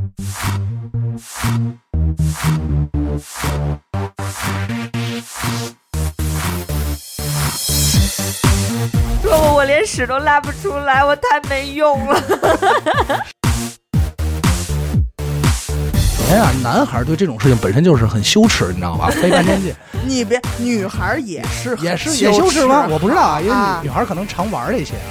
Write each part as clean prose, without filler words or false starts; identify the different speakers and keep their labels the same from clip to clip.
Speaker 1: 说我连屎都拉不出来，我太没用了。
Speaker 2: 首先啊，男孩对这种事情本身就是很羞耻，你知道吧？飞半天界，
Speaker 3: 你别，女孩也是
Speaker 2: 也羞耻吗？我不知道啊，因为女孩可能常玩这些啊。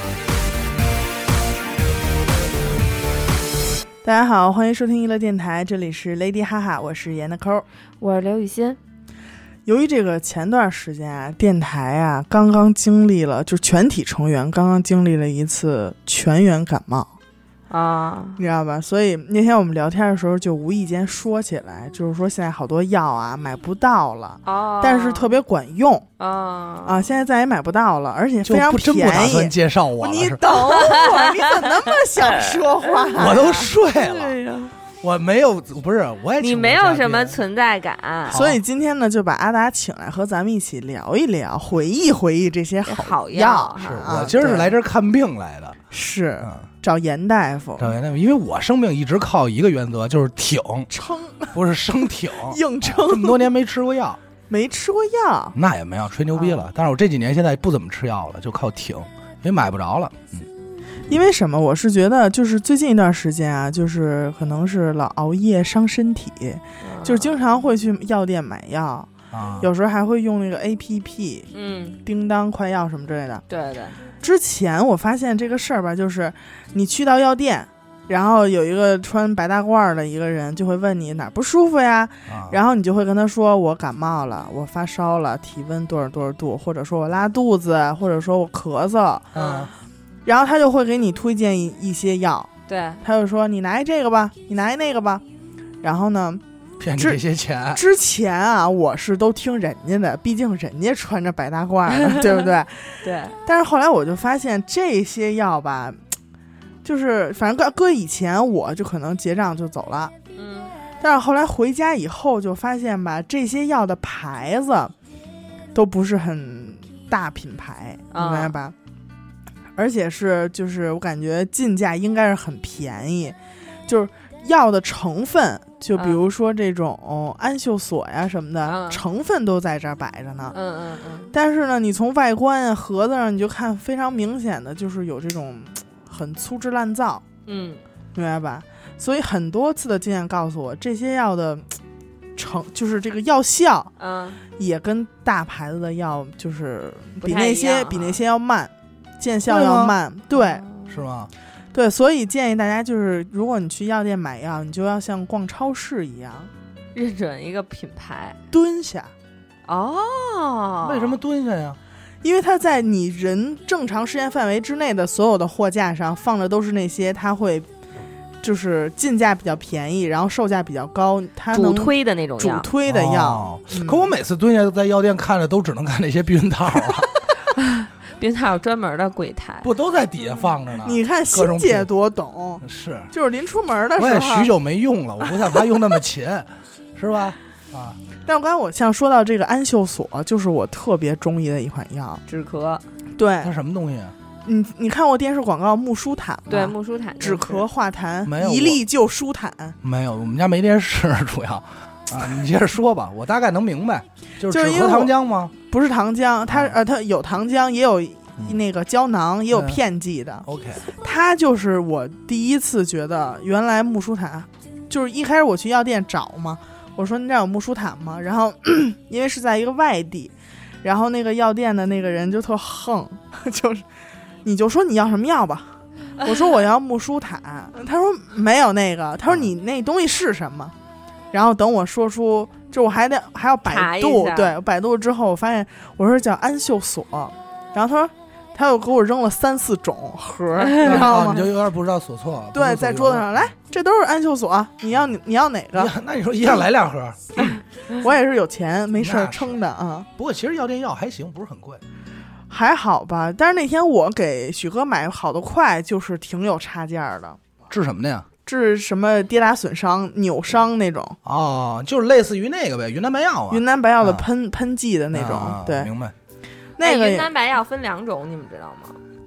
Speaker 3: 大家好，欢迎收听娱乐电台，这里是 Lady 哈哈，我是严的抠，
Speaker 1: 我是刘雨欣。
Speaker 3: 由于这个前段时间啊，电台啊刚刚经历了，就是全体成员刚刚经历了一次全员感冒
Speaker 1: 啊，
Speaker 3: 你知道吧？所以那天我们聊天的时候就无意间说起来，就是说现在好多药啊买不到了，但是特别管用啊，现在再也买不到了，而且非常便宜。
Speaker 2: 真不打算介绍我了，
Speaker 3: 你等会儿，你怎么那么想说话？
Speaker 2: 我都睡了。对呀。我没有，不是，我也
Speaker 1: 你没有什么存在感，
Speaker 3: 所以今天呢，就把阿达请来和咱们一起聊一聊，回忆回忆这些
Speaker 1: 好
Speaker 3: 药。
Speaker 2: 是我今儿是来这儿看病来的，
Speaker 3: 是找严大夫，
Speaker 2: 因为我生病一直靠一个原则，就是挺
Speaker 3: 撑，
Speaker 2: 不是生挺
Speaker 3: 硬撑。
Speaker 2: 这么多年没吃过药，
Speaker 3: 没吃过药，
Speaker 2: 那也没有吹牛逼了。但是我这几年现在不怎么吃药了，就靠挺，因为买不着了。
Speaker 3: 因为什么？我是觉得就是最近一段时间啊，就是可能是老熬夜伤身体，就是经常会去药店买药，有时候还会用那个 APP，叮当快药什么之类的。
Speaker 1: 对对。
Speaker 3: 之前我发现这个事儿吧，就是你去到药店，然后有一个穿白大褂的一个人就会问你哪儿不舒服呀，然后你就会跟他说我感冒了，我发烧了，体温多少多少度，或者说我拉肚子，或者说我咳嗽，然后他就会给你推荐一些药，
Speaker 1: 对，
Speaker 3: 他就说你拿一这个吧，你拿一那个吧，然后呢，
Speaker 2: 骗你这些钱。
Speaker 3: 之前啊，我是都听人家的，毕竟人家穿着白大褂的，对不对？
Speaker 1: 对。
Speaker 3: 但是后来我就发现这些药吧，就是反正搁以前我就可能结账就走了，但是后来回家以后就发现吧，这些药的牌子都不是很大品牌，明白吧？而且是就是我感觉进价应该是很便宜，就是药的成分，就比如说这种氨溴索呀什么的，成分都在这儿摆着呢。但是呢，你从外观啊盒子上你就看非常明显的就是有这种很粗制滥造，明白吧？所以很多次的经验告诉我，这些药的就是这个药效，也跟大牌子的药就是比那些要慢。见效要慢，对，
Speaker 2: 是吗？
Speaker 3: 对，所以建议大家就是，如果你去药店买药，你就要像逛超市一样，
Speaker 1: 认准一个品牌，
Speaker 3: 蹲下。
Speaker 2: 为什么蹲下呀？
Speaker 3: 因为它在你人正常视线范围之内的所有的货架上放的都是那些它会就是进价比较便宜，然后售价比较高，它
Speaker 1: 主推的那种
Speaker 3: 主推的药。
Speaker 2: 可我每次蹲下在药店看着都只能看那些避孕套啊。
Speaker 1: 避孕套有专门的柜台，
Speaker 2: 不都在底下放着呢？
Speaker 3: 你看欣姐多懂，
Speaker 2: 是，
Speaker 3: 就是临出门的时候，
Speaker 2: 我也许久没用了，我不像他用那么勤，是吧？啊！
Speaker 3: 但我刚才我像说到这个氨溴索，就是我特别中意的一款药，
Speaker 1: 止咳。
Speaker 3: 对，
Speaker 2: 它什么东西啊？
Speaker 3: 你看过电视广告木舒坦吗？
Speaker 1: 对，木舒坦
Speaker 3: 止咳化痰，
Speaker 2: 没有
Speaker 3: 一粒就舒坦。
Speaker 2: 没有，我们家没电视，主要。啊，你接着说吧，我大概能明白，就是止咳糖浆吗？
Speaker 3: 不是糖浆，它有糖浆，也有那个胶囊，也有片剂的。
Speaker 2: OK，
Speaker 3: 它就是我第一次觉得，原来木舒坦，就是一开始我去药店找嘛，我说你这有木舒坦吗？然后因为是在一个外地，然后那个药店的那个人就特横，就是你就说你要什么药吧。我说我要木舒坦，他说没有那个，他说你那东西是什么？然后等我说出，就我还要百度，对，我百度之后我发现我说叫氨溴索，然后他又给我扔了3-4种盒，你知道吗？
Speaker 2: 你就有点不知道所措了。
Speaker 3: 对，在桌子上，来，这都是氨溴索，你要哪个？
Speaker 2: 那你说一样来2盒，
Speaker 3: 我也是有钱没事撑的啊。
Speaker 2: 不过其实药店药还行，不是很贵，
Speaker 3: 还好吧。但是那天我给许哥买好的快，就是挺有差价的。
Speaker 2: 治什么的呀？
Speaker 3: 治什么跌打损伤、扭伤那种
Speaker 2: 就是类似于那个呗，云南白药啊，
Speaker 3: 云南白药的喷剂的那种，对，
Speaker 2: 明白。
Speaker 3: 那个
Speaker 1: 云南白药分2种，你们知道吗？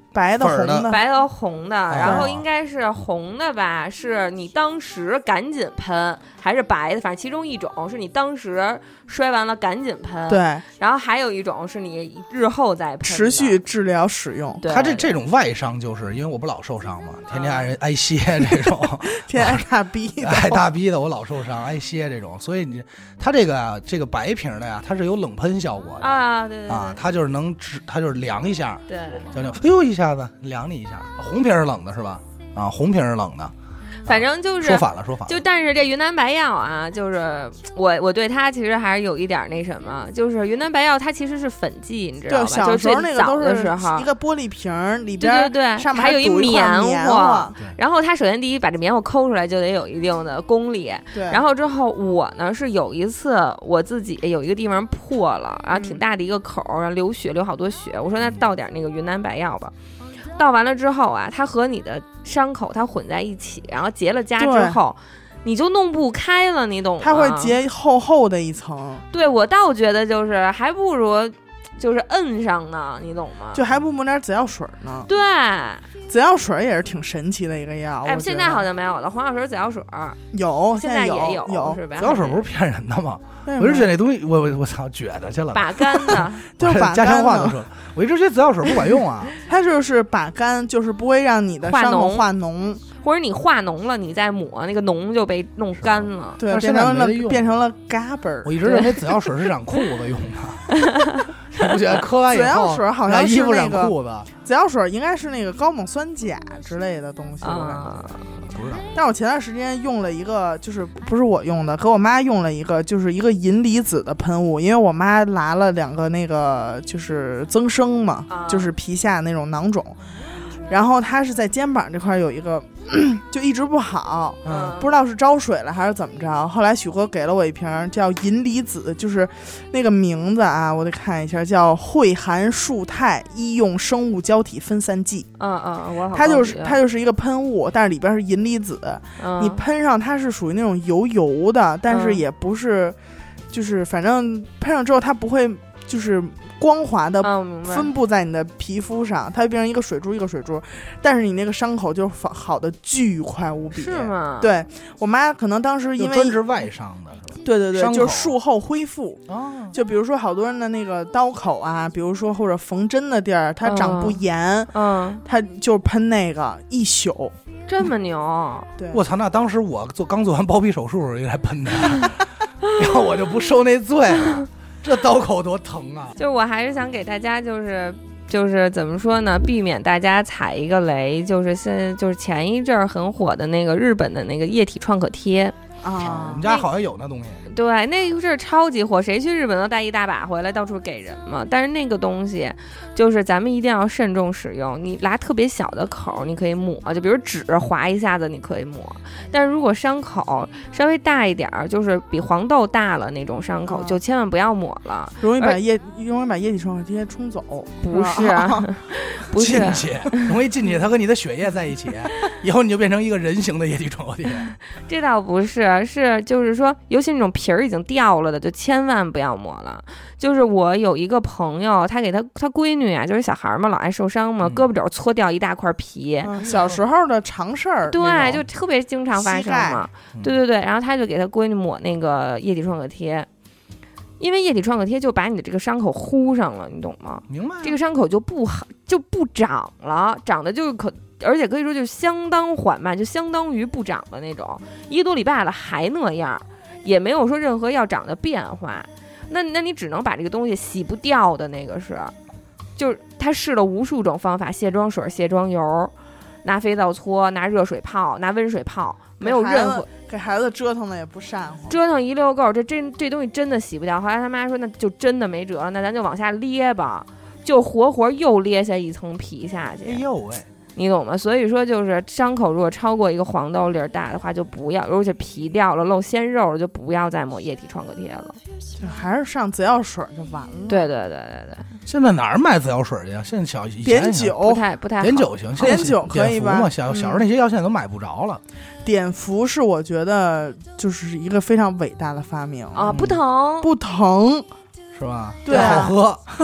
Speaker 3: 白的红的，
Speaker 1: 白的红的，然后应该是红的吧，是你当时赶紧喷，还是白的，反正其中一种是你当时摔完了赶紧喷，
Speaker 3: 对，
Speaker 1: 然后还有一种是你日后再喷，
Speaker 3: 持续治疗使用。
Speaker 1: 对，
Speaker 2: 他这种外伤就是因为我不老受伤嘛，天天挨歇这种，
Speaker 3: 天天挨大逼
Speaker 2: 挨大逼的，我老受伤挨歇这种，所以他这个白瓶的呀，它是有冷喷效果的
Speaker 1: 啊，对
Speaker 2: 啊，它就是它就是凉一下，
Speaker 1: 对，
Speaker 2: 叫哎呦一下子凉你一下。红瓶是冷的是吧？啊，红瓶是冷的。
Speaker 1: 反正就是
Speaker 2: 说反了，
Speaker 1: 就但是这云南白药啊，就是我对它其实还是有一点那什么，就是云南白药它其实是粉剂，你知道吧？
Speaker 3: 小时候那个都是一个玻璃瓶里边，
Speaker 1: 对，
Speaker 3: 上面
Speaker 1: 还有一棉
Speaker 3: 花。
Speaker 1: 然后它首先第一把这棉花抠出来就得有一定的功力，
Speaker 3: 对。
Speaker 1: 然后之后我呢是有一次我自己有一个地方破了，然后挺大的一个口，然后流血流好多血，我说那倒点那个云南白药吧。倒完了之后啊，它和你的伤口它混在一起，然后结了痂之后，你就弄不开了，你懂吗？
Speaker 3: 它会结厚厚的一层。
Speaker 1: 对，我倒觉得就是还不如就是摁上呢，你懂吗？
Speaker 3: 就还不抹点紫药水呢。
Speaker 1: 对，
Speaker 3: 紫药水也是挺神奇的一个药。
Speaker 1: 哎，现在好像没有了，黄药水、紫药水
Speaker 3: 有，
Speaker 1: 现在也
Speaker 3: 有
Speaker 1: 是吧？
Speaker 2: 紫药水不是骗人的吗？我就觉得那东西，我操，撅的去了，
Speaker 1: 把干的，
Speaker 3: 就是把
Speaker 2: 家乡话都说，我一直觉得紫药水不管用啊。
Speaker 3: 它就是把干，就是不会让你的伤口化脓，
Speaker 1: 或者你化脓了，你再抹那个脓就被弄干了，
Speaker 3: 对，变成了嘎嘣。
Speaker 2: 我一直认为紫药水是染裤子用的。我觉得磕完以后，
Speaker 3: 紫药水好像是那个
Speaker 2: 裤子，
Speaker 3: 紫药水应该是那个高锰酸钾之类的东西，
Speaker 2: 不知道。
Speaker 3: 但我前段时间用了一个，就是不是我用的，给我妈用了一个，就是一个银离子的喷雾，因为我妈拿了2个那个就是增生嘛，就是皮下那种囊肿，然后她是在肩膀这块有一个。就一直不好，不知道是招水了还是怎么着。后来许哥给了我一瓶叫银离子，就是那个名字啊，我得看一下，叫惠含树肽医用生物胶体分散剂。它就是一个喷雾，但是里边是银离子，你喷上它是属于那种油油的，但是也不是，就是反正喷上之后它不会就是光滑的分布在你的皮肤上，它会变成一个水珠一个水珠，但是你那个伤口就好的巨快无比。
Speaker 1: 是吗？
Speaker 3: 对，我妈可能当时因为
Speaker 2: 专治外伤的，
Speaker 3: 对，就是术后恢复。就比如说好多人的那个刀口啊，比如说或者缝针的地儿，它长不严，它就喷那个一宿。
Speaker 1: 这么牛？
Speaker 3: 对，
Speaker 2: 我操！那当时我刚做完包皮手术也来喷的，然后我就不受那罪了。这刀口多疼啊！
Speaker 1: 就我还是想给大家就是怎么说呢，避免大家踩一个雷，就是前一阵儿很火的那个日本的那个液体创可贴
Speaker 3: 啊，
Speaker 2: 我们家好像有那东西。
Speaker 1: 对，那个是超级火，谁去日本都带一大把回来，到处给人嘛。但是那个东西，就是咱们一定要慎重使用。你拉特别小的口，你可以抹，就比如纸划一下子，你可以抹。但是如果伤口稍微大一点，就是比黄豆大了那种伤口，就千万不要抹了，
Speaker 3: 容易把液体创可贴冲走。
Speaker 1: 不是，不是
Speaker 2: 进去，容易进去，它和你的血液在一起，以后你就变成一个人形的液体创可贴。
Speaker 1: 这倒不是，是就是说，尤其那种皮儿已经掉了的，就千万不要抹了。就是我有一个朋友，他给他闺女啊，就是小孩嘛，老爱受伤嘛，胳膊肘搓掉一大块皮，
Speaker 3: 小时候的常事儿。
Speaker 1: 对，就特别经常发生嘛。对，然后他就给他闺女抹那个液体创可贴，因为液体创可贴就把你的这个伤口糊上了，你懂吗？
Speaker 2: 明白。
Speaker 1: 这个伤口就不长了，长得就是而且可以说就相当缓慢，就相当于不长的那种，1个多礼拜了还那样，也没有说任何要长的变化。那你只能把这个东西洗不掉的那个就是他试了无数种方法，卸妆水、卸妆油，拿肥皂搓，拿热水泡，拿温水泡，没有任何
Speaker 3: 给孩子折腾的也不善乎，
Speaker 1: 折腾一溜够，这东西真的洗不掉。后来他妈说那就真的没辙了，那咱就往下咧吧，就活又咧下一层皮下去。
Speaker 2: 哎呦喂！
Speaker 1: 你懂吗？所以说就是伤口如果超过一个黄豆粒儿大的话，就不要，而且皮掉了露鲜肉了，就不要再抹液体创可贴了，
Speaker 3: 就还是上紫药水就完了。
Speaker 1: 对。
Speaker 2: 现在哪儿买紫药水去呀？现在
Speaker 3: 碘酒
Speaker 1: 不太
Speaker 2: 碘酒行，
Speaker 3: 碘酒可以吧？
Speaker 2: 小时候那些药现在都买不着了。
Speaker 3: 碘伏是我觉得就是一个非常伟大的发明
Speaker 1: 啊，不疼
Speaker 3: 是吧？
Speaker 2: 对，好喝。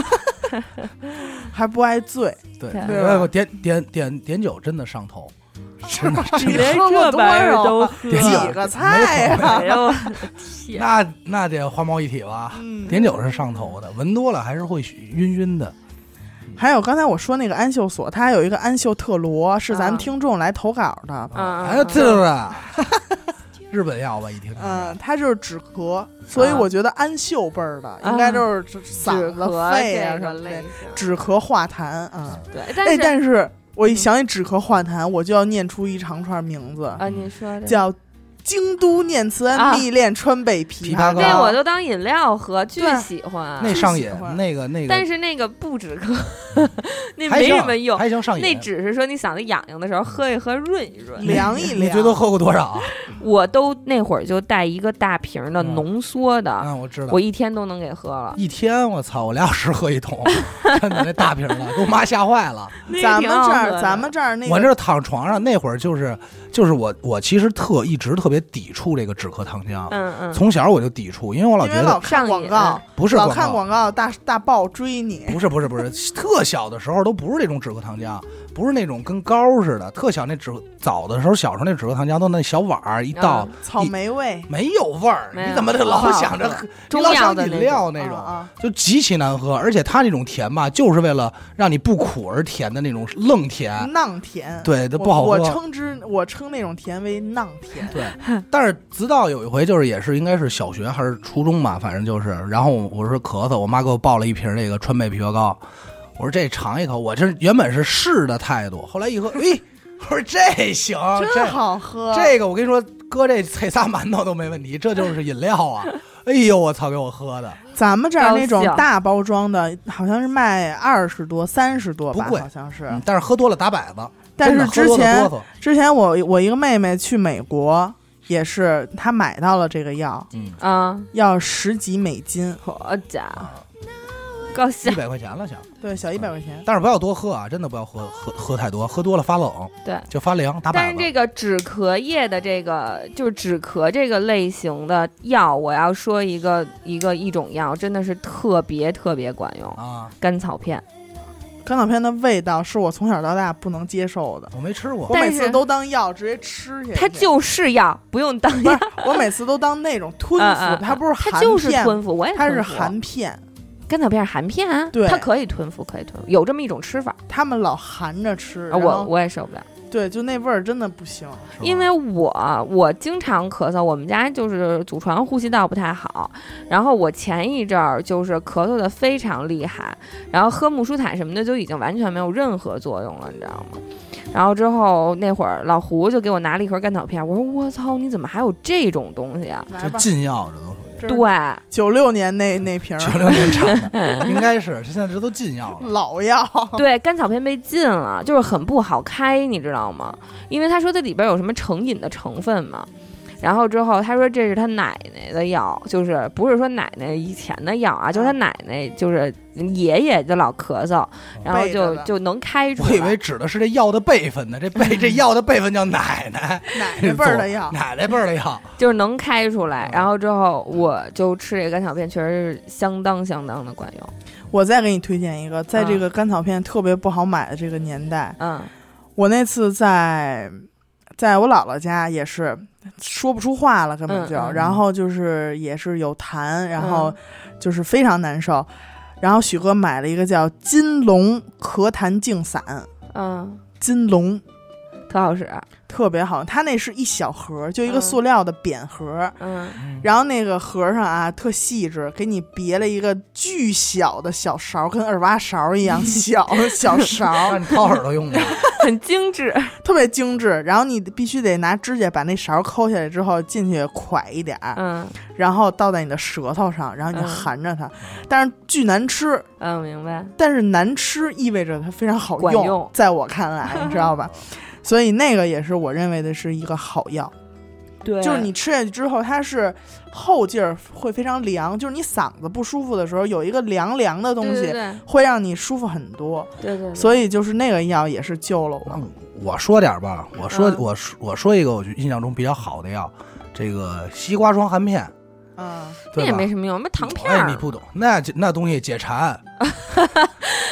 Speaker 3: 还不爱醉。
Speaker 2: 对，
Speaker 1: 对
Speaker 2: 点酒真的上头，真的
Speaker 3: 你喝过多少？
Speaker 2: 点
Speaker 3: 几个菜呀？
Speaker 1: 哎呦，天！
Speaker 2: 那得花毛一体吧？点酒是上头的，闻多了还是会晕晕的。
Speaker 3: 还有刚才我说那个安秀所，它还有一个安秀特罗，是咱们听众来投稿的。
Speaker 2: 哎呀，这个日本药吧，一听。
Speaker 3: 它就是止咳，所以我觉得安秀辈儿的应该就是嗓子、肺啊什么的，止咳化痰啊。
Speaker 1: 对，
Speaker 3: 但是我一想起止咳化痰，我就要念出一长串名字
Speaker 1: 啊，你说的
Speaker 3: 叫京都念慈庵蜜炼川贝枇杷膏，
Speaker 1: 那我都当饮料喝，巨喜欢，
Speaker 2: 那上瘾，那个。
Speaker 1: 但是那个不止咳，那没什么用，
Speaker 2: 还行上瘾。
Speaker 1: 那只是说你嗓子痒痒的时候喝一喝润一润，
Speaker 3: 凉一凉。
Speaker 2: 你觉得喝过多少？
Speaker 1: 我都那会儿就带一个大瓶的浓缩的，
Speaker 2: 我知道，
Speaker 1: 我一天都能给喝了。
Speaker 2: 一天，我操，我2小时喝一桶，真的那大瓶的，给我妈吓坏了。
Speaker 3: 咱们这儿那个，
Speaker 2: 我这躺床上那会儿就是我其实一直特别抵触这个止咳糖浆，从小我就抵触，因为我老觉得
Speaker 3: 老看广告，
Speaker 2: 不是
Speaker 3: 老看广告，大豹追你，
Speaker 2: 不是，特小的时候都不是这种止咳糖浆，不是那种跟膏似的，特小那早的时候小时候那止咳糖浆都那小碗儿一倒，
Speaker 3: 草莓味，
Speaker 2: 没有味儿，你怎么老想着你老想饮料那种，就极其难喝，而且它那种甜吧，就是为了让你不苦而甜的那种愣甜，
Speaker 3: 囊甜，
Speaker 2: 对，它不好喝。
Speaker 3: 我称那种甜为囊甜，
Speaker 2: 对。但是直到有一回，就是也是应该是小学还是初中吧，反正就是，然后我说咳嗽，我妈给我抱了一瓶那个川贝枇杷膏，我说这尝一口，我这原本是试的态度，后来一喝，我说这行，
Speaker 3: 真好喝，
Speaker 2: 这个我跟你说，搁这菜仨馒头都没问题，这就是饮料啊！哎呦，我操，给我喝的。
Speaker 3: 咱们这儿那种大包装的，好像是卖20多、30多吧，
Speaker 2: 不贵，
Speaker 3: 好像是，
Speaker 2: 但是喝多了打摆子。
Speaker 3: 但是之前我一个妹妹去美国，也是她买到了这个药，要10几美金，
Speaker 1: 好家伙！高兴
Speaker 2: 100块钱了，想
Speaker 3: 对，小100块钱，
Speaker 2: 但是不要多喝啊，真的不要喝太多，喝多了发冷，
Speaker 1: 对，
Speaker 2: 就发凉打摆子。
Speaker 1: 但是这个止咳液的这个就是止咳这个类型的药，我要说一种药真的是特别特别管用啊，甘草片。
Speaker 3: 甘草片的味道是我从小到大不能接受的，
Speaker 2: 我没吃过，
Speaker 3: 我每次都当药直接吃下去。
Speaker 1: 它就是药，不用当药。
Speaker 3: 我每次都当那种吞服，它不是含片，
Speaker 1: 它就是吞服，我也
Speaker 3: 它是含片。
Speaker 1: 甘草片是含片啊，
Speaker 3: 对，
Speaker 1: 它可以吞服，有这么一种吃法。
Speaker 3: 他们老含着吃，
Speaker 1: 我也受不了。
Speaker 3: 对，就那味儿真的不行。
Speaker 1: 因为我经常咳嗽，我们家就是祖传呼吸道不太好，然后我前一阵儿就是咳嗽的非常厉害，然后喝木舒坦什么的就已经完全没有任何作用了，你知道吗？然后之后那会儿老胡就给我拿了一盒甘草片，我说我操，你怎么还有这种东西啊？
Speaker 2: 这禁药这都属于。
Speaker 1: 对
Speaker 3: ，96年那瓶
Speaker 2: ，96年产的，应该是现在这都禁药了，
Speaker 3: 老药。
Speaker 1: 对，甘草片被禁了，就是很不好开，你知道吗？因为他说它里边有什么成瘾的成分嘛。然后之后他说这是他奶奶的药，就是不是说奶奶以前的药啊，就是他奶奶就是爷爷就老咳嗽，然后就能开出来。
Speaker 2: 我以为指的是这药的辈分呢，这药的辈分叫奶奶
Speaker 3: 辈儿的药，
Speaker 2: 奶奶辈儿的药
Speaker 1: 就是能开出来。然后之后我就吃这个甘草片，确实是相当的管用。
Speaker 3: 我再给你推荐一个，在这个甘草片特别不好买的这个年代，我那次在我姥姥家也是说不出话了，根本就，然后就是也是有痰，然后就是非常难受，然后许哥买了一个叫金龙咳痰净散，金龙
Speaker 1: 特好使，
Speaker 3: 特别好，它那是一小盒，就一个塑料的扁盒，然后那个盒上啊特细致，给你别了一个巨小的小勺，跟耳挖勺一样小勺，
Speaker 2: 让你掏耳朵用的，
Speaker 1: 很精致，
Speaker 3: 特别精致。然后你必须得拿指甲把那勺抠下来之后进去蒯一点，然后倒在你的舌头上，然后你就含着它，但是巨难吃。
Speaker 1: 明白。
Speaker 3: 但是难吃意味着它非常好用，在我看来，你知道吧？所以那个也是我认为的是一个好药。
Speaker 1: 对，
Speaker 3: 就是你吃下去之后，它是后劲儿会非常凉，就是你嗓子不舒服的时候，有一个凉凉的东西，会让你舒服很多。
Speaker 1: 对，
Speaker 3: 所以就是那个药也是救了我。
Speaker 2: 我说点吧，我说一个我印象中比较好的药，这个西瓜霜含片。
Speaker 1: 那也没什么用，那糖片
Speaker 2: 你不懂，那东西解馋。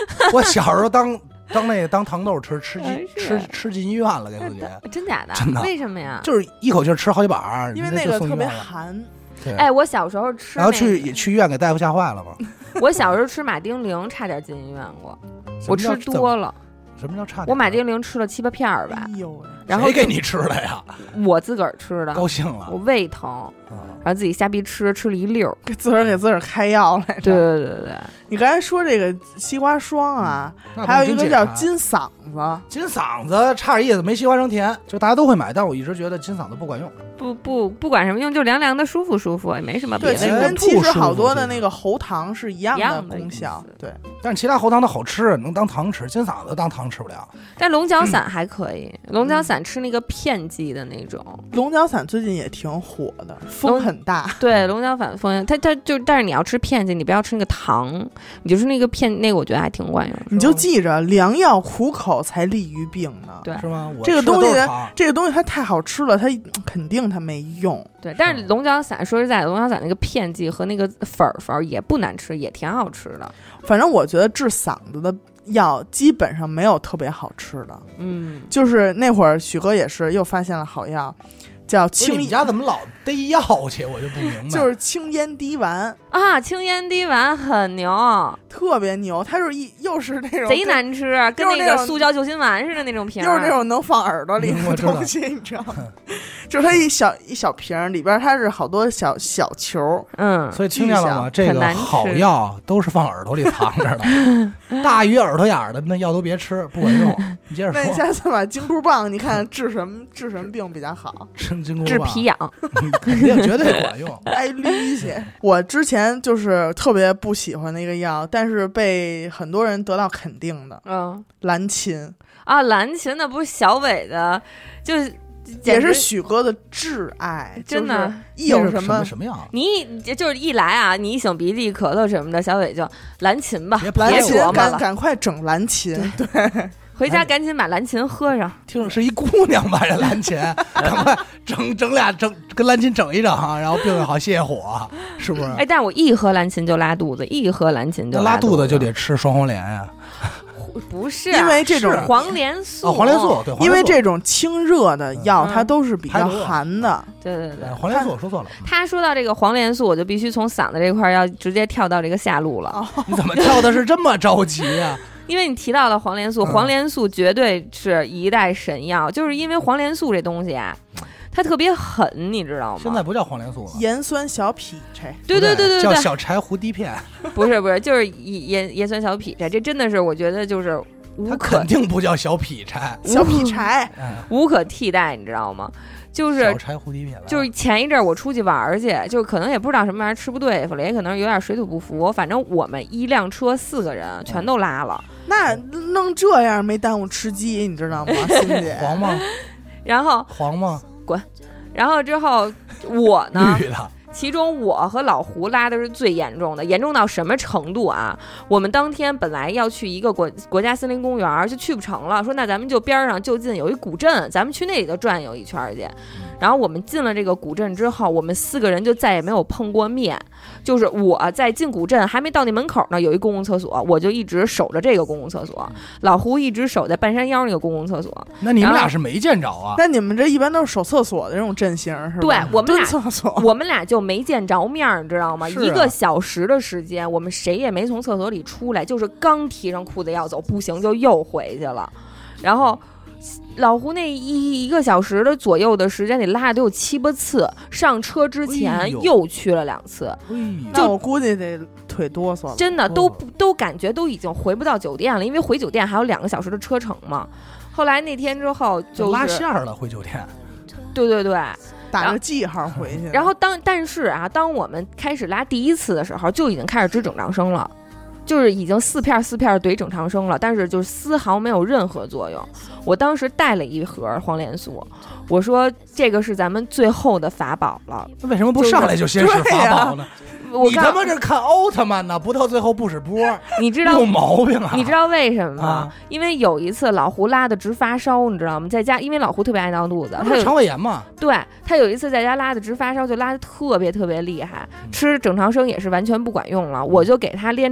Speaker 2: 我小时候当糖豆吃进医院了，给自己。
Speaker 1: 真假的？
Speaker 2: 真的？
Speaker 1: 为什么呀？
Speaker 2: 就是一口气吃好几板，
Speaker 3: 因为那个特别寒。
Speaker 1: 哎，我小时候吃，
Speaker 2: 然后去医院给大夫吓坏了嘛。
Speaker 1: 我小时候吃马丁啉，差点进医院过。我吃多了。
Speaker 2: 什么叫差点？
Speaker 1: 我马丁啉吃了7、8片吧。
Speaker 3: 哎呦，
Speaker 1: 然后
Speaker 2: 谁给你吃的呀？
Speaker 1: 我自个儿吃的。
Speaker 2: 高兴了。
Speaker 1: 我胃疼，然后自己瞎逼吃了1溜，
Speaker 3: 给自个儿开药来着。
Speaker 1: 对。
Speaker 3: 你刚才说这个西瓜霜啊，还有一个叫金嗓子。
Speaker 2: 金嗓子差点意思，没西瓜霜甜，就大家都会买，但我一直觉得金嗓子不管用。
Speaker 1: 不管什么用，就凉凉的舒服，也没什么别的。
Speaker 3: 对，跟其实好多的那个喉糖是一样的功效。对，
Speaker 2: 但是其他喉糖它好吃，能当糖吃，金嗓子当糖吃不了。
Speaker 1: 但龙角散还可以，龙角散吃那个片剂的那种。
Speaker 3: 龙角散最近也挺火的，风很大。
Speaker 1: 对，龙角散风，它就，但是你要吃片剂，你不要吃那个糖，你就吃那个片，那个我觉得还挺管用。
Speaker 3: 你就记着，良药苦口才利于病呢。
Speaker 1: 对，
Speaker 2: 是吗？
Speaker 3: 这个东西它太好吃了，它肯定它没用。
Speaker 1: 对，但是龙角散说实在，龙角散那个片剂和那个粉也不难吃，也挺好吃的。
Speaker 3: 反正我觉得治嗓子的药基本上没有特别好吃的。就是那会儿许哥也是又发现了好药，叫青。
Speaker 2: 你家怎么老逮药去？我就不明白。
Speaker 3: 就是青烟滴丸
Speaker 1: 啊，青烟滴丸很牛，
Speaker 3: 特别牛。它是又是那种
Speaker 1: 贼难吃，跟那个塑胶救心丸似的那种瓶，
Speaker 3: 又是那种能放耳朵里的东西，你知道吗？就是它一小瓶里边，它是好多小球。
Speaker 2: 所以听见了吗？这个好药都是放耳朵里藏着的，大于耳朵眼的那药都别吃，不管用。你接着说。
Speaker 3: 那你下次把金箍棒，你看治什么病比较好？
Speaker 1: 治皮痒，
Speaker 2: 肯定绝对管用。
Speaker 3: 挨捋去。我之前就是特别不喜欢那个药，但是被很多人得到肯定的。蓝芩
Speaker 1: 啊，蓝芩那不是小伟的，就是
Speaker 3: 也是许哥的挚爱，
Speaker 1: 真的。
Speaker 3: 一有
Speaker 2: 什么样？
Speaker 1: 你就是一来啊，你一擤鼻涕咳嗽什么的，小伟就蓝芩吧，
Speaker 3: 蓝
Speaker 1: 芩
Speaker 3: 赶快整蓝芩，对。
Speaker 1: 回家赶紧把蓝芩喝上。
Speaker 2: 听着是一姑娘吧，这蓝芩，赶快整俩跟蓝芩整一整，然后病好泻火，是不是？
Speaker 1: 哎，但是我一喝蓝芩就拉肚子，一喝蓝芩就
Speaker 2: 拉肚子就得吃双黄连呀。
Speaker 1: 不是，
Speaker 3: 因为这种
Speaker 1: 黄连素，
Speaker 2: 黄连素对，
Speaker 3: 因为这种清热的药它都是比较寒的。
Speaker 1: 对，
Speaker 2: 黄连素我说错了。
Speaker 1: 他说到这个黄连素，我就必须从嗓子这块要直接跳到这个下路了。
Speaker 2: 你怎么跳的是这么着急啊？
Speaker 1: 因为你提到了黄连素，黄连素绝对是一代神药，就是因为黄连素这东西啊，它特别狠，你知道吗？
Speaker 2: 现在不叫黄连素了，
Speaker 3: 盐酸小劈柴。
Speaker 1: 对，
Speaker 2: 叫小柴胡滴片。
Speaker 1: 不是，就是盐酸小劈柴，这真的是我觉得就是
Speaker 2: 它肯定不叫小劈柴，
Speaker 3: 小劈柴
Speaker 1: 无可替代，你知道吗？就是
Speaker 2: 小柴胡滴片，
Speaker 1: 就是前一阵我出去玩去，就可能也不知道什么玩意儿吃不对付了，也可能有点水土不服，反正我们一辆车4个人全都拉了。
Speaker 3: 那弄这样没耽误吃鸡，你知道吗，欣姐？
Speaker 2: 黄吗？
Speaker 1: 然后
Speaker 2: 黄吗？
Speaker 1: 滚！然后之后我呢？
Speaker 2: 绿的。
Speaker 1: 其中我和老胡拉的是最严重的，严重到什么程度啊？我们当天本来要去一个国家森林公园，就去不成了，说那咱们就边上就近有一古镇，咱们去那里头转悠一圈去。然后我们进了这个古镇之后，我们4个人就再也没有碰过面。就是我在进古镇还没到那门口呢，有一公共厕所，我就一直守着这个公共厕所。老胡一直守在半山腰那个公共厕所。
Speaker 2: 那你们俩是没见着啊？
Speaker 3: 那你们这一般都是守厕所的这种阵型是吧？
Speaker 1: 对，我们俩就没见着面，你知道吗？1个小时的时间，我们谁也没从厕所里出来，就是刚提上裤子要走，不行就又回去了。然后老胡那一个小时的左右的时间里拉的都有7、8次，上车之前又去了2次，
Speaker 3: 就我估计得腿哆嗦了，
Speaker 1: 真的都感觉都已经回不到酒店了，因为回酒店还有2个小时的车程嘛。后来那天之后就是
Speaker 2: 拉线了，回酒店。
Speaker 1: 对，
Speaker 3: 打个记号回去。
Speaker 1: 然后但是啊，当我们开始拉第1次的时候，就已经开始支整肠生了。就是已经4片怼整肠生了，但是就是丝毫没有任何作用。我当时带了一盒黄连素，我说这个是咱们最后的法宝了。
Speaker 2: 那为什么不上来就先是法宝呢？你他妈这看奥特曼呢，不到最后不使波，
Speaker 1: 你知道
Speaker 2: 有毛病啊？
Speaker 1: 你知道为什么吗？因为有一次老胡拉的直发烧，你知道吗？在家，因为老胡特别爱闹肚子，
Speaker 2: 他肠胃炎嘛。
Speaker 1: 对，他有一次在家拉的直发烧，就拉的特别厉害，吃整肠生也是完全不管用了。我就给他连着吃了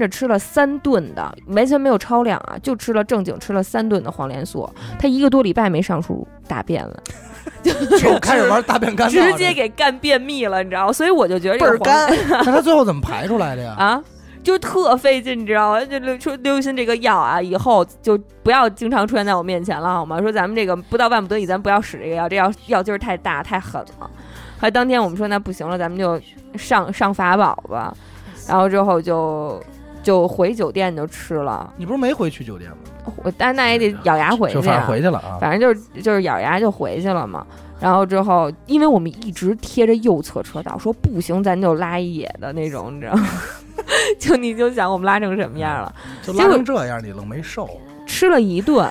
Speaker 1: 3顿的，完全没有超量啊，就正经吃了3顿的黄连素，他1个多礼拜没上出大便了。
Speaker 2: 就开始玩大便干燥，
Speaker 1: 直接给干便秘了，你知道吗？所以我就觉得
Speaker 3: 倍儿干。
Speaker 2: 那他最后怎么排出来的呀？
Speaker 1: 啊，就特费劲，你知道吗？就说刘雨欣这个药啊，以后就不要经常出现在我面前了，好吗？说咱们这个不到万不得已，咱不要使这个药，这药劲儿太大太狠了。后来当天我们说那不行了，咱们就上法宝吧，然后之后就回酒店就吃了。
Speaker 2: 你不是没回去酒店吗？
Speaker 1: 但那也得咬牙回去、啊，
Speaker 2: 就反正回去了啊，
Speaker 1: 反正就是咬牙就回去了嘛。然后之后，因为我们一直贴着右侧车道，说不行，咱就拉一野的那种，你知道吗？就你就想我们拉成什么样了？
Speaker 2: 就拉成这样，你愣没瘦。
Speaker 1: 吃了1顿，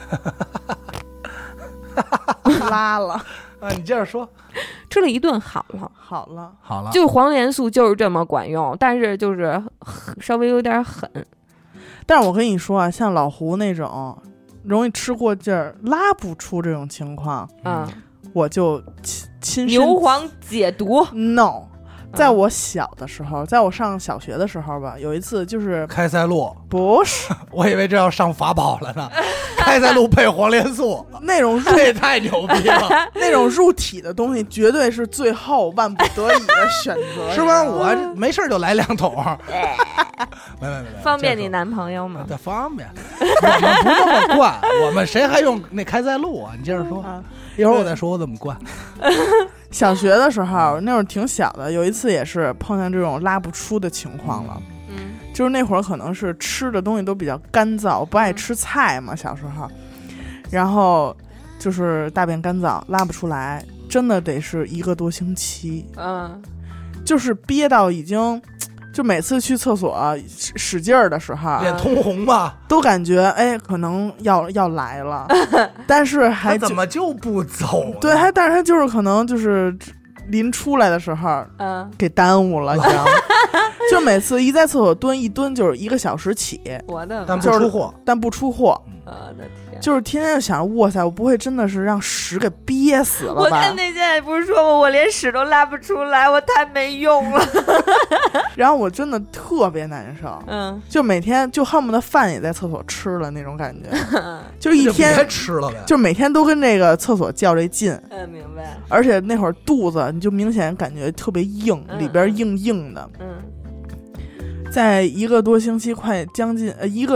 Speaker 3: 拉了
Speaker 2: 啊！你接着说。
Speaker 1: 吃了1顿好了，就是黄连素就是这么管用，但是就是稍微有点狠。
Speaker 3: 但是我跟你说啊，像老胡那种容易吃过劲儿拉不出这种情况，我就亲身
Speaker 1: 牛黄解毒
Speaker 3: no。在我小的时候，在我上小学的时候吧，有一次就是
Speaker 2: 开塞露，
Speaker 3: 不是，
Speaker 2: 我以为这要上法宝了呢。开塞露配黄连素，
Speaker 3: 那种
Speaker 2: 这也太牛逼了。
Speaker 3: 那种入体的东西绝对是最后万不得已的选择，
Speaker 2: 是吧？我没事就来2桶，没，
Speaker 1: 方便你男朋友吗？
Speaker 2: 对，方便。我们不这么灌，我们谁还用那开塞露啊？你接着说，一会儿我再说我怎么灌。
Speaker 3: 小学的时候，那会儿挺小的，有一次也是碰见这种拉不出的情况了。就是那会儿可能是吃的东西都比较干燥，不爱吃菜嘛，小时候，然后就是大便干燥，拉不出来，真的得是1个多星期。就是憋到已经，就每次去厕所使劲儿的时候，
Speaker 2: 脸通红吧，
Speaker 3: 都感觉哎，可能要来了，但是还
Speaker 2: 怎么就不走呢？
Speaker 3: 对，但是他就是可能就是临出来的时候，给耽误了，你知道吗？就每次一在厕所蹲一蹲就是1个小时起，
Speaker 1: 我的，
Speaker 2: 但不出货，
Speaker 3: 但不出货。
Speaker 1: 我的天，
Speaker 3: 就是天天就想着，哇塞，我不会真的是让屎给憋死了吧？
Speaker 1: 我看那现在不是说我连屎都拉不出来，我太没用了。
Speaker 3: 然后我真的特别难受，就每天就恨不得饭也在厕所吃了那种感觉，就一天
Speaker 2: 别吃了呗，
Speaker 3: 就每天都跟这个厕所较这劲。
Speaker 1: 明白。
Speaker 3: 而且那会儿肚子你就明显感觉特别硬，里边硬硬的。在1个多星期，快将近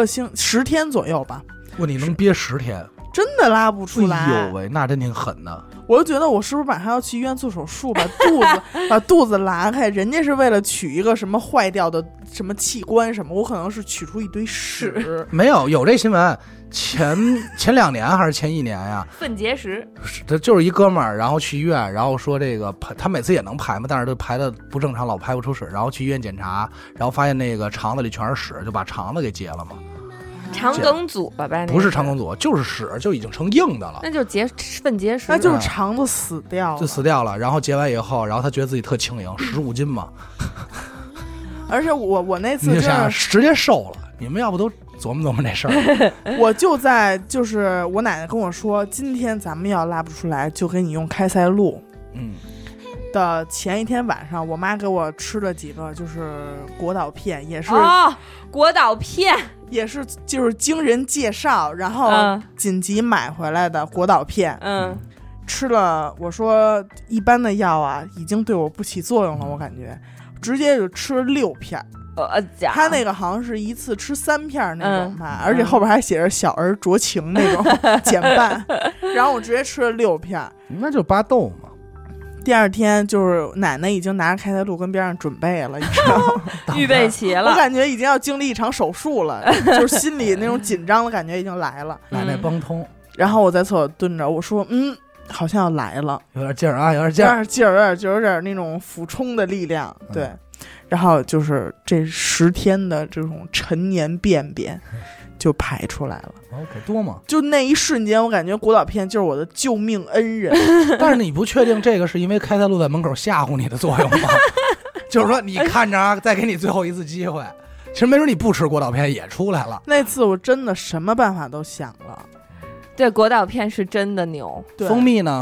Speaker 3: 10天左右吧。
Speaker 2: 你能憋10天？
Speaker 3: 真的拉不出来。
Speaker 2: 哎呦喂，那真挺狠的。
Speaker 3: 我就觉得我是不是马上要去医院做手术，把肚子拉开？人家是为了取一个什么坏掉的什么器官什么，我可能是取出一堆屎。
Speaker 2: 没有这新闻，前2年还是前1年呀？
Speaker 1: 肾结石，
Speaker 2: 这就是一哥们儿，然后去医院，然后说这个他每次也能排嘛，但是他排的不正常，老排不出屎，然后去医院检查，然后发现那个肠子里全是屎，就把肠子给截了嘛。
Speaker 1: 肠梗阻吧，
Speaker 2: 不是肠梗阻，就是屎，就已经成硬的了。
Speaker 1: 那就是粪结石，
Speaker 3: 那就是肠子死掉了，
Speaker 2: 就死掉了。然后结完以后，然后他觉得自己特轻盈，15斤嘛。
Speaker 3: 而且我那次
Speaker 2: 你就想直接瘦了，你们要不都琢磨琢磨这事儿？
Speaker 3: 我就是我奶奶跟我说，今天咱们要拉不出来，就给你用开塞露。的前一天晚上，我妈给我吃了几个就是果导片，也是
Speaker 1: 果导片，
Speaker 3: 也是就是经人介绍，然后紧急买回来的果导片。吃了，我说一般的药啊，已经对我不起作用了，我感觉直接就吃了6片。他那个好像是一次吃3片那种吧，而且后边还写着小儿酌情那种减半，然后我直接吃了6片，
Speaker 2: 那就巴豆嘛。
Speaker 3: 第2天就是奶奶已经拿着开塞露跟边上准备了，你知道吗？
Speaker 1: 预备齐了，
Speaker 3: 我感觉已经要经历一场手术了，就是心里那种紧张的感觉已经来了。
Speaker 2: 奶奶帮通，
Speaker 3: 然后我在厕所蹲着，我说好像要来了，
Speaker 2: 有点劲儿啊，有点
Speaker 3: 那种俯冲的力量，对。然后就是这10天的这种陈年便便就排出来了。
Speaker 2: 可多吗？
Speaker 3: 就那一瞬间，我感觉果导片就是我的救命恩人。
Speaker 2: 但是你不确定这个是因为开塞露在门口吓唬你的作用吗？就是说你看着啊，再给你最后一次机会。其实没准你不吃果导片也出来了。
Speaker 3: 那次我真的什么办法都想了。
Speaker 1: 对，果导片是真的牛。
Speaker 2: 蜂蜜呢？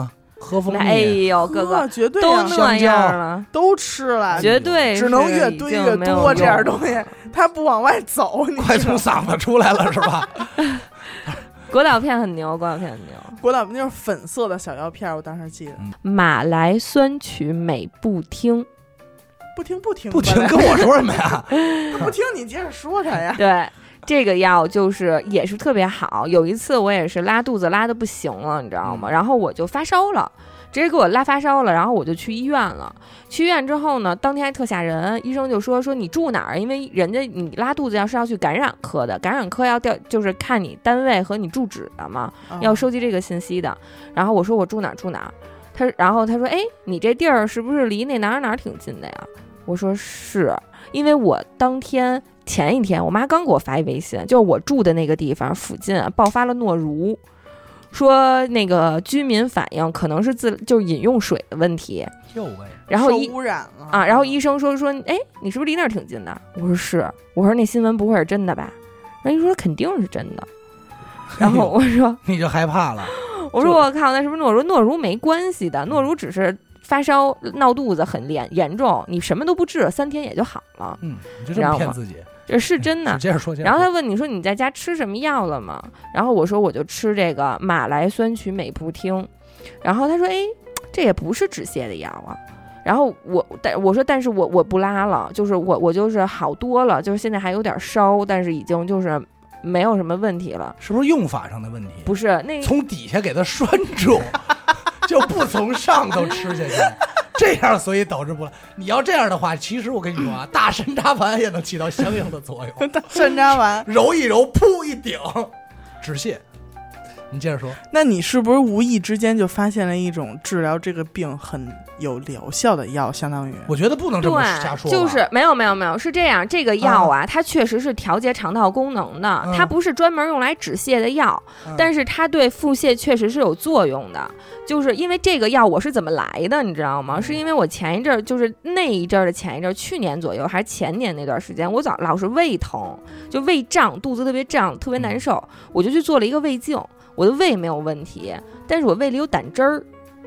Speaker 2: 喝蜂蜜，
Speaker 1: 哎呦，哥哥
Speaker 3: 绝对
Speaker 1: 都
Speaker 3: 啊
Speaker 1: 那样了，
Speaker 3: 都吃了，
Speaker 1: 绝对
Speaker 3: 只能越堆越多这样东西，它不往外走，你
Speaker 2: 快从嗓子出来了是吧？
Speaker 1: 果导片很牛，果导片很牛。
Speaker 3: 果导那种粉色的小药片，我当时记得。
Speaker 1: 马来酸曲美不听，
Speaker 3: 不听
Speaker 2: 跟我说什么呀？
Speaker 3: 不听你接着说他呀。
Speaker 1: 对。这个药就是也是特别好。有一次我也是拉肚子拉的不行了，你知道吗？然后我就发烧了，直接给我拉发烧了，然后我就去医院了。去医院之后呢，当天还特吓人，医生就说你住哪儿？因为人家你拉肚子要去感染科的，感染科要就是看你单位和你住址的嘛，要收集这个信息的。然后我说我住哪儿？然后他说，哎，你这地儿是不是离那哪儿挺近的呀？我说是，因为我前一天我妈刚给我发一微信，就是我住的那个地方附近爆发了诺如，说那个居民反映可能是就是饮用水的问题，然后
Speaker 3: 受污染了
Speaker 1: 啊，然后医生说，哎，你是不是离那儿挺近的？我说是，我说那新闻不会是真的吧？然后医生说肯定是真的，然后我说
Speaker 2: 你就害怕了，
Speaker 1: 我说我靠，那是不是诺如？诺如没关系的，诺如只是发烧闹肚子很严重，你什么都不治，3天也就好了。
Speaker 2: 你就这么骗自己，
Speaker 1: 这是真的。
Speaker 2: 接着说。
Speaker 1: 然后他问你说你在家吃什么药了吗？然后我说我就吃这个马来酸曲美不听。然后他说，哎，这也不是止泻的药啊。然后我说但是我不拉了，就是我就是好多了，就是现在还有点烧，但是已经就是没有什么问题了。
Speaker 2: 是不是用法上的问题？
Speaker 1: 不是，那
Speaker 2: 从底下给它拴住。就不从上头吃下去，这样所以导致不了。你要这样的话，其实我跟你说啊，大山楂丸也能起到相应的作用。
Speaker 3: 大山楂丸
Speaker 2: 揉一揉，噗一顶，止泻。你接着说。
Speaker 3: 那你是不是无意之间就发现了一种治疗这个病很有疗效的药？相当于
Speaker 2: 我觉得不能这么瞎说，
Speaker 1: 就是没有，是这样。这个药啊，它确实是调节肠道功能的，它不是专门用来止泻的药，但是它对腹泻确实是有作用的。就是因为这个药我是怎么来的，你知道吗？是因为我前一阵就是那一阵的前一阵，去年左右还是前年那段时间，我老是胃疼，就胃胀，肚子特别胀，特别难受，我就去做了一个胃镜。我的胃没有问题，但是我胃里有胆汁儿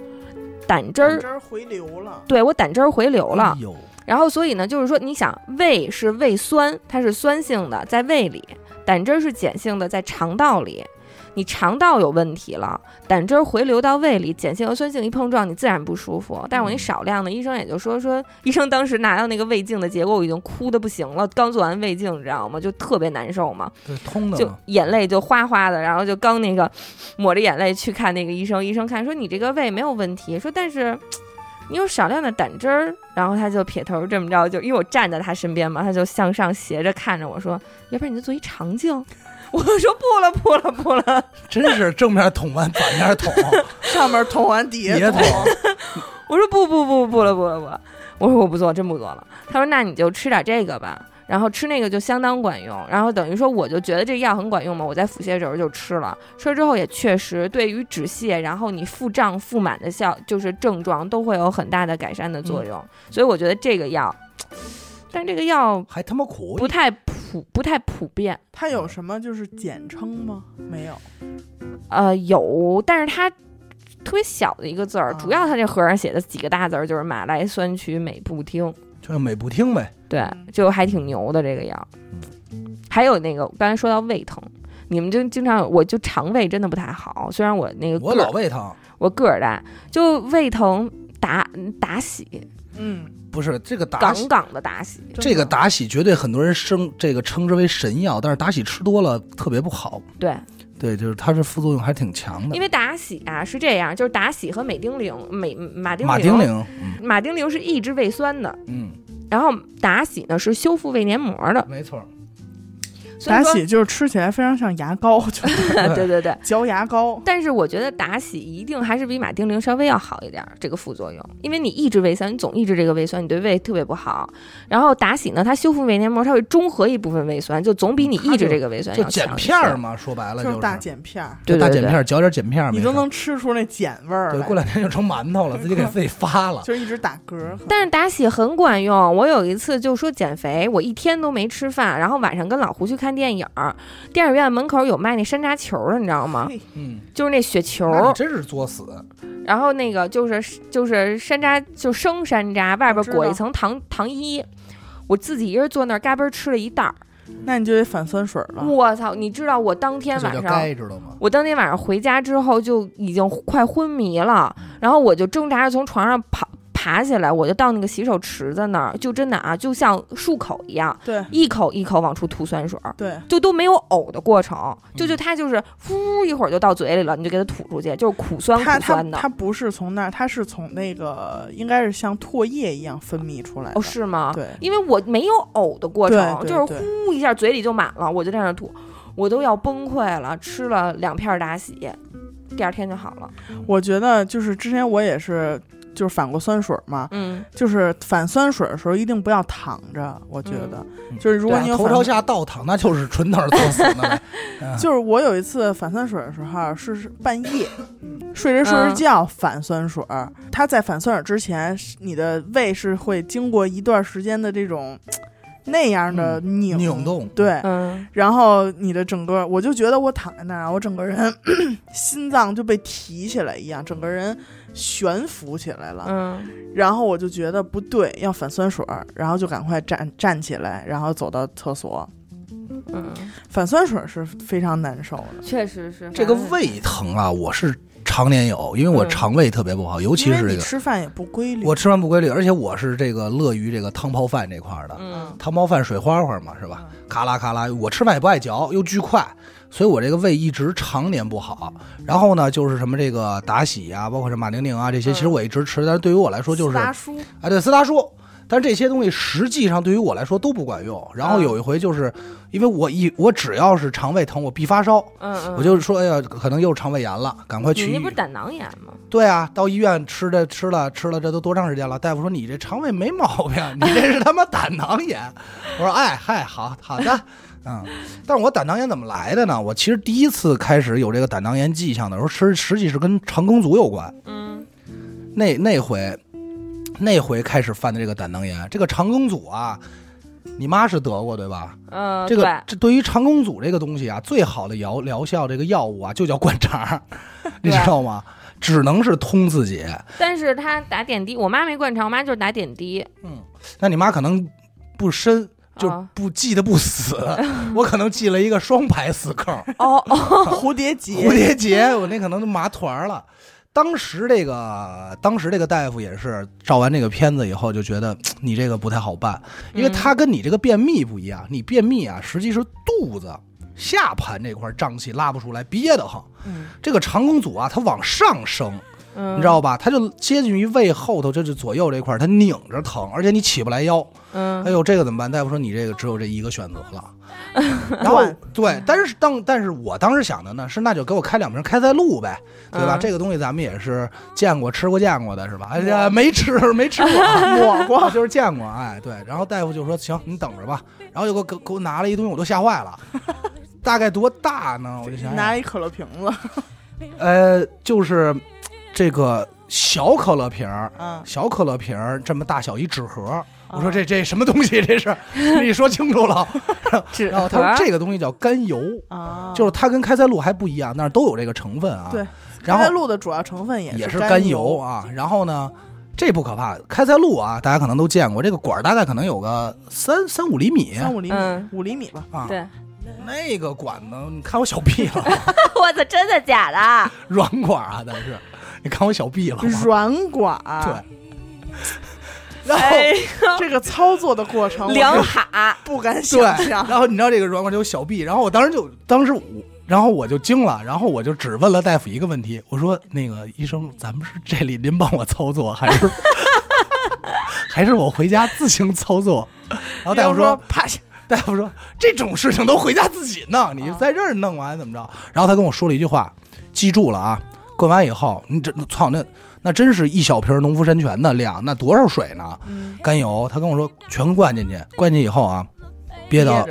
Speaker 3: 回流了。
Speaker 1: 对，我胆汁儿回流了。然后所以呢，就是说你想，胃是胃酸，它是酸性的，在胃里；胆汁儿是碱性的，在肠道里。你肠道有问题了，胆汁儿回流到胃里，碱性和酸性一碰撞，你自然不舒服。但是我那少量的，医生也就说，医生当时拿到那个胃镜的结果，我已经哭得不行了。刚做完胃镜，你知道吗？就特别难受嘛，
Speaker 2: 对，通的，
Speaker 1: 就眼泪就哗哗的，然后就刚那个抹着眼泪去看那个医生，医生看说你这个胃没有问题，说但是你有少量的胆汁儿。然后他就撇头这么着，就因为我站在他身边嘛，他就向上斜着看着我说，要不然你就做一肠镜。我说不了，
Speaker 2: 真是正面捅完反面捅，
Speaker 3: 上面捅完底下捅。
Speaker 1: 我说不了，我说我不做，真不做了。他说那你就吃点这个吧，然后吃那个就相当管用。然后等于说我就觉得这药很管用嘛，我在腹泻的时候就吃了之后也确实对于止泻，然后你腹胀腹满的就是症状都会有很大的改善的作用。所以我觉得这个药。但这个药
Speaker 2: 还他妈苦，
Speaker 1: 不太普遍。
Speaker 3: 它有什么就是简称吗？没有。
Speaker 1: 有，但是它特别小的一个字儿，主要它这盒上写的几个大字儿就是马来酸曲美不听，
Speaker 2: 就是美不听呗。
Speaker 1: 对，就还挺牛的这个药。还有那个刚才说到胃疼，你们就经常我就肠胃真的不太好，虽然我那个
Speaker 2: 我老胃疼，
Speaker 1: 我个儿大，就胃疼打喜。
Speaker 2: 不是这个打喜，
Speaker 1: 杠的打喜，
Speaker 2: 这个打喜绝对很多人称之为神药，但是打喜吃多了特别不好。对，就是它是副作用还挺强的。
Speaker 1: 因为打喜啊是这样，就是打喜和马丁啉是抑制胃酸的，然后打喜呢是修复胃黏膜的，
Speaker 2: 没错。
Speaker 3: 打喜就是吃起来非常像牙膏，
Speaker 1: 对，
Speaker 3: 嚼牙膏。
Speaker 1: 但是我觉得打喜一定还是比马丁啉稍微要好一点，这个副作用，因为你抑制胃酸，你总抑制这个胃酸，你对胃特别不好。然后打喜呢，它修复胃黏膜，它会中和一部分胃酸，就总比你抑制这个胃酸要强。
Speaker 2: 就碱片嘛，说白了
Speaker 3: 就是大碱片，
Speaker 1: 对，
Speaker 2: 大碱片，嚼点碱片，
Speaker 3: 你都能吃出那碱味儿。
Speaker 2: 对，过2天就成馒头了，自己给自己发了，
Speaker 3: 就一直打嗝。
Speaker 1: 但是打喜很管用，我有一次就说减肥，我1天都没吃饭，然后晚上跟老胡去看电影。电影院门口有卖那山楂球的，你知道吗？就是那雪球。
Speaker 2: 那你真是作死。
Speaker 1: 然后那个就是山楂，就生山楂，外边裹一层糖衣，我自己一人坐那儿嘎嘣吃了一袋儿。
Speaker 3: 那你就得反酸水了。
Speaker 1: 我操！你知道我当天晚上，
Speaker 2: 知道吗？
Speaker 1: 我当天晚上回家之后就已经快昏迷了，然后我就挣扎着从床上爬起来，我就到那个洗手池子那儿，就真的啊，就像漱口一样，
Speaker 3: 对，
Speaker 1: 一口一口往出吐酸水，
Speaker 3: 对，
Speaker 1: 就都没有呕的过程，就它就是呼一会儿就到嘴里了，你就给它吐出去，就是苦酸的。
Speaker 3: 它不是从那儿，它是从那个应该是像唾液一样分泌出来的。
Speaker 1: 哦，是吗？
Speaker 3: 对，
Speaker 1: 因为我没有呕的过程，
Speaker 3: 对
Speaker 1: 就是呼一下嘴里就满了，我就在那吐，我都要崩溃了，吃了2片达喜，第二天就好了。
Speaker 3: 我觉得就是之前我也是。就是反过酸水嘛，就是反酸水的时候一定不要躺着，我觉得，就是如果你有
Speaker 2: 头朝下倒躺，那就是纯等作死的。
Speaker 3: 就是我有一次反酸水的时候是半夜，睡着觉反酸水，它在反酸水之前，你的胃是会经过一段时间的这种。那样的拧
Speaker 2: 动，
Speaker 3: 对，然后你的整个，我就觉得我躺在那儿，我整个人心脏就被提起来一样，整个人悬浮起来了，然后我就觉得不对，要反酸水，然后就赶快站起来，然后走到厕所。反酸水是非常难受的，
Speaker 1: 确实是。
Speaker 2: 这个胃疼啊，我是常年有，因为我肠胃特别不好，尤其是这个
Speaker 3: 你吃饭也不规律。
Speaker 2: 我吃饭不规律，而且我是这个乐于这个汤泡饭这块的，汤泡饭水花花嘛，是吧？咔啦咔啦，我吃饭也不爱嚼，又巨快，所以我这个胃一直常年不好。然后呢，就是什么这个达喜啊，包括这马宁宁啊这些，其实我一直吃，但是对于我来说就是
Speaker 3: 斯达舒
Speaker 2: 啊，对，斯达舒。但是这些东西实际上对于我来说都不管用。然后有一回就是因为我只要是肠胃疼，我必发烧，我就说哎呀，可能又是肠胃炎了，赶快去。
Speaker 1: 你那不是胆囊炎吗？
Speaker 2: 对啊，到医院吃了，这都多长时间了？大夫说你这肠胃没毛病，你这是他妈胆囊炎。我说哎嗨，好的。但是我胆囊炎怎么来的呢？我其实第一次开始有这个胆囊炎迹象的时候，实际是跟肠梗阻有关。那回开始犯的这个胆囊炎，这个肠梗阻啊，你妈是得过对吧？这对于肠梗阻这个东西啊，最好的疗效这个药物啊，就叫灌肠，你知道吗？只能是通自己。
Speaker 1: 但是他打点滴，我妈没灌肠，我妈就是打点滴。
Speaker 2: 那你妈可能不深。就不记得不死，我可能记了一个双排死坑。
Speaker 3: 蝴蝶结，
Speaker 2: 我那可能就麻团了。当时这个大夫也是照完这个片子以后就觉得你这个不太好办，因为他跟你这个便秘不一样，你便秘啊实际是肚子下盘这块胀气拉不出来，憋得慌。这个肠梗阻啊，它往上升。你知道吧？它就接近于胃后头，就是左右这块，它拧着疼，而且你起不来腰。哎呦，这个怎么办？大夫说你这个只有这一个选择了。然后对，但是我当时想的呢是，那就给我开2瓶开塞露呗，对吧？这个东西咱们也是见过吃过的是吧？哎呀，没吃过，
Speaker 3: 抹过，
Speaker 2: 就是见过。哎，对。然后大夫就说行，你等着吧。然后就给我拿了一东西，我都吓坏了。大概多大呢？我就想
Speaker 3: 拿一可乐瓶子。
Speaker 2: 就是。这个小可乐瓶这么大小一纸盒，我说这什么东西？这是你说清楚了。然后他说这个东西叫甘油，就是它跟开塞露还不一样，但是都有这个成分啊。
Speaker 3: 对，
Speaker 2: 开
Speaker 3: 塞露的主要成分也
Speaker 2: 是甘油啊。然后呢，这不可怕，开塞露啊，大家可能都见过，这个管大概可能有个3-5厘米
Speaker 3: ，3-5厘米，5厘米吧。
Speaker 1: 啊，对。
Speaker 2: 那个管子，你看我小臂了。
Speaker 1: 我操，真的假的？
Speaker 2: 软管啊，但是。你看我小臂了吗？
Speaker 3: 软管，
Speaker 2: 对。
Speaker 3: 然后这个操作的过程，
Speaker 1: 两哈
Speaker 3: 不敢想象。
Speaker 2: 然后你知道这个软管就有小臂，然后我当时然后我就惊了，然后我就只问了大夫一个问题，我说那个医生，咱们是这里您帮我操作，还是我回家自行操作？然后大夫说
Speaker 3: 趴下。
Speaker 2: 大夫说这种事情都回家自己弄，你在这儿弄完怎么着？然后他跟我说了一句话，记住了啊。灌完以后，你那真是1小瓶农夫山泉的量，那多少水呢？甘油，他跟我说全灌进去，灌进以后啊，憋到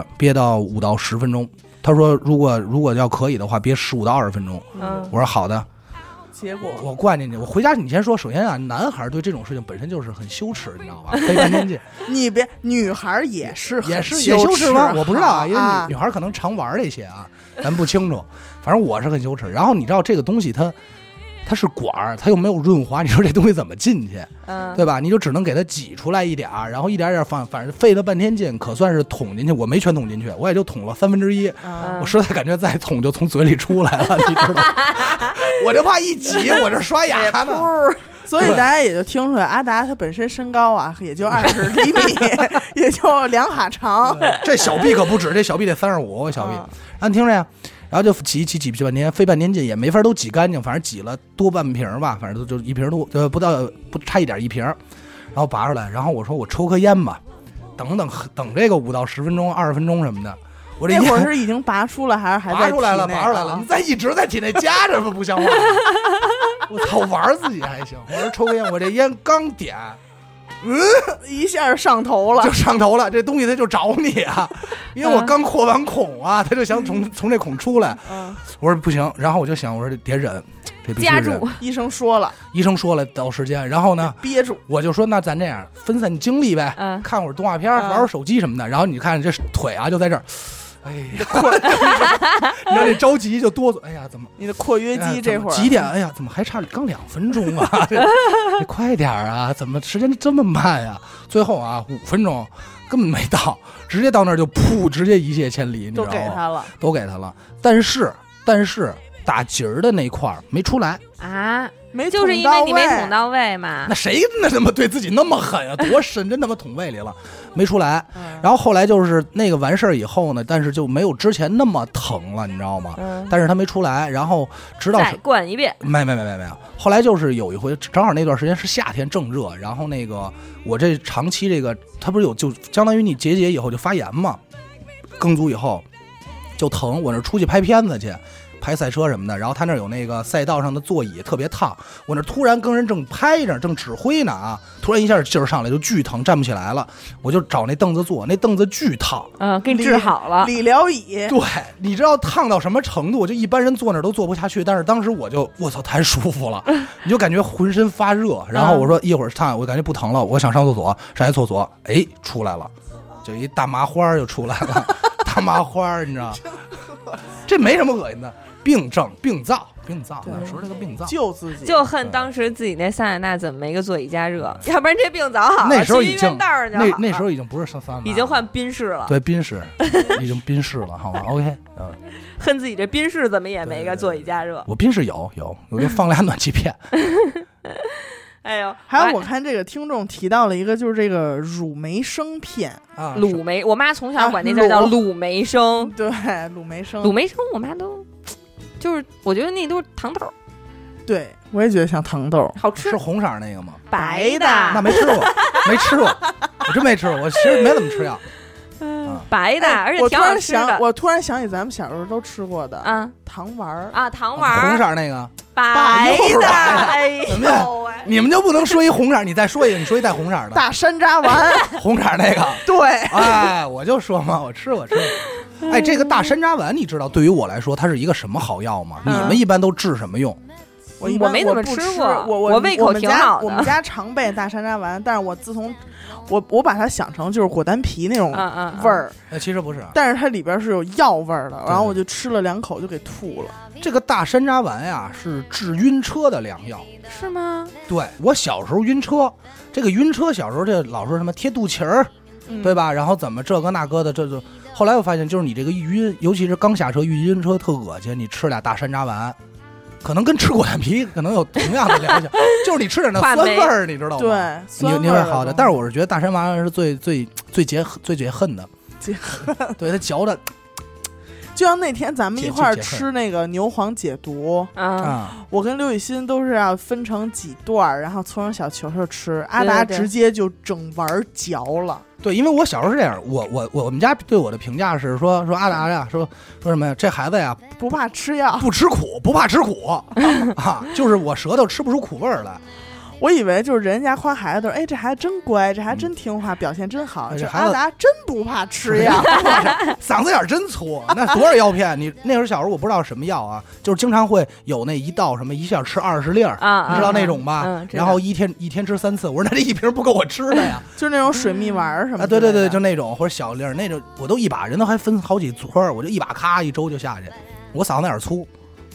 Speaker 2: 5到10分钟。他说如果要可以的话，憋15到20分钟。我说好的。
Speaker 3: 结果
Speaker 2: 我灌进去，我回家你先说，首先啊，男孩对这种事情本身就是很羞耻，你知道吧？可以灌进去。
Speaker 3: 你别，女孩也是
Speaker 2: 羞耻吗？我不知道啊，因为女孩可能常玩这些啊，咱不清楚。反正我是很羞耻。然后你知道这个东西它它是管儿，它又没有润滑，你说这东西怎么进去？对吧？你就只能给它挤出来一点儿，然后一点点放，反正费了半天劲，可算是捅进去。我没全捅进去，我也就捅了1/3。我实在感觉再捅就从嘴里出来了，你知道？我就怕一挤，我这刷牙呢。
Speaker 3: 所以大家也就听出来，阿达他本身身高啊，也就20厘米，也就2哈长。
Speaker 2: 这小臂可不止，这小臂得35，小臂。你听着呀。然后就挤半天，费半天劲也没法都挤干净，反正挤了多半瓶吧，反正就1瓶多，不差一点1瓶，然后拔出来，然后我说我抽颗烟吧，等这个5到10分钟、20分钟什么的。我这
Speaker 3: 那会儿是已经拔出来还是还在
Speaker 2: 拔出来了？拔出来了！你一直在体内夹着，不像话。我操，玩自己还行。我说抽个烟，我这烟刚点。
Speaker 3: 一下上头了，
Speaker 2: 就上头了，这东西它就找你啊，因为我刚扩完孔啊，他就想从这孔出来。我说不行，然后我就想，我说得忍，这必须忍。
Speaker 1: 夹住。
Speaker 3: 医生说了
Speaker 2: 到时间，然后呢
Speaker 3: 憋住，
Speaker 2: 我就说那咱这样分散精力呗，看会儿动画片，玩会儿手机什么的。然后你看这腿啊就在这儿。哎呀，你知道这着急就哆嗦。哎呀，怎么
Speaker 3: 你的括约肌这会儿
Speaker 2: 几点？哎呀，怎么还差刚2分钟啊？这快点啊！怎么时间这么慢呀？最后啊，5分钟根本没到，直接到那儿就噗，直接一泻千里，你知道吗？都给他了。但是打结儿的那块儿没出来
Speaker 1: 啊。就是因为你没捅到位嘛。
Speaker 2: 那谁那么对自己那么狠啊？多深，真他妈捅胃里了，没出来。然后后来就是那个完事儿以后呢，但是就没有之前那么疼了，你知道吗？但是他没出来，然后直到
Speaker 1: 再灌一遍。
Speaker 2: 没有。后来就是有一回，正好那段时间是夏天正热，然后那个我这长期这个，它不是有就相当于你结节以后就发炎嘛，更足以后就疼。我那出去拍片子去。拍赛车什么的，然后他那有那个赛道上的座椅特别烫，我那突然跟人正拍着正指挥呢啊，突然一下劲儿上来就巨疼，站不起来了，我就找那凳子坐，那凳子巨烫，
Speaker 1: 给你治好了。
Speaker 3: 理疗椅，
Speaker 2: 对，你知道烫到什么程度？就一般人坐那都坐不下去，但是当时我操太舒服了，你就感觉浑身发热，然后我说一会儿烫，我感觉不疼了，我想上厕所，上一厕所，哎出来了，就一大麻花就出来了，大麻花你知道，这没什么恶心的。病灶，说这个病灶，
Speaker 3: 救自己，
Speaker 1: 就恨当时自己那桑塔纳怎么没个座椅加热，要不然这病早好了。
Speaker 2: 那时候已经
Speaker 1: 那
Speaker 2: 时候已经不是桑塔纳，
Speaker 1: 已经换宾士了。
Speaker 2: 对，宾士已经宾士了，好吧 ？OK，
Speaker 1: 恨自己这宾士怎么也没个座椅加热。
Speaker 2: 我宾士有，我就放俩暖气片。
Speaker 1: 哎呦，
Speaker 3: 还有我看这个听众提到了一个，就是这个乳梅生片
Speaker 2: 啊，
Speaker 1: 乳梅，我妈从小管那叫乳梅生，
Speaker 3: 对，乳梅生，
Speaker 1: 我妈都。就是我觉得那都是糖豆，
Speaker 3: 对我也觉得像糖豆，
Speaker 1: 好吃。
Speaker 2: 是红色那个吗？
Speaker 3: 白的，
Speaker 2: 那没吃过，我真没吃过，我其实没怎么吃药。
Speaker 1: 白的，而且挺好吃的。
Speaker 3: 我突然想起咱们小时候都吃过的糖丸
Speaker 1: 啊，糖丸
Speaker 2: 红色那个
Speaker 1: 白的，
Speaker 2: 哎，怎么样？你们就不能说一红色？你再说一个，你说一带红色的
Speaker 3: 大山楂丸，
Speaker 2: 红色那个，
Speaker 3: 对，
Speaker 2: 哎，我就说嘛，我吃过。哎，这个大山楂丸，你知道对于我来说它是一个什么好药吗？你们一般都治什么用？
Speaker 3: 我
Speaker 1: 没怎么吃过，
Speaker 3: 我
Speaker 1: 胃口挺好的。
Speaker 3: 我们家常备大山楂丸，但是我自从我把它想成就是果丹皮那种味儿，
Speaker 2: 其实不是，
Speaker 3: 但是它里边是有药味儿的，然后我就吃了2口就给吐了。
Speaker 2: 这个大山楂丸呀，是治晕车的良药，
Speaker 1: 是吗？
Speaker 2: 对，我小时候晕车，这个晕车小时候这老说什么贴肚脐儿，对吧？然后怎么这个那个的，这就后来我发现，就是你这个一晕，尤其是刚下车一晕车特恶心，你吃俩大山楂丸。可能跟吃果丹皮可能有同样的疗效，就是你吃点那酸味儿，你知道吗？
Speaker 3: 对，
Speaker 2: 你会好的。但是我是觉得大山丸是最解恨的，对它嚼的。
Speaker 3: 就像那天咱们一块儿吃那个牛黄解毒我跟刘雨欣都是要分成几段，然后搓成小球球吃。阿达直接就整丸嚼了。
Speaker 2: 对，因为我小时候是这样，我们家对我的评价是说阿达呀，说什么呀？这孩子呀，
Speaker 3: 不怕吃药，
Speaker 2: 不吃苦，不怕吃苦啊，就是我舌头吃不出苦味儿来。
Speaker 3: 我以为就是人家夸孩子，哎，这孩子真乖，这孩子真听话，表现真好。这阿达真不怕吃药，
Speaker 2: 嗓子眼真粗。那多少药片？你那时候小时候我不知道什么药啊，就是经常会有那一道什么一下吃20粒儿你知道那种吧？然后一天吃3次。我说那这一瓶不够我吃的呀，
Speaker 3: 就那种水蜜丸什么的。
Speaker 2: 对，就那种或者小粒儿那种，我都一把，人都还分好几撮，我就一把咔一周就下去。我嗓子眼粗。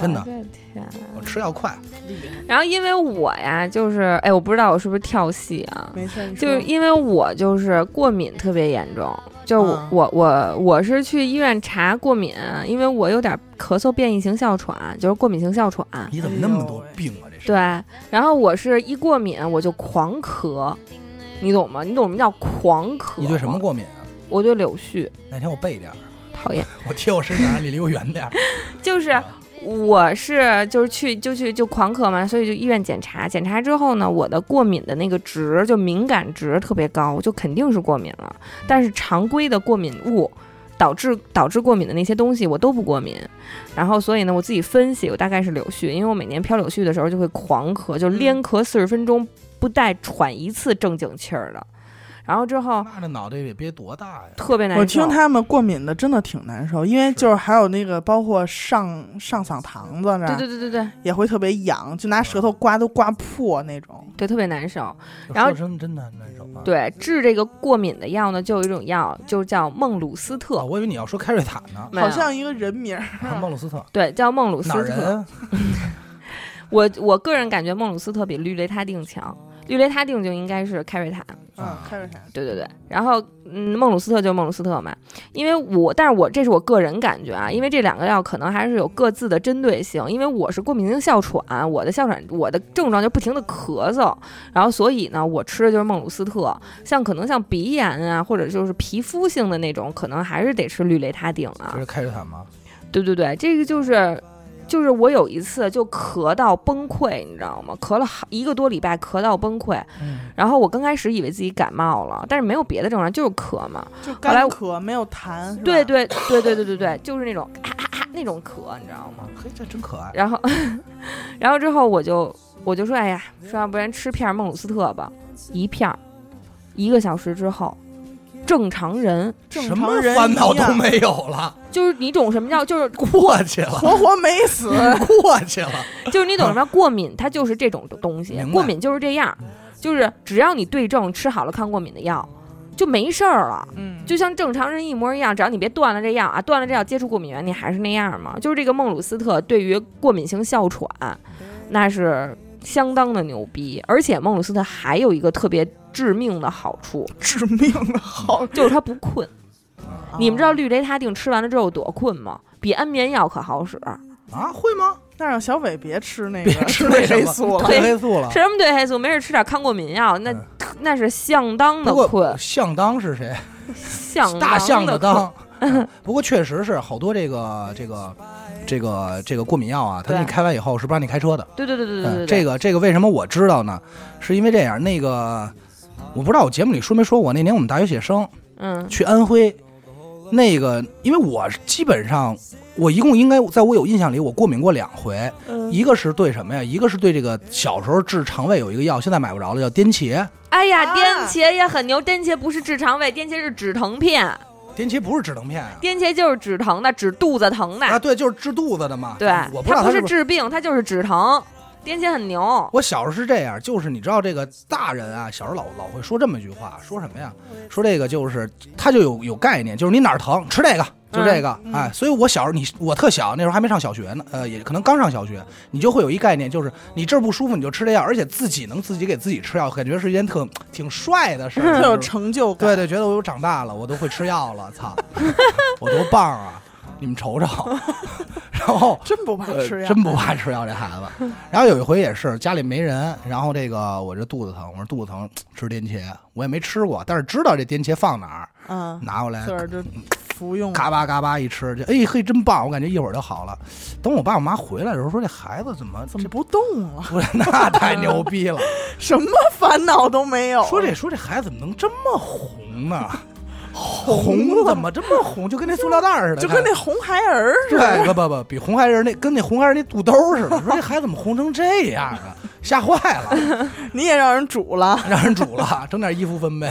Speaker 2: 真的。
Speaker 1: 天，
Speaker 2: 我吃药快。
Speaker 1: 然后因为我呀，就是我不知道我是不是跳戏啊？
Speaker 3: 没事，
Speaker 1: 就是因为我就是过敏特别严重，就是我是去医院查过敏，因为我有点咳嗽变异性哮喘，就是过敏性哮喘。
Speaker 2: 你怎么那么多病啊？这是。
Speaker 1: 对，然后我是一过敏我就狂咳，你懂吗？你懂什么叫狂咳？
Speaker 2: 你对什么过敏啊？
Speaker 1: 我对柳絮。
Speaker 2: 哪天我背点儿。
Speaker 1: 讨厌。
Speaker 2: 我贴我身上，你离我远点儿。
Speaker 1: 就是我是就是去狂咳嘛，所以就医院检查之后呢，我的过敏的那个值就敏感值特别高，就肯定是过敏了。但是常规的过敏物导致过敏的那些东西我都不过敏。然后所以呢，我自己分析，我大概是柳絮，因为我每年飘柳絮的时候就会狂咳，就连咳40分钟不带喘一次正经气儿的。然后之后，
Speaker 2: 那脑袋也别多大呀，
Speaker 1: 特别难受。
Speaker 3: 我听他们过敏的真的挺难受，因为就是还有那个包括上嗓堂子那，
Speaker 1: 对，
Speaker 3: 也会特别痒，就拿舌头刮都刮破那种，
Speaker 1: 对，特别难受。然后
Speaker 2: 真的难受啊。
Speaker 1: 对，治这个过敏的药呢，就有一种药，就叫孟鲁斯特。
Speaker 2: 我以为你要说开瑞坦呢，
Speaker 3: 好像一个人名。
Speaker 2: 孟鲁斯特，
Speaker 1: 对，叫孟鲁斯特。
Speaker 2: 哪人？
Speaker 1: 我个人感觉孟鲁斯特比氯雷他定强。氯雷他定就应该是开瑞坦，
Speaker 3: 开瑞坦，
Speaker 1: 对，然后孟鲁斯特就是孟鲁斯特嘛，因为但是这是我个人感觉啊，因为这两个药可能还是有各自的针对性，因为我是过敏性哮喘，我的症状就不停的咳嗽，然后所以呢，我吃的就是孟鲁斯特，可能像鼻炎啊，或者就是皮肤性的那种，可能还是得吃氯雷他定啊。
Speaker 2: 这是开瑞坦吗？
Speaker 1: 对，这个就是我有一次就咳到崩溃，你知道吗？咳了1个多礼拜，咳到崩溃。然后我刚开始以为自己感冒了，但是没有别的症状，就是咳嘛。
Speaker 3: 就干咳，没有痰。
Speaker 1: 对，就是那种那种咳，你知道吗？
Speaker 2: 嘿，这真可爱。
Speaker 1: 然后之后我就说，哎呀，说要不然吃片孟鲁斯特吧，一片，1个小时之后。正常人
Speaker 2: 什么烦恼都没有了，
Speaker 1: 就是你懂什么叫就是
Speaker 2: 过去了，
Speaker 3: 活没死，
Speaker 2: 过去了。
Speaker 1: 就是你懂什么叫过敏，它就是这种东西，过敏就是这样，就是只要你对症吃好了抗过敏的药，就没事儿了。就像正常人一模一样，只要你别断了这药啊，断了这药接触过敏源，你还是那样嘛。就是这个孟鲁斯特对于过敏性哮喘，那是相当的牛逼，而且孟鲁斯特还有一个特别致命的好处，就是它不困。你们知道氯雷他定吃完了之后有多困吗？比安眠药可好使啊？
Speaker 2: 会吗？
Speaker 3: 那让小伟别吃那个，
Speaker 2: 别吃那
Speaker 3: 黑素了，
Speaker 2: 黑素了。
Speaker 1: 吃什么对黑素？没事吃点抗过敏药，那是相当的困。
Speaker 2: 相当是谁？
Speaker 1: 大
Speaker 2: 象的当。不过确实是好多这个过敏药啊，他给你开完以后是不让你开车的。
Speaker 1: 对。
Speaker 2: 这个为什么我知道呢？是因为这样，我不知道我节目里说没说过，那年我们大学写生，去安徽，因为我基本上我一共应该在我有印象里，我过敏过2回，一个是对什么呀？一个是对这个小时候治肠胃有一个药，现在买不着了，叫颠茄。
Speaker 1: 哎呀，颠茄也很牛，颠茄不是治肠胃，颠茄是止疼片。
Speaker 2: 颠茄不是止疼片啊，
Speaker 1: 颠茄就是止疼的，止肚子疼的
Speaker 2: 啊，对，就是治肚子的嘛。
Speaker 1: 对，
Speaker 2: 我不知道
Speaker 1: 它不是治病，它就是止疼。颠茄很牛。
Speaker 2: 我小时候是这样，就是你知道这个大人啊，小时候老会说这么一句话，说什么呀？说这个就是他就有概念，就是你哪儿疼吃这个，就这个，哎，所以我小时候我特小，那时候还没上小学呢，也可能刚上小学，你就会有一概念，就是你这儿不舒服你就吃这药，而且自己能自己给自己吃药，感觉是一件挺帅的事儿，
Speaker 3: 特有成就感。
Speaker 2: 对，觉得我又长大了，我都会吃药了，操，我多棒啊！你们瞅瞅，然后
Speaker 3: 真不怕吃药，
Speaker 2: 真不怕吃药这孩子。然后有一回也是家里没人，然后我这肚子疼，我说肚子疼吃颠茄，我也没吃过，但是知道这颠茄放哪儿，拿过来，
Speaker 3: 自个儿就服用，
Speaker 2: 嘎巴嘎巴一吃，就嘿真棒，我感觉一会儿就好了。等我爸我妈回来的时候说这孩子怎么
Speaker 3: 不动了？
Speaker 2: 不是，那太牛逼了，
Speaker 3: 什么烦恼都没有。
Speaker 2: 说这孩子怎么能这么红呢？红怎么这么红？就跟那塑料袋似的，
Speaker 3: 就跟那红孩儿似的。
Speaker 2: 对，不，比红孩儿跟那红孩儿那肚兜似的。说这孩子怎么红成这样啊？吓坏了！
Speaker 3: 你也让人煮了，
Speaker 2: 整点衣服分呗。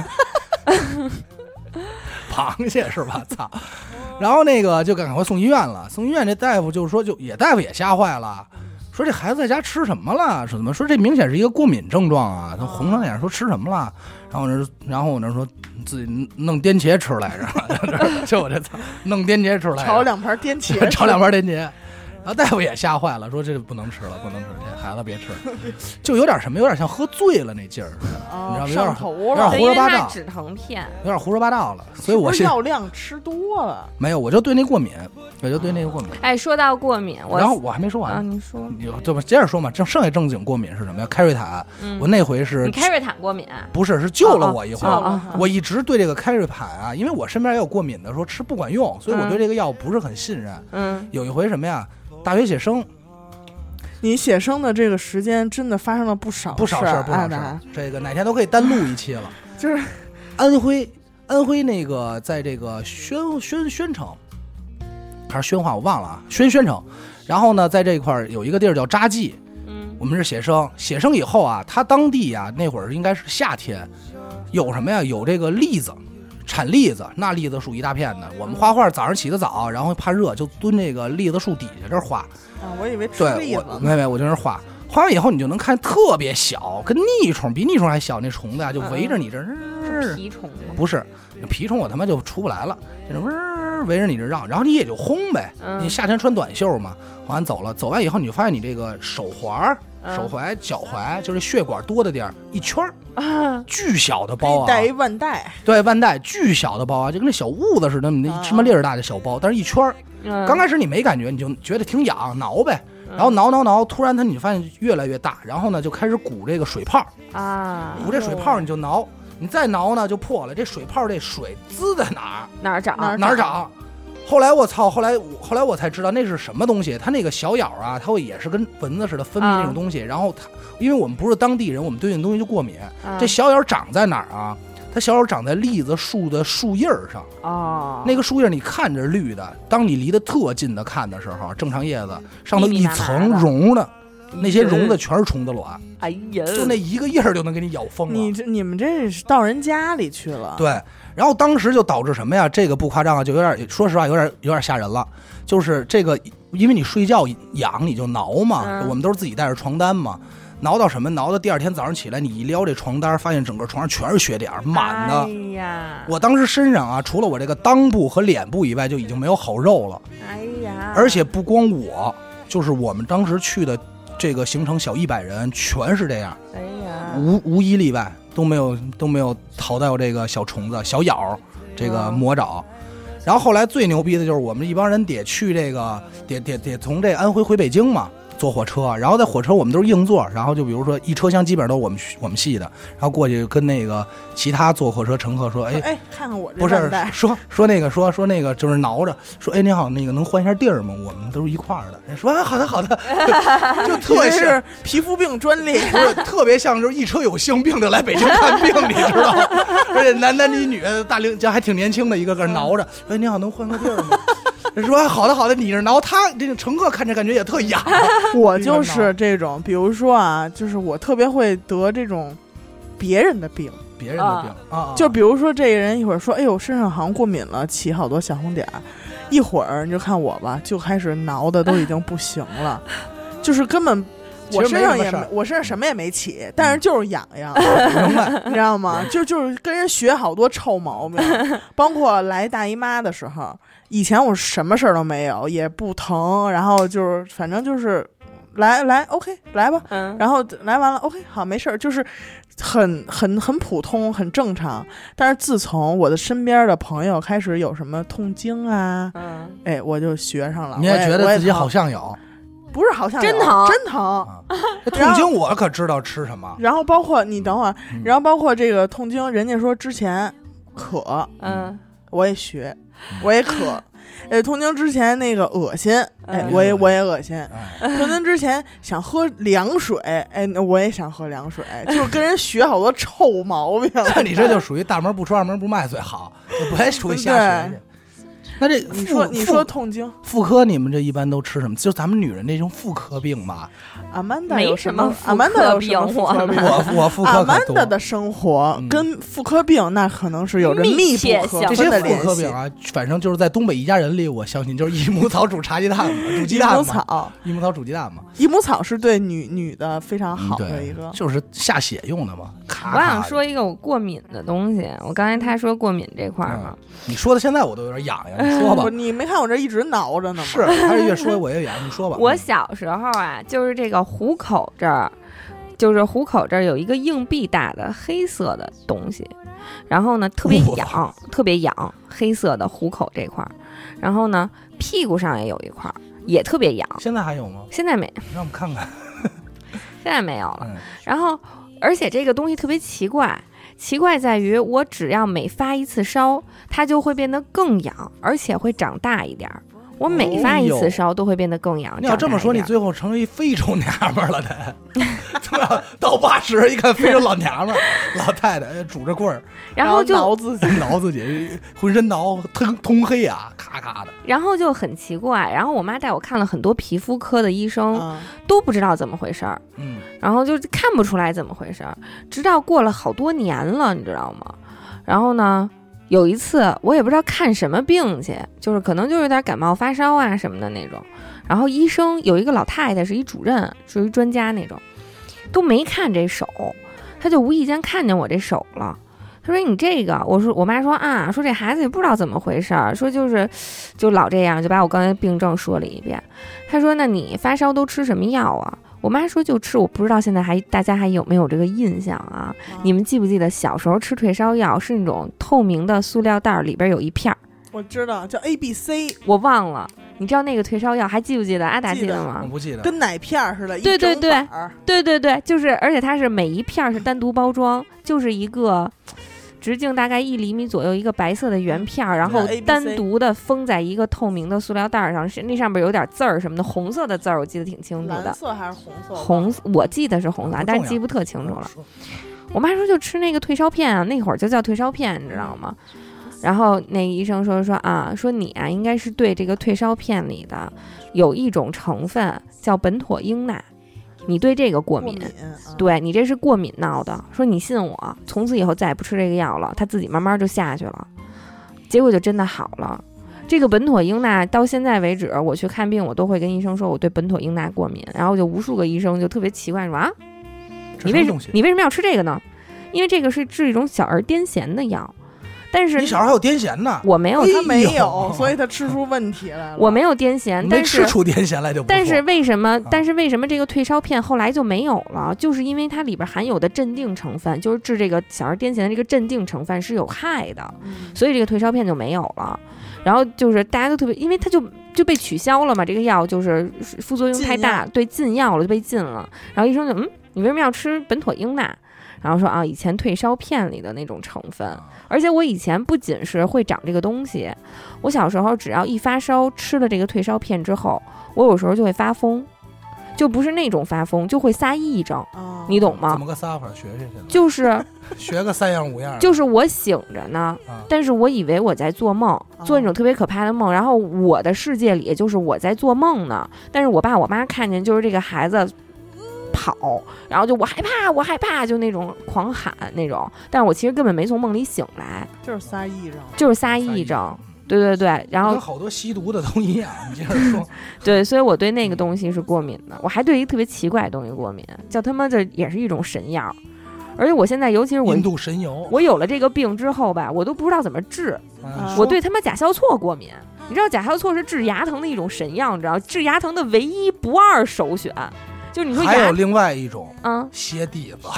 Speaker 2: 螃蟹是吧？操！然后就赶快送医院了。送医院这大夫就是说，大夫也吓坏了。说这孩子在家吃什么了？说怎么说这明显是一个过敏症状啊？他红成那样，说吃什么了？然后我那说自己弄颠茄吃来着，就我这操，弄颠茄吃来着，
Speaker 3: 炒2盘颠茄，
Speaker 2: 炒2盘颠茄。 然后大夫也吓坏了，说这不能吃了，不能吃，这孩子别吃，就有点什么，有点像喝醉了那劲儿，你知道吗？
Speaker 3: 上头
Speaker 2: 有点
Speaker 3: 了，
Speaker 2: 胡说八道，
Speaker 1: 止疼片，
Speaker 2: 有点胡说八道了。所以我
Speaker 3: 是药量吃多了，
Speaker 2: 没有，我就对那过敏，我就对那个过敏。
Speaker 1: 哎，说到过敏，
Speaker 2: 然后我还没说完
Speaker 1: 啊，你说，
Speaker 2: 你这不接着说嘛？剩下正经过敏是什么呀？开瑞坦，我那回是
Speaker 1: 你开瑞坦过敏，
Speaker 2: 不是是救了我一回。我一直对这个开瑞坦啊，因为我身边也有过敏的，说吃不管用，所以我对这个药不是很信任。有一回什么呀？大学写生。
Speaker 3: 你写生的这个时间真的发生了不少事
Speaker 2: 儿，这个哪天都可以单录一期了。
Speaker 3: 就是
Speaker 2: 安徽那个在这个宣城还是宣化我忘了啊，宣城。然后呢，在这块有一个地儿叫扎记，我们是写生以后啊，他当地啊那会儿应该是夏天，有什么呀？有这个栗子。产栗子，那栗子树一大片的。我们画画早上起得早，然后怕热，就蹲这个栗子树底下这儿画。
Speaker 3: 啊，我以为吃栗子。
Speaker 2: 没，我就那儿画。画完以后，你就能看特别小，跟蜱虫比蜱虫还小那虫子啊，就围着你这
Speaker 1: 是蜱虫吗？
Speaker 2: 不是，蜱虫我他妈就出不来了，这围着你这绕，然后你也就烘呗。你夏天穿短袖嘛，完走了，走完以后你就发现你这个手踝、脚踝，就是血管多的地儿一圈巨小的包啊，
Speaker 3: 带一腕带，
Speaker 2: 对，腕带巨小的包啊，就跟那小痦子似的，那芝麻粒儿大的小包，但是一圈刚开始你没感觉，你就觉得挺痒，挠呗。然后挠，突然你发现越来越大，然后呢就开始鼓这个水泡啊，鼓这水泡你就挠，你再挠呢就破了，这水泡这水滋在哪儿长。后来我操，后来我才知道那是什么东西，它那个小咬啊，它会也是跟蚊子似的分泌那种东西，然后它因为我们不是当地人，我们对那东西就过敏。这小咬长在哪儿啊？它小咬长在栗子树的树叶上那个树叶你看着绿的，当你离得特近的看的时候，正常叶子上头一层绒的，那些绒的全是虫子卵。
Speaker 1: 哎呀，
Speaker 2: 就那一个叶儿就能给你咬疯了。
Speaker 3: 你们这是到人家里去了。
Speaker 2: 对，然后当时就导致什么呀？这个不夸张啊，就有点，说实话有点吓人了。就是这个，因为你睡觉痒你就挠嘛，我们都是自己带着床单嘛。挠到什么？挠到第二天早上起来，你一撩这床单，发现整个床上全是血点，满的。
Speaker 1: 哎呀！
Speaker 2: 我当时身上啊，除了我这个裆部和脸部以外，就已经没有好肉了。
Speaker 1: 哎呀！
Speaker 2: 而且不光我，就是我们当时去的这个行程小100人，全是这样。
Speaker 1: 哎呀！
Speaker 2: 无一例外都没有逃到这个小虫子、小咬这个魔爪。然后后来最牛逼的就是我们一帮人得去这个得从这安徽回北京嘛。坐火车，然后在火车我们都是硬座，然后就比如说一车厢基本上都是我们系的，然后过去跟那个其他坐火车乘客说，哎，
Speaker 3: 看看我这
Speaker 2: 不是说那个就是挠着说，哎，您好，那个能换一下地儿吗？我们都是一块儿的。说好的，就特别是
Speaker 3: 皮肤病专利，
Speaker 2: 不是特别像就是一车有性病的来北京看病，你知道吗？而且男女大龄还挺年轻的，一个个挠着，哎，您好，能换个地儿吗？说好的，你这挠他这个乘客看着感觉也特痒。
Speaker 3: 我就是这种，比如说啊，就是我特别会得这种别人的病啊，就比如说这个人一会儿说，哎呦身上好像过敏了，起好多小红点，一会儿你就看我吧，就开始挠的都已经不行了，就是根本。我身上什么也没起，但是就是痒痒，你知道吗？就是跟人学好多臭毛病，包括来大姨妈的时候，以前我什么事儿都没有，也不疼，然后就是反正就是来 OK 来吧，然后来完了 OK 好没事儿，就是很普通很正常。但是自从我的身边的朋友开始有什么痛经啊，哎我就学上了。
Speaker 2: 你也觉得自己好像有？
Speaker 3: 不是好像
Speaker 1: 真疼，
Speaker 2: 痛经我可知道吃什么。
Speaker 3: 然后包括你等会儿，然后包括这个痛经，人家说之前渴，我也学，我也渴。痛经之前那个恶心，我也恶心。痛经之前想喝凉水，我也想喝凉水，就是跟人学好多臭毛病。
Speaker 2: 那你这就属于大门不出二门不迈最好，不还属于瞎学去。那这
Speaker 3: 你说痛经
Speaker 2: 妇科，你们这一般都吃什么？就咱们女人这种妇科病吧。
Speaker 3: 阿曼达有什
Speaker 1: 么？
Speaker 3: 阿曼达有什么妇科病？
Speaker 2: 我妇科
Speaker 3: 阿曼达的生活跟妇科病那可能是有着密不可分的联系。
Speaker 2: 这些妇科病啊，反正就是在东北一家人里，我相信就是益母草煮茶鸡蛋嘛，煮鸡蛋嘛。益母草煮鸡蛋嘛。
Speaker 3: 益母草是对女的非常好的一个，
Speaker 2: 就是下血用的嘛。
Speaker 1: 我想说一个我过敏的东西，我刚才他说过敏这块嘛，
Speaker 2: 你说的现在我都有点痒痒。 说吧，
Speaker 3: 你没看我这一直挠着呢吗？
Speaker 2: 是，还是越说我越远，你说吧。
Speaker 1: 我小时候啊，就是这个虎口这儿，就是虎口这儿有一个硬币大的黑色的东西，然后呢特别痒，特别痒，黑色的虎口这块儿，然后呢屁股上也有一块儿，也特别痒。
Speaker 2: 现在还有吗？
Speaker 1: 现在没，
Speaker 2: 让我们看看。
Speaker 1: 现在没有了。然后，而且这个东西特别奇怪。奇怪在于，我只要每发一次烧，它就会变得更痒，而且会长大一点。我每发一次烧都会变得更痒。
Speaker 2: 你要这么说，你最后成为一非洲娘们儿了得。到80，一看非洲老娘们儿、老太太拄着棍儿，
Speaker 3: 然
Speaker 1: 后就
Speaker 2: 挠自己，浑身挠，通黑啊，咔咔的。
Speaker 1: 然后就很奇怪，然后我妈带我看了很多皮肤科的医生，都不知道怎么回事儿。然后就看不出来怎么回事儿，直到过了好多年了，你知道吗？然后呢？有一次我也不知道看什么病去，就是可能就是有点感冒发烧啊什么的那种，然后医生有一个老太太是一主任，是一专家那种，都没看这手，他就无意间看见我这手了，他说你这个，我妈说啊，说这孩子也不知道怎么回事，说就老这样，就把我刚才病症说了一遍。他说那你发烧都吃什么药啊？我妈说就吃，我不知道现在大家还有没有这个印象啊？你们记不记得小时候吃退烧药是那种透明的塑料袋，里边有一片儿？
Speaker 3: 我知道叫 ABC，
Speaker 1: 我忘了。你知道那个退烧药还记不记得？阿达记得吗？
Speaker 2: 我不记得。
Speaker 3: 跟奶片似的，
Speaker 1: 对对对，就是而且它是每一片是单独包装，就是一个直径大概1厘米左右一个白色的圆片，然后单独的封在一个透明的塑料袋上，那上面有点字儿什么的，红色的字儿我记得挺清楚的。
Speaker 3: 蓝色还是红色？
Speaker 1: 红，我记得是红色，但是记不特清楚了。我妈说就吃那个退烧片啊，那会儿就叫退烧片，你知道吗？然后那医生说啊，说你啊应该是对这个退烧片里的有一种成分叫苯妥英钠。你对这个过敏，对你这是过敏闹的。说你信我，从此以后再也不吃这个药了，他自己慢慢就下去了。结果就真的好了。这个苯妥英钠到现在为止，我去看病，我都会跟医生说我对苯妥英钠过敏，然后就无数个医生就特别奇怪说啊，你为什么要吃这个呢？因为这个是治一种小儿癫痫的药。但是
Speaker 2: 你小孩还有癫痫呢？
Speaker 1: 我没有，
Speaker 3: 他没有，所以他吃出问题来了。
Speaker 1: 我没有癫痫，但是
Speaker 2: 吃出癫痫来就不错。
Speaker 1: 但是为什么这个退烧片后来就没有了？就是因为它里边含有的镇定成分，就是治这个小儿癫痫的这个镇定成分是有害的，所以这个退烧片就没有了。然后就是大家都特别，因为它就被取消了嘛，这个药就是副作用太大，对，禁药了就被禁了。然后医生就你为什么要吃苯妥英钠？然后说啊，以前退烧片里的那种成分，而且我以前不仅是会长这个东西，我小时候只要一发烧，吃了这个退烧片之后，我有时候就会发疯，就不是那种发疯，就会撒癔症，你懂吗？
Speaker 2: 怎么个撒法？学学
Speaker 1: 就是
Speaker 2: 学个3样5样。
Speaker 1: 就是我醒着呢，但是我以为我在做梦，做那种特别可怕的梦，然后我的世界里就是我在做梦呢，但是我爸我妈看见就是这个孩子跑，然后就我害怕，就那种狂喊那种，但是我其实根本没从梦里醒来，
Speaker 3: 就是撒癔症，
Speaker 1: 对，然后
Speaker 2: 跟好多吸毒的都一样，你接着说。
Speaker 1: 对，所以我对那个东西是过敏的，我还对一个特别奇怪的东西过敏，叫他妈的也是一种神药，而且我现在尤其是
Speaker 2: 印度神油，
Speaker 1: 我有了这个病之后吧，我都不知道怎么治，我对他妈甲硝唑过敏，你知道甲硝唑是治牙疼的一种神药，你知道治牙疼的唯一不二首选。就是你说
Speaker 2: 还有另外一种，鞋底子，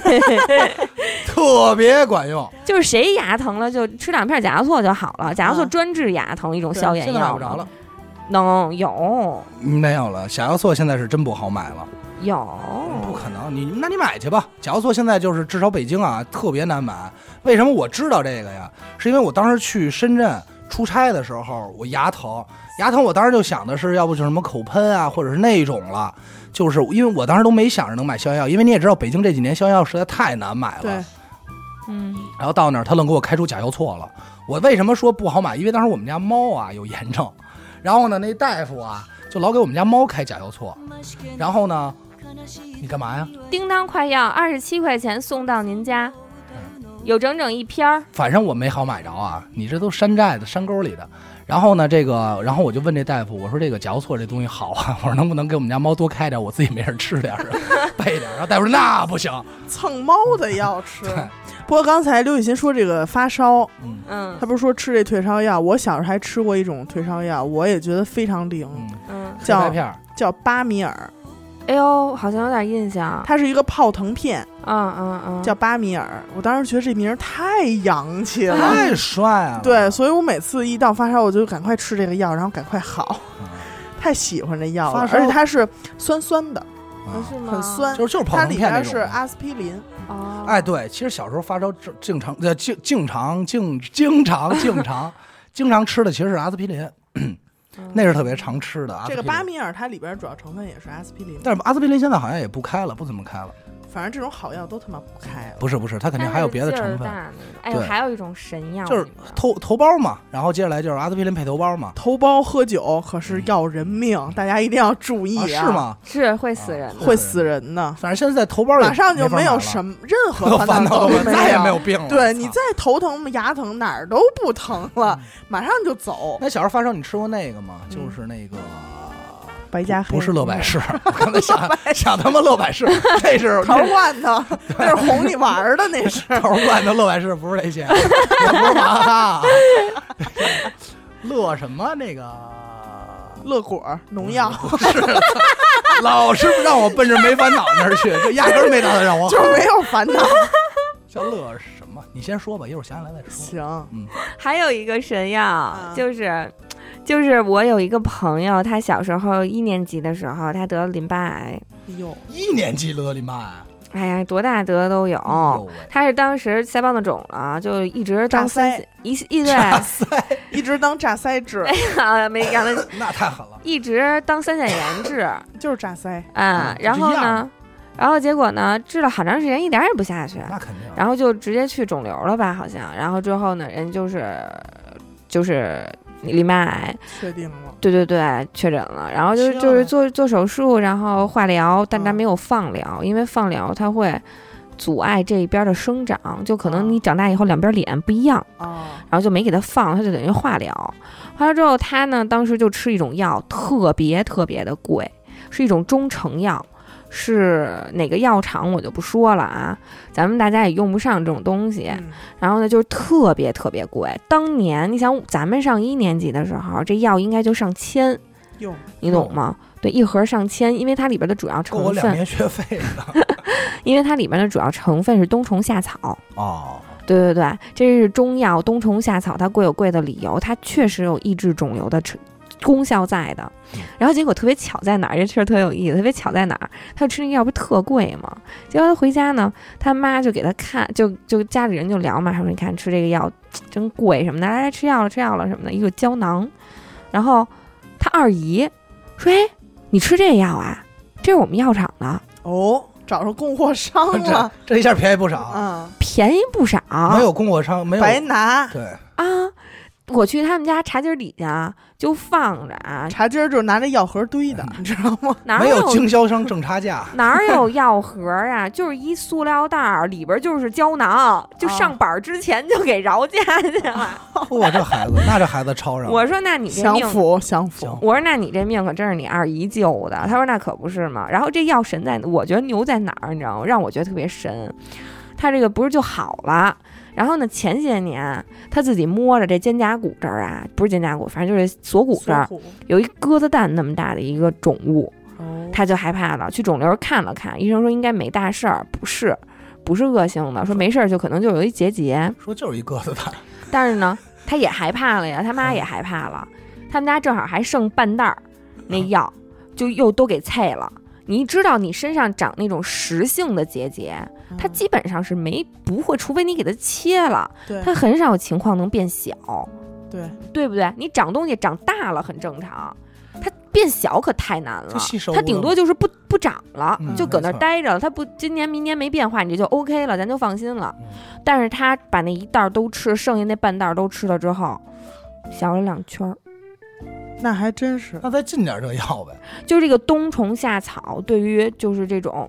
Speaker 2: 特别管用。
Speaker 1: 就是谁牙疼了，就吃2片甲硝唑就好了。甲硝唑专治牙疼，一种消炎药。
Speaker 2: 现在买不着了，
Speaker 1: 有
Speaker 2: 没有了？甲硝唑现在是真不好买了。
Speaker 1: 有，
Speaker 2: 不可能，那你买去吧。甲硝唑现在就是至少北京啊特别难买。为什么我知道这个呀？是因为我当时去深圳出差的时候，我牙疼，我当时就想的是，要不就什么口喷啊，或者是那种了。就是因为我当时都没想着能买消炎药，因为你也知道北京这几年消炎药实在太难买了。
Speaker 3: 对，
Speaker 2: 然后到那儿他愣给我开出甲硝唑了。我为什么说不好买？因为当时我们家猫啊有炎症，然后呢那大夫啊就老给我们家猫开甲硝唑，然后呢你干嘛呀？
Speaker 1: 叮当快药27块钱送到您家。 有整整一篇儿。
Speaker 2: 反正我没好买着啊，你这都山寨的、山沟里的。然后呢，然后我就问这大夫，我说这个嚼错这东西好啊，我说能不能给我们家猫多开点，我自己没事吃点备点。然后大夫说那不行，
Speaker 3: 蹭猫的药吃。不过刚才刘雨欣说这个发烧，他不是说吃这退烧药？我小时候还吃过一种退烧药，我也觉得非常灵，叫巴米尔。
Speaker 1: 哎呦，好像有点印象。
Speaker 3: 它是一个泡腾片，叫巴米尔。我当时觉得这名太洋气了，
Speaker 2: 太帅了。
Speaker 3: 对，所以我每次一到发烧，我就赶快吃这个药，然后赶快好。太喜欢这药了，而且它是酸酸的，
Speaker 1: 是吗？
Speaker 3: 很酸，
Speaker 2: 就是泡腾片那种。
Speaker 3: 它里边是阿司匹林。
Speaker 1: 哦，
Speaker 2: 哎，对，其实小时候发烧经常吃的其实是阿司匹林。那是特别常吃的。
Speaker 3: 这个巴米尔它里边主要成分也是阿司匹林，
Speaker 2: 但是阿司匹林现在好像也不开了，不怎么开了。
Speaker 3: 反正这种好药都他妈不开了。
Speaker 2: 不是，它肯定还有别的成分。
Speaker 1: 哎，还有一种神药，
Speaker 2: 就是头孢嘛。然后接下来就是阿司匹林配头孢嘛。
Speaker 3: 头孢喝酒可是要人命，大家一定要注意啊！
Speaker 2: 是吗？
Speaker 1: 是会死人，
Speaker 3: 会死人的。
Speaker 2: 反正现在头孢
Speaker 3: 马上就没有什么任何
Speaker 2: 烦恼，再也没有病了。
Speaker 3: 对，你再头疼、牙疼哪儿都不疼了，马上就走。
Speaker 2: 那小时候发烧你吃过那个吗？就是那个。
Speaker 3: 白加黑
Speaker 2: 不是乐百氏，我刚才想他妈乐百氏，那是
Speaker 3: 桃罐头，那是哄你玩的，那是
Speaker 2: 桃罐头。乐百氏不是那些，不是娃哈，乐什么那个
Speaker 3: 乐果农药，
Speaker 2: 是老师傅让我奔着没烦恼那儿去，这压根儿没打算让我好，
Speaker 3: 就没有烦恼。
Speaker 2: 叫乐什么？你先说吧，一会儿想起来再说。
Speaker 3: 行，
Speaker 1: 还有一个神药，就是我有一个朋友，他小时候1年级的时候，他得了淋巴癌。
Speaker 3: 哟
Speaker 2: ，1年级得淋巴癌？
Speaker 1: 哎呀，多大得的都有。他是当时腮帮子肿了，就一直当
Speaker 3: 塞一直当榨塞治。
Speaker 1: 哎呀，没让他
Speaker 2: 那太狠了，
Speaker 1: 一直当3线炎治，
Speaker 3: 就是榨塞
Speaker 1: 啊。然后呢？然后结果呢，治了好长时间，一点也不下去。
Speaker 2: 那肯定。
Speaker 1: 然后就直接去肿瘤了吧，好像。然后之后呢，人就是淋巴癌，
Speaker 3: 确定了。
Speaker 1: 对，确诊了。然后就是做手术，然后化疗，但他没有放疗，因为放疗它会阻碍这一边的生长，就可能你长大以后两边脸不一样。然后就没给他放，他就等于化疗。化疗之后，他呢当时就吃一种药，特别的贵，是一种中成药。是哪个药厂我就不说了啊，咱们大家也用不上这种东西。然后呢，就是特别贵。当年你想，咱们上1年级的时候，这药应该就上千，你懂吗？对，一盒上千，因为它里边的主要成分，够我
Speaker 2: 2年学费的。
Speaker 1: 因为它里边的主要成分是冬虫夏草。
Speaker 2: 哦，
Speaker 1: 对，这是中药，冬虫夏草它贵有贵的理由，它确实有抑制肿瘤的功效在的。然后结果特别巧在哪儿？这事儿特有意思。特别巧在哪儿？他吃那药不是特贵吗？结果他回家呢，他妈就给他看，就家里人就聊嘛，说你看吃这个药真贵什么的，来吃药了什么的，一个胶囊。然后他二姨说：“哎，你吃这药啊？这是我们药厂的
Speaker 3: 哦，找着供货商了，
Speaker 2: 这一下便宜不少，
Speaker 1: 便宜不少，
Speaker 2: 没有供货商，没有
Speaker 3: 白拿，
Speaker 2: 对
Speaker 1: 啊。”我去他们家茶几底下就放着啊，
Speaker 3: 茶几就是拿这药盒堆的，你知道吗？
Speaker 2: 没有经销商挣差价，
Speaker 1: 哪有药盒啊？就是一塑料袋，里边就是胶囊，就上板之前就给饶价去了。
Speaker 2: 哇，这孩子，那这孩子超上。
Speaker 1: 我说那你这命
Speaker 3: 相符。
Speaker 1: 我说那你这命可真是你二姨救的。他说那可不是嘛。然后这药神在，我觉得牛在哪儿，你知道吗？让我觉得特别神。他这个不是就好了。然后呢，前些年他自己摸着这肩胛骨这儿啊，不是肩胛骨，反正就是锁骨这儿有一鸽子蛋那么大的一个肿物，他就害怕了，去肿瘤看了看，医生说应该没大事儿，不是恶性的，说没事儿，就可能就有一结节，
Speaker 2: 说就是一鸽子蛋。
Speaker 1: 但是呢，他也害怕了呀，他妈也害怕了，他们家正好还剩半袋儿那药，就又都给菜了。你知道你身上长那种实性的结节，它基本上是不会，除非你给它切了，它很少有情况能变小，对不对？你长东西长大了很正常，它变小可太难了，它顶多就是不长了，就搁那待着了，它不今年明年没变化，你这就 OK 了，咱就放心了。但是他把那一袋都吃，剩下那半袋都吃了之后，小了2圈。
Speaker 3: 那还真是，
Speaker 2: 那再进点这药呗。
Speaker 1: 就这个冬虫夏草，对于就是这种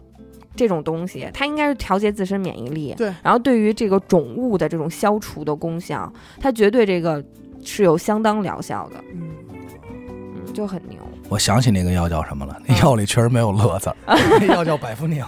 Speaker 1: 这种东西，它应该是调节自身免疫力，
Speaker 3: 对，
Speaker 1: 然后对于这个肿物的这种消除的功效，它绝对这个是有相当疗效的，就很牛。
Speaker 2: 我想起那个药叫什么了，那药里确实没有乐字，那药叫百服宁。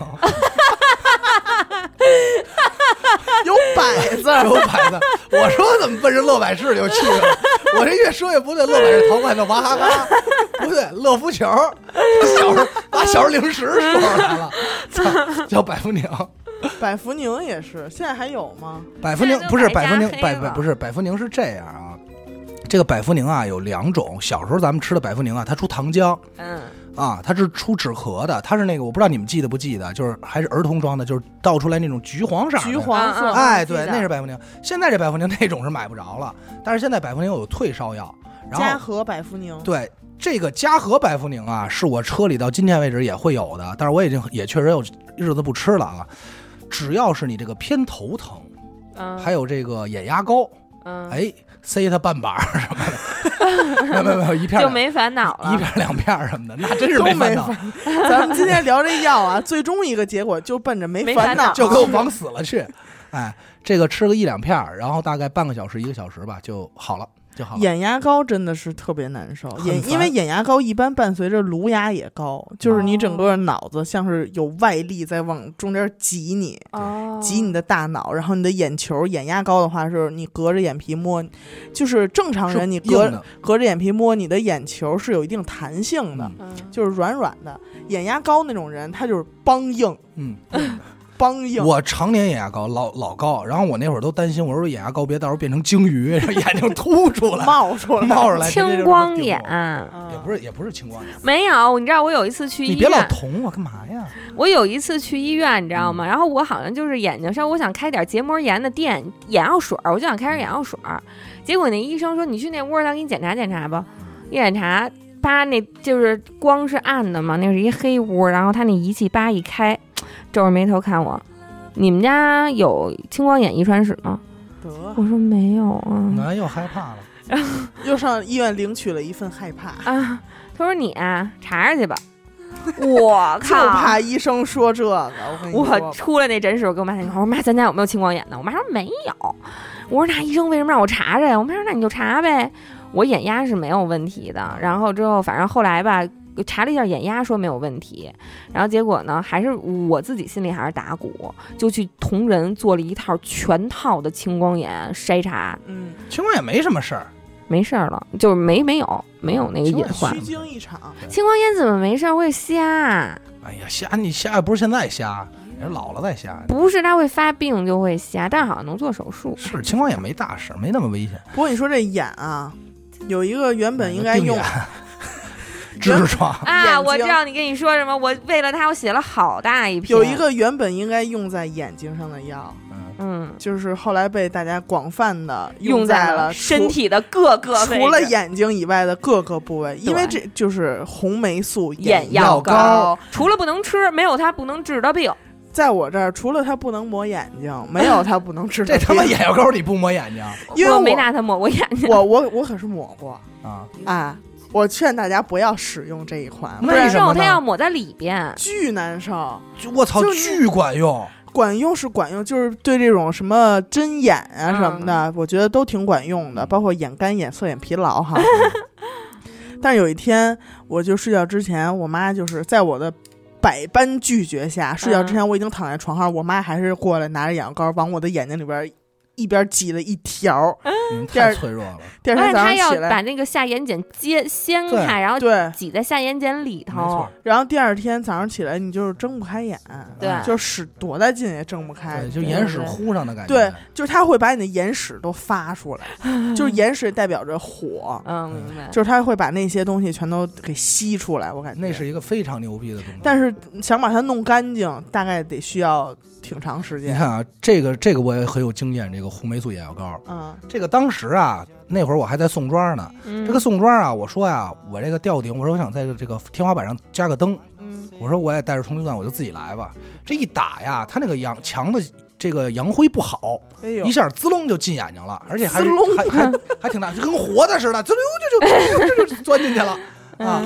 Speaker 3: 有百字，
Speaker 2: 有百字。我说怎么奔着乐百氏就去了？我这越说越不对，乐百氏淘换的娃哈哈，不对，乐福球，小时候把小时候零食说出来了，叫百服宁。
Speaker 3: 百服宁也是，现在还有吗？
Speaker 2: 百服宁不是百服宁，
Speaker 1: 不是
Speaker 2: 百服宁是这样啊。这个百服宁啊有2种，小时候咱们吃的百服宁啊，它出糖浆，它是出止咳的，它是那个我不知道你们记得不记得，就是还是儿童装的，就是倒出来那种橘黄色的，
Speaker 3: 橘黄色，
Speaker 2: 哎，对，那是百服宁。现在这百服宁那种是买不着了，但是现在百服宁有退烧药，然后
Speaker 3: 嘉禾百服宁，
Speaker 2: 对，这个嘉禾百服宁啊，是我车里到今天为止也会有的，但是我也确实有日子不吃了啊。只要是你这个偏头疼，还有这个眼压高，哎。塞它半板什么的，没有一片
Speaker 1: 就没烦恼了，
Speaker 2: 一片2片什么的，那真是没烦恼。
Speaker 3: 咱们今天聊这药啊，最终一个结果就奔着没烦恼，
Speaker 2: 就给我往死了去。哎，这个吃个1-2片，然后大概半个小时1个小时吧就好了。
Speaker 3: 眼压高真的是特别难受，因为眼压高一般伴随着颅压也高，就是你整个脑子像是有外力在往中间挤你，挤你的大脑，然后你的眼球眼压高的话，是你隔着眼皮摸，就是正常人你隔着眼皮摸你的眼球是有一定弹性的，就是软软的。眼压高那种人他就是梆硬，
Speaker 2: 我常年眼压高，老高，然后我那会儿都担心，我说眼压高别到时候变成鲸鱼，眼睛凸出来，
Speaker 3: 冒出来，
Speaker 1: 青光眼，
Speaker 2: 也不是青光眼，
Speaker 1: 没有，你知道我有一次去医院，
Speaker 2: 你别老捅我干嘛呀？
Speaker 1: 我有一次去医院，你知道吗？然后我好像就是眼睛上，我想开点结膜炎的店，眼药水，我就想开点眼药水，结果那医生说你去那屋，他给你检查检查吧，一检查。叭，那就是光是暗的嘛，那是一黑屋，然后他那仪器叭一开，皱着眉头看我，你们家有青光眼遗传史吗？我说没有啊，
Speaker 2: 那又害怕了，
Speaker 3: 然后又上医院领取了一份害怕
Speaker 1: 啊。他说你啊查查去吧，我靠，
Speaker 3: 就怕医生说这个。
Speaker 1: 我出来那诊室，我跟我妈讲，我说妈，咱家有没有青光眼呢？我妈说没有。我说那医生为什么让我查查呀？我妈说那你就查呗。我眼压是没有问题的，然后之后反正后来吧查了一下眼压说没有问题，然后结果呢还是我自己心里还是打鼓，就去同仁做了一套全套的青光眼筛查。
Speaker 2: 青光眼没什么事儿，
Speaker 1: 没事儿了，就是没有那个隐患，
Speaker 3: 虚惊一场。
Speaker 1: 青光眼怎么没事儿会瞎？
Speaker 2: 哎呀，瞎你瞎也不是现在瞎，也是老了再瞎。
Speaker 1: 不是，它会发病就会瞎，但好像能做手术。
Speaker 2: 是青光眼没大事，没那么危险。
Speaker 3: 不过你说这眼啊。有一个原本应该用
Speaker 2: 痔疮
Speaker 1: 啊，我知道你跟你说什么，我为了它我写了好大一篇。
Speaker 3: 有一个原本应该用在眼睛上的药，就是后来被大家广泛的用在了
Speaker 1: 身体的各个位置，
Speaker 3: 除了眼睛以外的各个部位，因为这就是红霉素眼药膏，
Speaker 1: 除了不能吃，没有它不能治的病。
Speaker 3: 在我这儿，除了它不能抹眼睛，没有它不能治的病。
Speaker 2: 这他妈眼药膏你不抹眼睛？
Speaker 3: 因为
Speaker 1: 我没拿它抹过眼睛。
Speaker 3: 我可是抹过啊！我劝大家不要使用这一款，
Speaker 1: 为什么它要抹在里边？
Speaker 3: 巨难受！
Speaker 2: 我操，巨管用！
Speaker 3: 管用是管用，就是对这种什么针眼啊什么的，我觉得都挺管用的，包括眼干、眼涩、眼疲劳哈。但是有一天，我就睡觉之前，我妈就是在我的百般拒绝下，睡觉之前我已经躺在床上，我妈还是过来拿着眼药膏往我的眼睛里边一边挤了一条。
Speaker 2: 太脆弱了。
Speaker 3: 第二天早上起来，
Speaker 1: 他要把那个下眼睑掀开，然后挤在下眼睑里头。
Speaker 3: 然后第二天早上起来，你就是睁不开眼，
Speaker 1: 对，
Speaker 3: 就是使多大劲也睁不开，
Speaker 2: 对，就眼屎糊上的感觉。
Speaker 3: 对，就是它会把你的眼屎都发出来，就是眼屎代表着火，
Speaker 1: 明白，
Speaker 3: 就是它会把那些东西全都给吸出来。我感觉
Speaker 2: 那是一个非常牛逼的东西，
Speaker 3: 但是想把它弄干净，大概得需要挺长时间。
Speaker 2: 你看啊，这个我也很有经验，这个红霉素眼药膏，这个当时啊，那会儿我还在宋庄呢，这个宋庄啊，我说呀，我这个吊顶，我说我想在这个天花板上加个灯，我说我也带着充气钻，我就自己来吧。这一打呀，它那个墙的这个阳灰不好，一下滋隆就进眼睛了，而且还挺大，就跟活的似的，滋溜就钻进去了啊。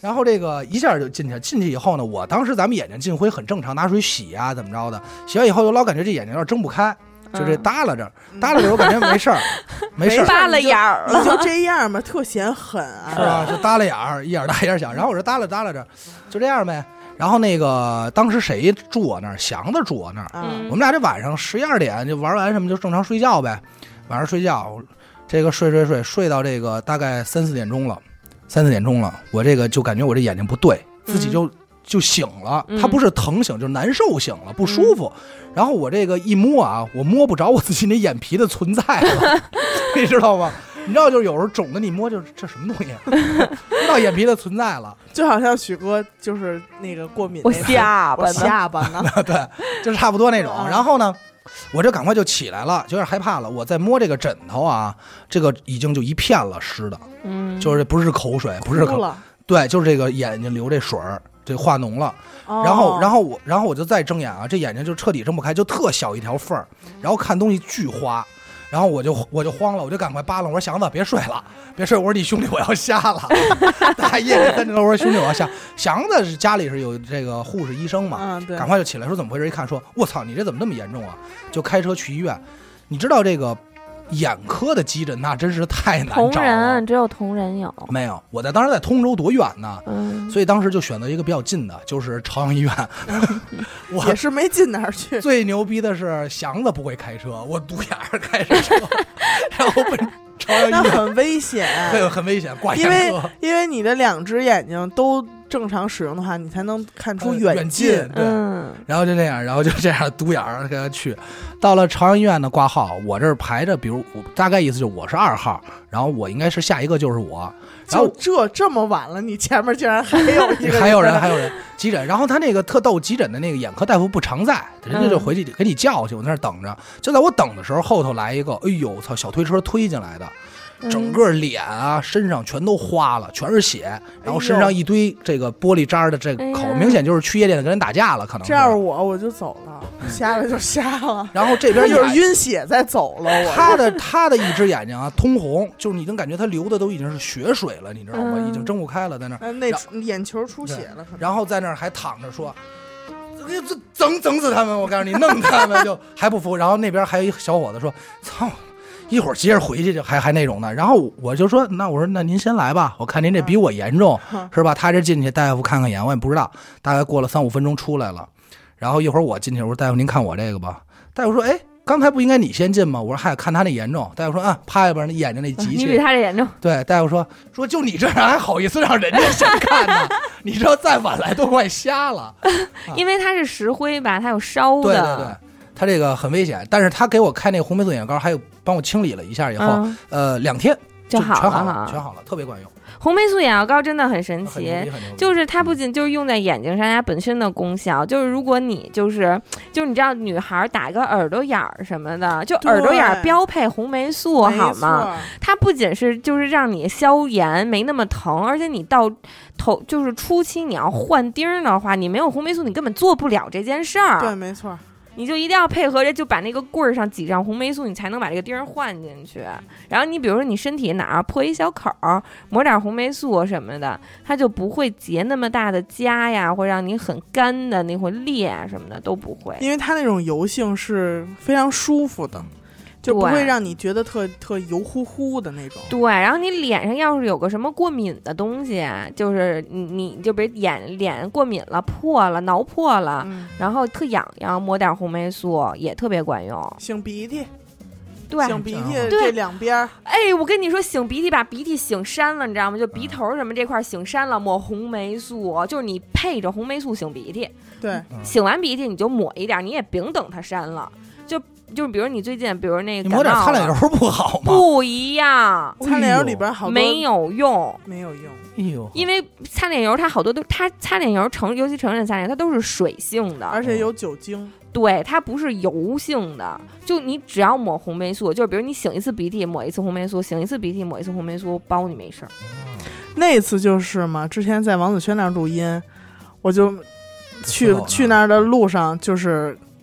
Speaker 2: 然后这个一下就进去以后呢，我当时咱们眼睛进灰很正常，拿水洗啊怎么着的，洗完以后就老感觉这眼睛有点睁不开，就这耷拉着，我感觉没事儿，没事儿，
Speaker 1: 扒了眼儿了，
Speaker 3: 你就这样吧，特显狠啊，
Speaker 2: 是吧？就耷拉眼儿，一眼大一眼小，然后我这耷拉着，就这样呗。然后那个当时谁住我那儿？祥子住我那儿，我们俩这晚上11、12点就玩完什么就正常睡觉呗，晚上睡觉，这个睡到这个大概3、4点钟了。我这个就感觉我这眼睛不对，自己就醒了，它不是疼醒，就是难受醒了，不舒服。然后我这个一摸啊，我摸不着我自己那眼皮的存在了，你知道吗？你知道，就是有时候肿的你摸，就是这什么东西，不知道眼皮的存在了，
Speaker 3: 就好像许哥就是那个过敏，
Speaker 1: 我下
Speaker 3: 巴呢，
Speaker 2: 对，就是差不多那种。然后呢，我这赶快就起来了，就有点害怕了。我再摸这个枕头啊，这个已经就一片了湿的，就是不是口水，不是对，就是这个眼睛流这水儿，这化脓了。然后我就再睁眼啊，这眼睛就彻底睁不开，就特小一条缝儿，然后看东西巨花。然后我就慌了，我就赶快扒拉，我说祥子别睡了，我说你兄弟我要瞎了，大夜里3点多，我说兄弟我要瞎。祥子是家里是有这个护士医生嘛，赶快就起来说怎么回事，一看说我操你这怎么那么严重啊，就开车去医院。你知道这个眼科的急诊那真是太难找了，
Speaker 1: 同仁只有同仁有，
Speaker 2: 没有。我当时在通州多远呢？所以当时就选择一个比较近的，就是朝阳医院。我
Speaker 3: 也是没进哪儿去。
Speaker 2: 最牛逼的是祥子不会开车，我独眼儿开着车，然后奔朝阳医院，
Speaker 3: 那很危险，
Speaker 2: 对，很危险，挂眼科。
Speaker 3: 因为你的2只眼睛都正常使用的话，你才能看出
Speaker 2: 远近。对，然后就这样独眼儿给他去，到了朝阳医院的挂号，我这儿排着，比如大概意思就是我是2号，然后我应该是下一个就是我。然后
Speaker 3: 这么晚了，你前面竟然还有一个
Speaker 2: 还有人急诊，然后他那个特逗，急诊的那个眼科大夫不常在，人家就回去给你叫去，我在那儿等着。就在我等的时候，后头来一个，哎呦操，小推车推进来的。整个脸啊身上全都花了，全是血，然后身上一堆这个玻璃渣的这个口，明显就是去夜店的跟人打架了，可能
Speaker 3: 这要是我就走了，瞎了就瞎了。
Speaker 2: 然后这边
Speaker 3: 就是晕血再走了。
Speaker 2: 他的一只眼睛啊通红，就是你能感觉他流的都已经是血水了，你知道吗？已经睁不开了，在那儿
Speaker 3: 那眼球出血了，
Speaker 2: 然后在那儿还躺着说。整死他们！我告诉你，弄他们就还不服。然后那边还有一小伙子说：“操！”一会儿接着回去就还那种的，然后我就说，我说那您先来吧，我看您这比我严重，是吧？他这进去大夫看看眼，我也不知道，大概过了3、5分钟出来了，然后一会儿我进去，我说大夫您看我这个吧，大夫说哎，刚才不应该你先进吗？我说嗨，看他那严重，大夫说趴下边那眼睛那急切，
Speaker 1: 你比他这严重。
Speaker 2: 对，大夫说就你这样还好意思让人家先看呢？你知道再晚来都快瞎了，
Speaker 1: 因为他是石灰吧，他有烧的。
Speaker 2: 对对对。他这个很危险，但是他给我开那个红霉素眼膏，还有帮我清理了一下以后，2天就全好了，特别管用。
Speaker 1: 红霉素眼膏真的很神奇，就是它不仅就是用在眼睛上，它本身的功效就是，如果你就是你知道女孩打个耳朵眼儿什么的，就耳朵眼儿标配红霉素好吗？它不仅是就是让你消炎没那么疼，而且你到头就是初期你要换钉的话，你没有红霉素你根本做不了这件事儿。
Speaker 3: 对，没错。
Speaker 1: 你就一定要配合着，就把那个棍儿上挤上红霉素，你才能把这个钉换进去。然后你比如说你身体哪儿破一小口，抹点红霉素什么的，它就不会结那么大的痂呀，会让你很干的，那会裂啊什么的都不会。
Speaker 3: 因为它那种油性是非常舒服的。就不会让你觉得特油乎乎的那种。
Speaker 1: 对，然后你脸上要是有个什么过敏的东西，就是你就比如脸过敏了、破了、挠破了，然后特痒痒，抹点红霉素也特别管用。
Speaker 3: 擤鼻涕。
Speaker 1: 对，
Speaker 3: 擤鼻涕这两边，
Speaker 1: 哎，我跟你说，擤鼻涕把鼻涕擤山了，你知道吗？就鼻头什么这块擤山了，抹红霉素，就是你配着红霉素擤鼻涕。
Speaker 3: 对，
Speaker 1: 擤完鼻涕你就抹一点，你也别等它山了，就是比如你最近，比如那个
Speaker 2: 你抹点擦脸油不好吗？
Speaker 1: 不一样，
Speaker 3: 擦脸油里边好多
Speaker 1: 没有用，
Speaker 3: 没有用。
Speaker 2: 哎呦，
Speaker 1: 因为擦脸油它好多它擦脸油尤其成人擦脸油它都是水性的，
Speaker 3: 而且有酒精。
Speaker 1: 对，它不是油性的，就你只要抹红霉素，就比如你擤一次鼻涕抹一次红霉素，擤一次鼻涕抹一次红霉素，包你没事。
Speaker 3: 那次就是嘛，之前在王子轩那儿录音，我就去那儿的路上，就是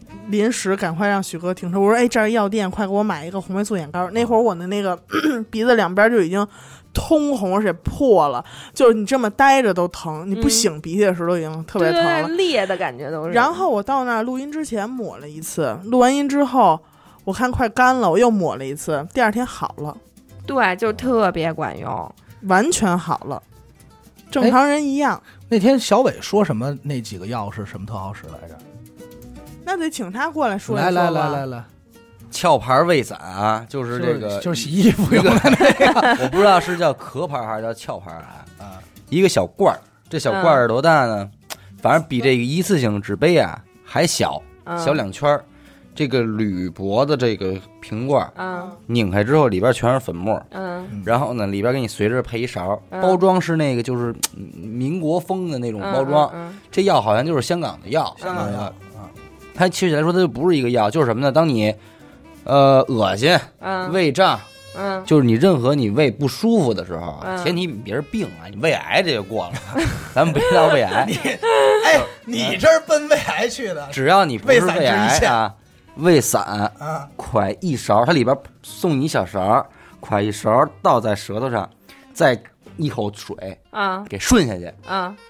Speaker 3: 临时赶快让许哥停车，我说哎这儿药店快给我买一个红霉素眼膏。那会儿我的那个鼻子两边就已经通红而且破了，就是你这么待着都疼，你不擤鼻涕的时候都已经特别疼了，
Speaker 1: 对，裂的感觉都是。
Speaker 3: 然后我到那儿录音之前抹了一次，录完音之后我看快干了，我又抹了一次，第二天好了。
Speaker 1: 对，就特别管用，
Speaker 3: 完全好了，正常人一样。
Speaker 2: 那天小伟说什么？那几个药是什么特好使来着？
Speaker 3: 那得请他过来说一
Speaker 2: 来
Speaker 3: 说
Speaker 2: 来，
Speaker 4: 壳牌胃散啊，就是这个，
Speaker 2: 就是洗衣服用的那个，
Speaker 4: 我不知道是叫壳牌还是叫壳牌啊。一个小罐儿，这小罐儿多大呢？反正比这个一次性纸杯啊还小，小2圈。这个铝箔的这个瓶罐，拧开之后里边全是粉末，然后呢里边给你随着配一勺，包装是那个就是民国风的那种包装，这药好像就是香港的药，香港的药，它其实来说它就不是一个药，就是什么呢？当你恶心、胃胀，就是你任何你胃不舒服的时候，前提别是病啊，你胃癌这就过了，咱们别到胃癌。
Speaker 2: 你这是奔胃癌去的？
Speaker 4: 只要你不是胃癌啊。胃散㧟一勺，它里边送你一小勺，㧟一勺倒在舌头上，再一口水给顺下去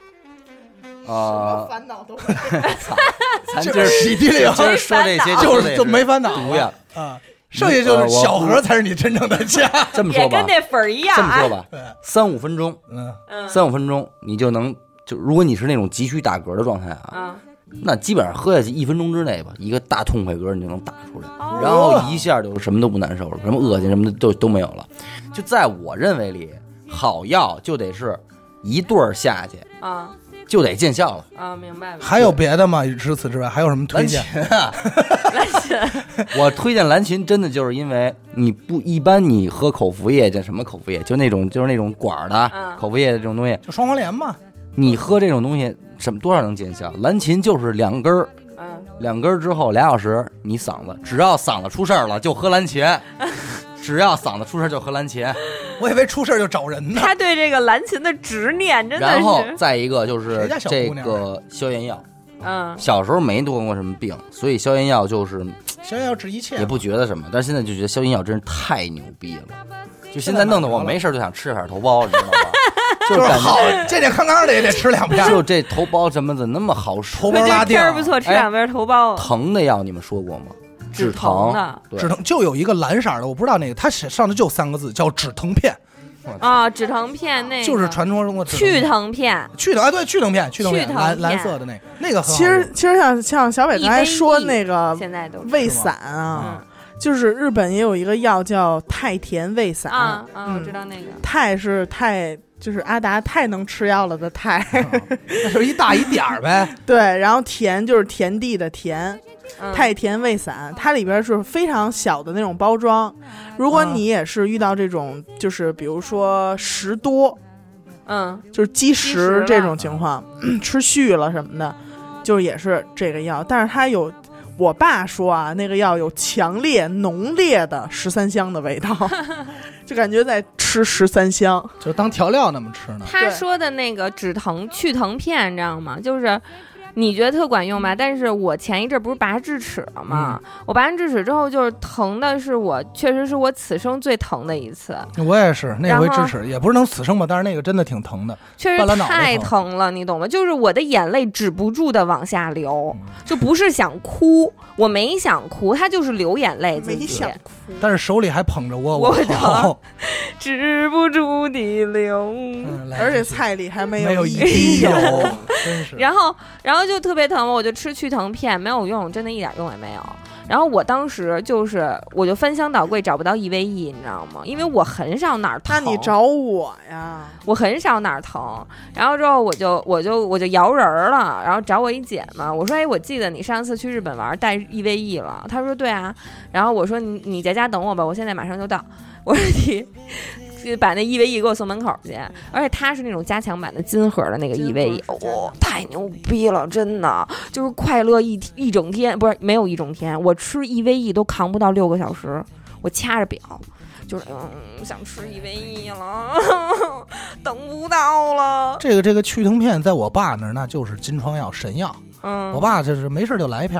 Speaker 3: 烦恼都
Speaker 4: 咱今儿
Speaker 2: 洗涤灵，
Speaker 4: 今儿说这些
Speaker 2: 就没烦恼
Speaker 4: 毒呀
Speaker 2: 剩下就是小盒才是你真正的家。
Speaker 4: 这么说吧，
Speaker 1: 也跟那粉儿一样。
Speaker 4: 这么说吧，3-5分钟，3-5分钟你就能如果你是那种急需打嗝的状态那基本上喝下去1分钟之内吧，一个大痛快嗝你就能打出来，然后一下就什么都不难受了，什么恶心什么的都没有了。就在我认为里，好药就得是一对儿下去就得见效了
Speaker 1: 明白。
Speaker 2: 还有别的吗？除此之外还有什么推荐？
Speaker 4: 蓝芩我推荐蓝芩，真的就是因为你不一般，你喝口服液叫什么口服液？就是那种管的口服液的这种东西，
Speaker 2: 就双黄连嘛。
Speaker 4: 你喝这种东西多少能见效？蓝芩就是2根儿，2根儿之后2小时，你嗓子只要嗓子出事儿了就喝蓝芩，只要嗓子出事儿就喝蓝芩。
Speaker 2: 我以为出事儿就找人呢。
Speaker 1: 他对这个蓝芩的执念真的是。
Speaker 4: 然后再一个就是这个消炎药，小时候没得过什么病，所以消炎药就是
Speaker 2: 消炎药治一切，
Speaker 4: 也不觉得什么，但是现在就觉得消炎药真是太牛逼了，就现在弄得我没事就想吃点头孢，你知道吗？
Speaker 2: 就是好健健康康的也得吃2片。
Speaker 4: 就这头孢什么的那么好使，
Speaker 2: 头孢拉定，
Speaker 1: 天儿不错，吃2片头孢。
Speaker 4: 疼的药你们说过吗？止疼
Speaker 1: 的，
Speaker 2: 止疼就有一个蓝色的，我不知道那个，它上的就3个字，叫止疼片。
Speaker 1: 止疼片那个
Speaker 2: 就是传说中的
Speaker 1: 去疼片，
Speaker 2: 对，去疼片，蓝色的那个很好。
Speaker 3: 其实像小北刚才说那个
Speaker 1: 现在都
Speaker 3: 胃散就是日本也有一个药叫太田胃散
Speaker 1: 我知道那个
Speaker 3: 太是太。就是阿达太能吃药了的太，
Speaker 2: 那是一大一点儿呗。
Speaker 3: 对，然后田就是田地的田，太田胃散，它里边是非常小的那种包装。如果你也是遇到这种，就是比如说食多，就是积食这种情况，吃虚了什么的，就也是这个药。但是它有，我爸说那个药有强烈浓烈的13香的味道。就感觉在吃13香，
Speaker 2: 就当调料那么吃呢。
Speaker 1: 他说的那个止疼去疼片，你知道吗？就是你觉得特管用吧？但是我前一阵不是拔智齿了吗？我拔完智齿之后，就是疼的是确实是我此生最疼的一次。
Speaker 2: 我也是，那回智齿也不是能此生吧，但是那个真的挺疼的，
Speaker 1: 确实太疼了，你懂吗？就是我的眼泪止不住的往下流，就不是想哭，我没想哭，他就是流眼泪，
Speaker 3: 没想哭，
Speaker 2: 但是手里还捧着我
Speaker 1: 止不住的流，
Speaker 3: 而且菜里还没
Speaker 2: 有一滴油，真是。
Speaker 1: 然后就特别疼，我就吃去疼片，没有用，真的一点用也没有。然后我当时我就翻箱倒柜找不到EVE，你知道吗？因为我很少哪儿疼。
Speaker 3: 那你找我呀？
Speaker 1: 我很少哪儿疼。然后之后我就摇人了，然后找我一姐嘛，我说我记得你上次去日本玩带EVE了。她说对啊。然后我说你在家等我吧，我现在马上就到。我说你把那EVE给我送门口去，而且它是那种加强版的金盒的那个EVE，太牛逼了，真的就是快乐一整天，不是没有一整天，我吃EVE都扛不到6个小时，我掐着表，就是想吃EVE了，等不到了。
Speaker 2: 这个去疼片在我爸那儿那就是金疮药神药，我爸就是没事就来一片。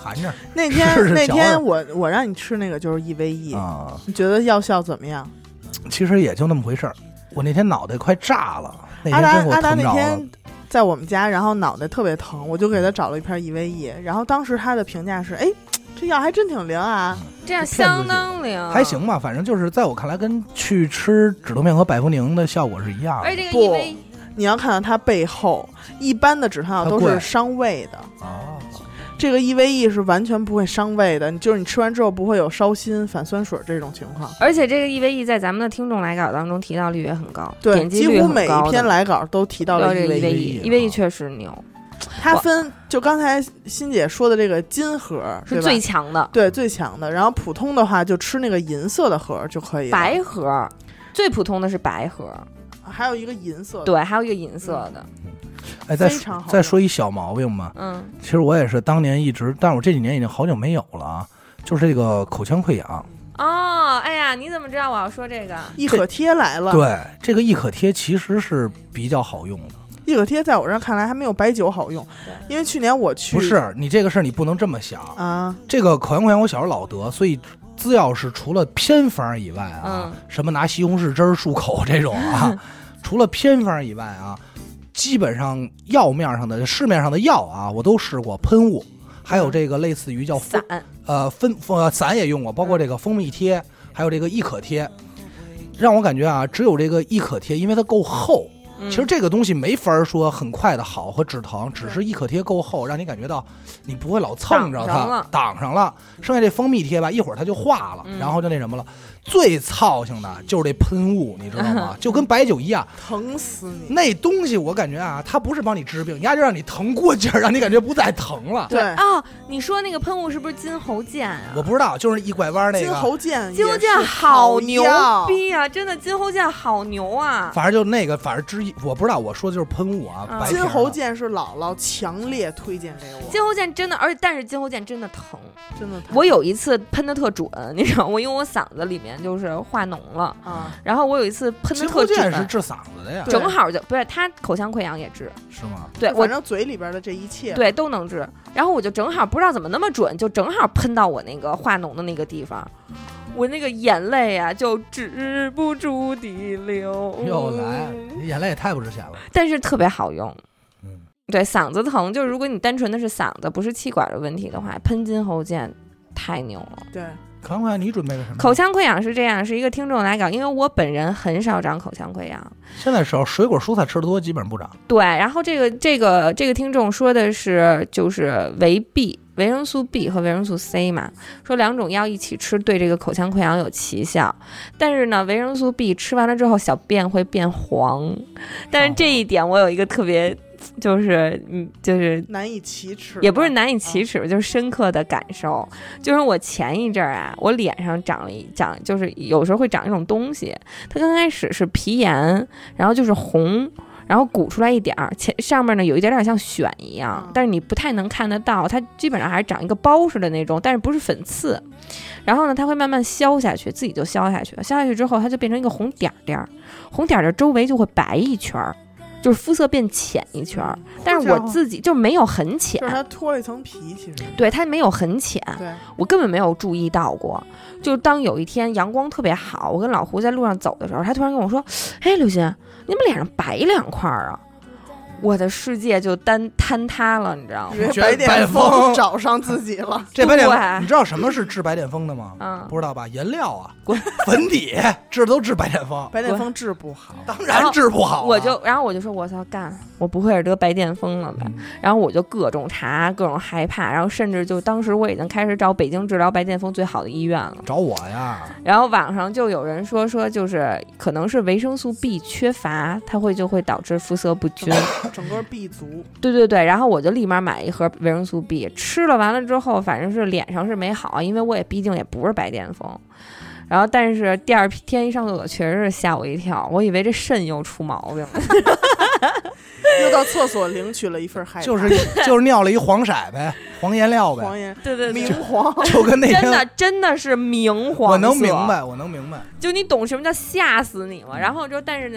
Speaker 2: 含着。
Speaker 3: 那天我让你吃那个就是EVE
Speaker 2: 啊，
Speaker 3: 你觉得药效怎么样？
Speaker 2: 其实也就那么回事儿。我那天脑袋快炸了，
Speaker 3: 阿达那天在我们家，然后脑袋特别疼，我就给他找了一片EVE，然后当时他的评价是，哎，这药还真挺灵啊，
Speaker 1: 这样相当灵，
Speaker 2: 还行吧，反正就是在我看来，跟去吃止痛片和百服宁的效果是一样的。
Speaker 1: 而且这个EVE，
Speaker 3: 你要看到它背后，一般的止痛药都是伤胃的
Speaker 2: 哦。
Speaker 3: 这个 EVE 是完全不会伤胃的，就是你吃完之后不会有烧心、反酸水这种情况。
Speaker 1: 而且这个 EVE 在咱们的听众来稿当中提到率也很高，
Speaker 3: 对，几乎每一篇来稿都提到了
Speaker 1: EVE 确实牛。
Speaker 3: 它分就刚才欣姐说的这个金盒
Speaker 1: 是最强的，
Speaker 3: 对，最强的。然后普通的话就吃那个银色的盒就可以了，
Speaker 1: 白盒最普通的是白盒，
Speaker 3: 还有一个银色的，
Speaker 1: 对，还有一个银色的。
Speaker 2: 哎，再说一小毛病吧。其实我也是当年一直，但是我这几年已经好久没有了啊。就是这个口腔溃疡。
Speaker 1: 哦，哎呀，你怎么知道我要说这个？
Speaker 3: 易可贴来了。
Speaker 2: 对，这个易可贴其实是比较好用的。
Speaker 3: 易可贴在我这儿看来还没有白酒好用，因为去年我去。
Speaker 2: 不是你这个事儿，你不能这么想啊。这个口腔溃疡我小时候老得，所以资料是除了偏方以外啊，什么拿西红柿汁儿漱口这种啊，除了偏方以外啊。基本上药面上的市面上的药啊，我都试过喷雾，还有这个类似于叫
Speaker 1: 散，
Speaker 2: 散也用过，包括这个蜂蜜贴，还有这个易可贴，让我感觉啊，只有这个易可贴，因为它够厚。其实这个东西没法说很快的好和止疼，只是易可贴够厚，让你感觉到你不会老蹭着它，挡上了。剩下这蜂蜜贴吧，一会儿它就化了，然后就那什么了。最操性的就是这喷雾，你知道吗？就跟白酒一样，
Speaker 3: 疼死你。
Speaker 2: 那东西我感觉啊，它不是帮你治病，压就让你疼过劲儿，让你感觉不再疼了。
Speaker 3: 对
Speaker 1: 啊，你说那个喷雾是不是金喉健啊？
Speaker 2: 我不知道，就是一拐弯那个。
Speaker 3: 金喉健
Speaker 1: 好牛逼啊！真的，金喉健好牛啊！
Speaker 2: 反正就那个，反正之一，我不知道，我说的就是喷雾啊。
Speaker 3: 金喉健是姥姥强烈推荐给我。
Speaker 1: 金喉健真的，但是金喉健真的疼，
Speaker 3: 真的疼。
Speaker 1: 我有一次喷的特准，你知道，因为我嗓子里面就是化脓了啊。然后我有一次喷的特准，
Speaker 2: 金喉健是治嗓子的呀，
Speaker 1: 正好就不是他口腔溃疡也治，
Speaker 2: 是吗？
Speaker 1: 对，
Speaker 3: 反正嘴里边的这一切
Speaker 1: 对都能治。然后我就正好不知道怎么那么准，就正好喷到我那个化脓的那个地方，我那个眼泪啊就止不住地流。
Speaker 2: 又来，你眼泪也太不值钱了。
Speaker 1: 但是特别好用。对，嗓子疼，就是如果你单纯的是嗓子不是气管的问题的话，喷金喉健太牛了。
Speaker 3: 对。
Speaker 2: 口腔溃疡你准备了什么？
Speaker 1: 口腔溃疡是这样，是一个听众来稿，因为我本人很少长口腔溃疡。
Speaker 2: 现在时候水果蔬菜吃的多，基本上不长。
Speaker 1: 对，然后这个听众说的是就是维生素 B 和维生素 C 嘛，说两种药一起吃对这个口腔溃疡有奇效，但是呢，维生素 B 吃完了之后小便会变黄，但是这一点我有一个特别。就是
Speaker 3: 难以启齿，
Speaker 1: 也不是难以启齿，就是深刻的感受。就是我前一阵儿啊，我脸上长就是有时候会长一种东西，它刚开始是皮炎，然后就是红，然后鼓出来一点儿，上面呢有一点点像癣一样，但是你不太能看得到，它基本上还是长一个包似的那种，但是不是粉刺。然后呢，它会慢慢消下去，自己就消下去了。消下去之后，它就变成一个红点点，红点的周围就会白一圈儿。就是肤色变浅一圈，但是我自己就没有很浅，
Speaker 3: 就是它脱了一层皮，其实
Speaker 1: 对它没有很浅，
Speaker 3: 对
Speaker 1: 我根本没有注意到过。就当有一天阳光特别好，我跟老胡在路上走的时候，他突然跟我说：“哎，刘鑫，你们脸上白2块啊！”我的世界就坍塌了，你知道吗？
Speaker 3: 白癜风找上自己了。
Speaker 2: 这白癜风，你知道什么是治白癜风的吗？不知道吧？颜料啊，粉底治都治白癜风。
Speaker 3: 白癜风治不好，
Speaker 2: 当然治不好。
Speaker 1: 然后我就说，我操，我不会是得白癜风了呗？然后我就各种查，各种害怕，然后甚至就当时我已经开始找北京治疗白癜风最好的医院了。
Speaker 2: 找我呀！
Speaker 1: 然后网上就有人说就是可能是维生素 B 缺乏，它就会导致肤色不均。
Speaker 3: 整个 B 族，
Speaker 1: 对，然后我就立马买一盒维生素 B， 吃了完了之后，反正是脸上是没好，因为我毕竟也不是白癜风。然后，但是第二天一上厕所，确实是吓我一跳，我以为这肾又出毛病了。
Speaker 3: 又到厕所领取了一份害怕，
Speaker 2: 就是尿了一黄色呗，黄颜料呗，
Speaker 3: 黄颜，
Speaker 1: 对，
Speaker 3: 明黄，
Speaker 2: 就跟那天
Speaker 1: 真的是明黄色。
Speaker 2: 我能明白。
Speaker 1: 就你懂什么叫吓死你吗？然后但是呢，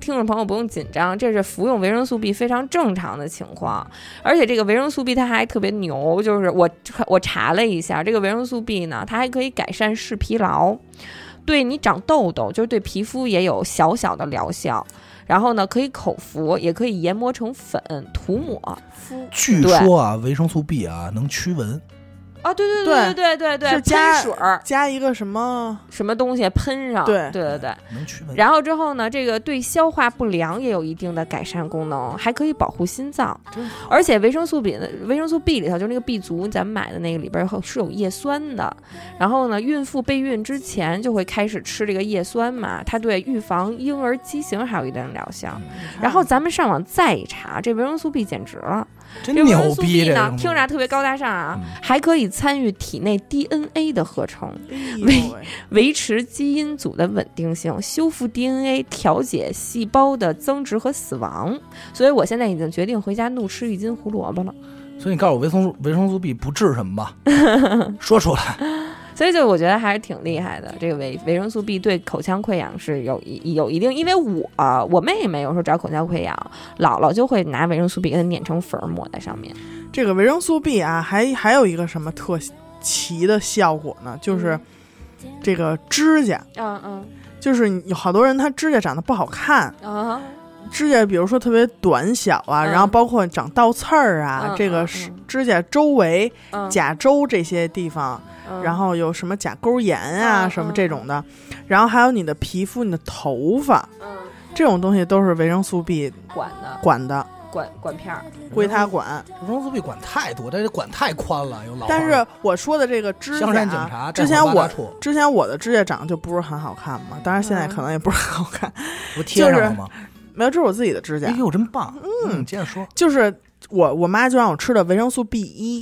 Speaker 1: 听众朋友不用紧张，这是服用维生素 B 非常正常的情况。而且这个维生素 B 它还特别牛，就是我查了一下，这个维生素 B 呢，它还可以改善视疲劳，对你长痘痘，就是对皮肤也有小小的疗效。然后呢，可以口服，也可以研磨成粉涂抹。
Speaker 2: 据说啊，维生素 B 啊能驱蚊。
Speaker 1: 啊，对，
Speaker 3: 是
Speaker 1: 加水
Speaker 3: 加一个什么
Speaker 1: 东西喷上，对，
Speaker 2: 能驱蚊。
Speaker 1: 然后之后呢，这个对消化不良也有一定的改善功能，还可以保护心脏。而且维生素 B 里头，就是那个 B 族，咱们买的那个里边是有叶酸的。然后呢，孕妇备孕之前就会开始吃这个叶酸嘛，它对预防婴儿畸形还有一定的疗效。然后咱们上网再一查，这维生素 B 简直了。
Speaker 2: 真牛逼！
Speaker 1: 这呢，听着特别高大上啊，还可以参与体内 DNA 的合成，维持基因组的稳定性，修复 DNA， 调节细胞的增殖和死亡。所以我现在已经决定回家怒吃1斤胡萝卜了。
Speaker 2: 所以你告诉我维生素 B 不治什么吧？说出来。
Speaker 1: 所以就我觉得还是挺厉害的，这个维生素 B 对口腔溃疡是有一定，因为我妹妹有时候找口腔溃疡，姥姥就会拿维生素 B 给它碾成粉抹在上面。
Speaker 3: 这个维生素 B 啊，还有一个什么特奇的效果呢？就是这个指甲，就是有好多人他指甲长得不好看啊。指甲比如说特别短小啊，然后包括长倒刺儿啊，这个指甲周围、甲周这些地方，然后有什么甲沟炎啊，什么这种的，然后还有你的皮肤、你的头发，这种东西都是维生素 B 管片儿，归他管。
Speaker 2: 维生素 B 管太多，这管太宽了，有老。
Speaker 3: 但是我说的这个指甲，
Speaker 2: 香山警察，
Speaker 3: 之前我的指甲长得就不是很好看嘛，当然现在可能也不是很好看。
Speaker 2: 不贴上了吗？
Speaker 3: 没有，这是我自己的指甲。
Speaker 2: 哎呦，真棒！接着说，
Speaker 3: 就是我妈就让我吃的维生素 B1。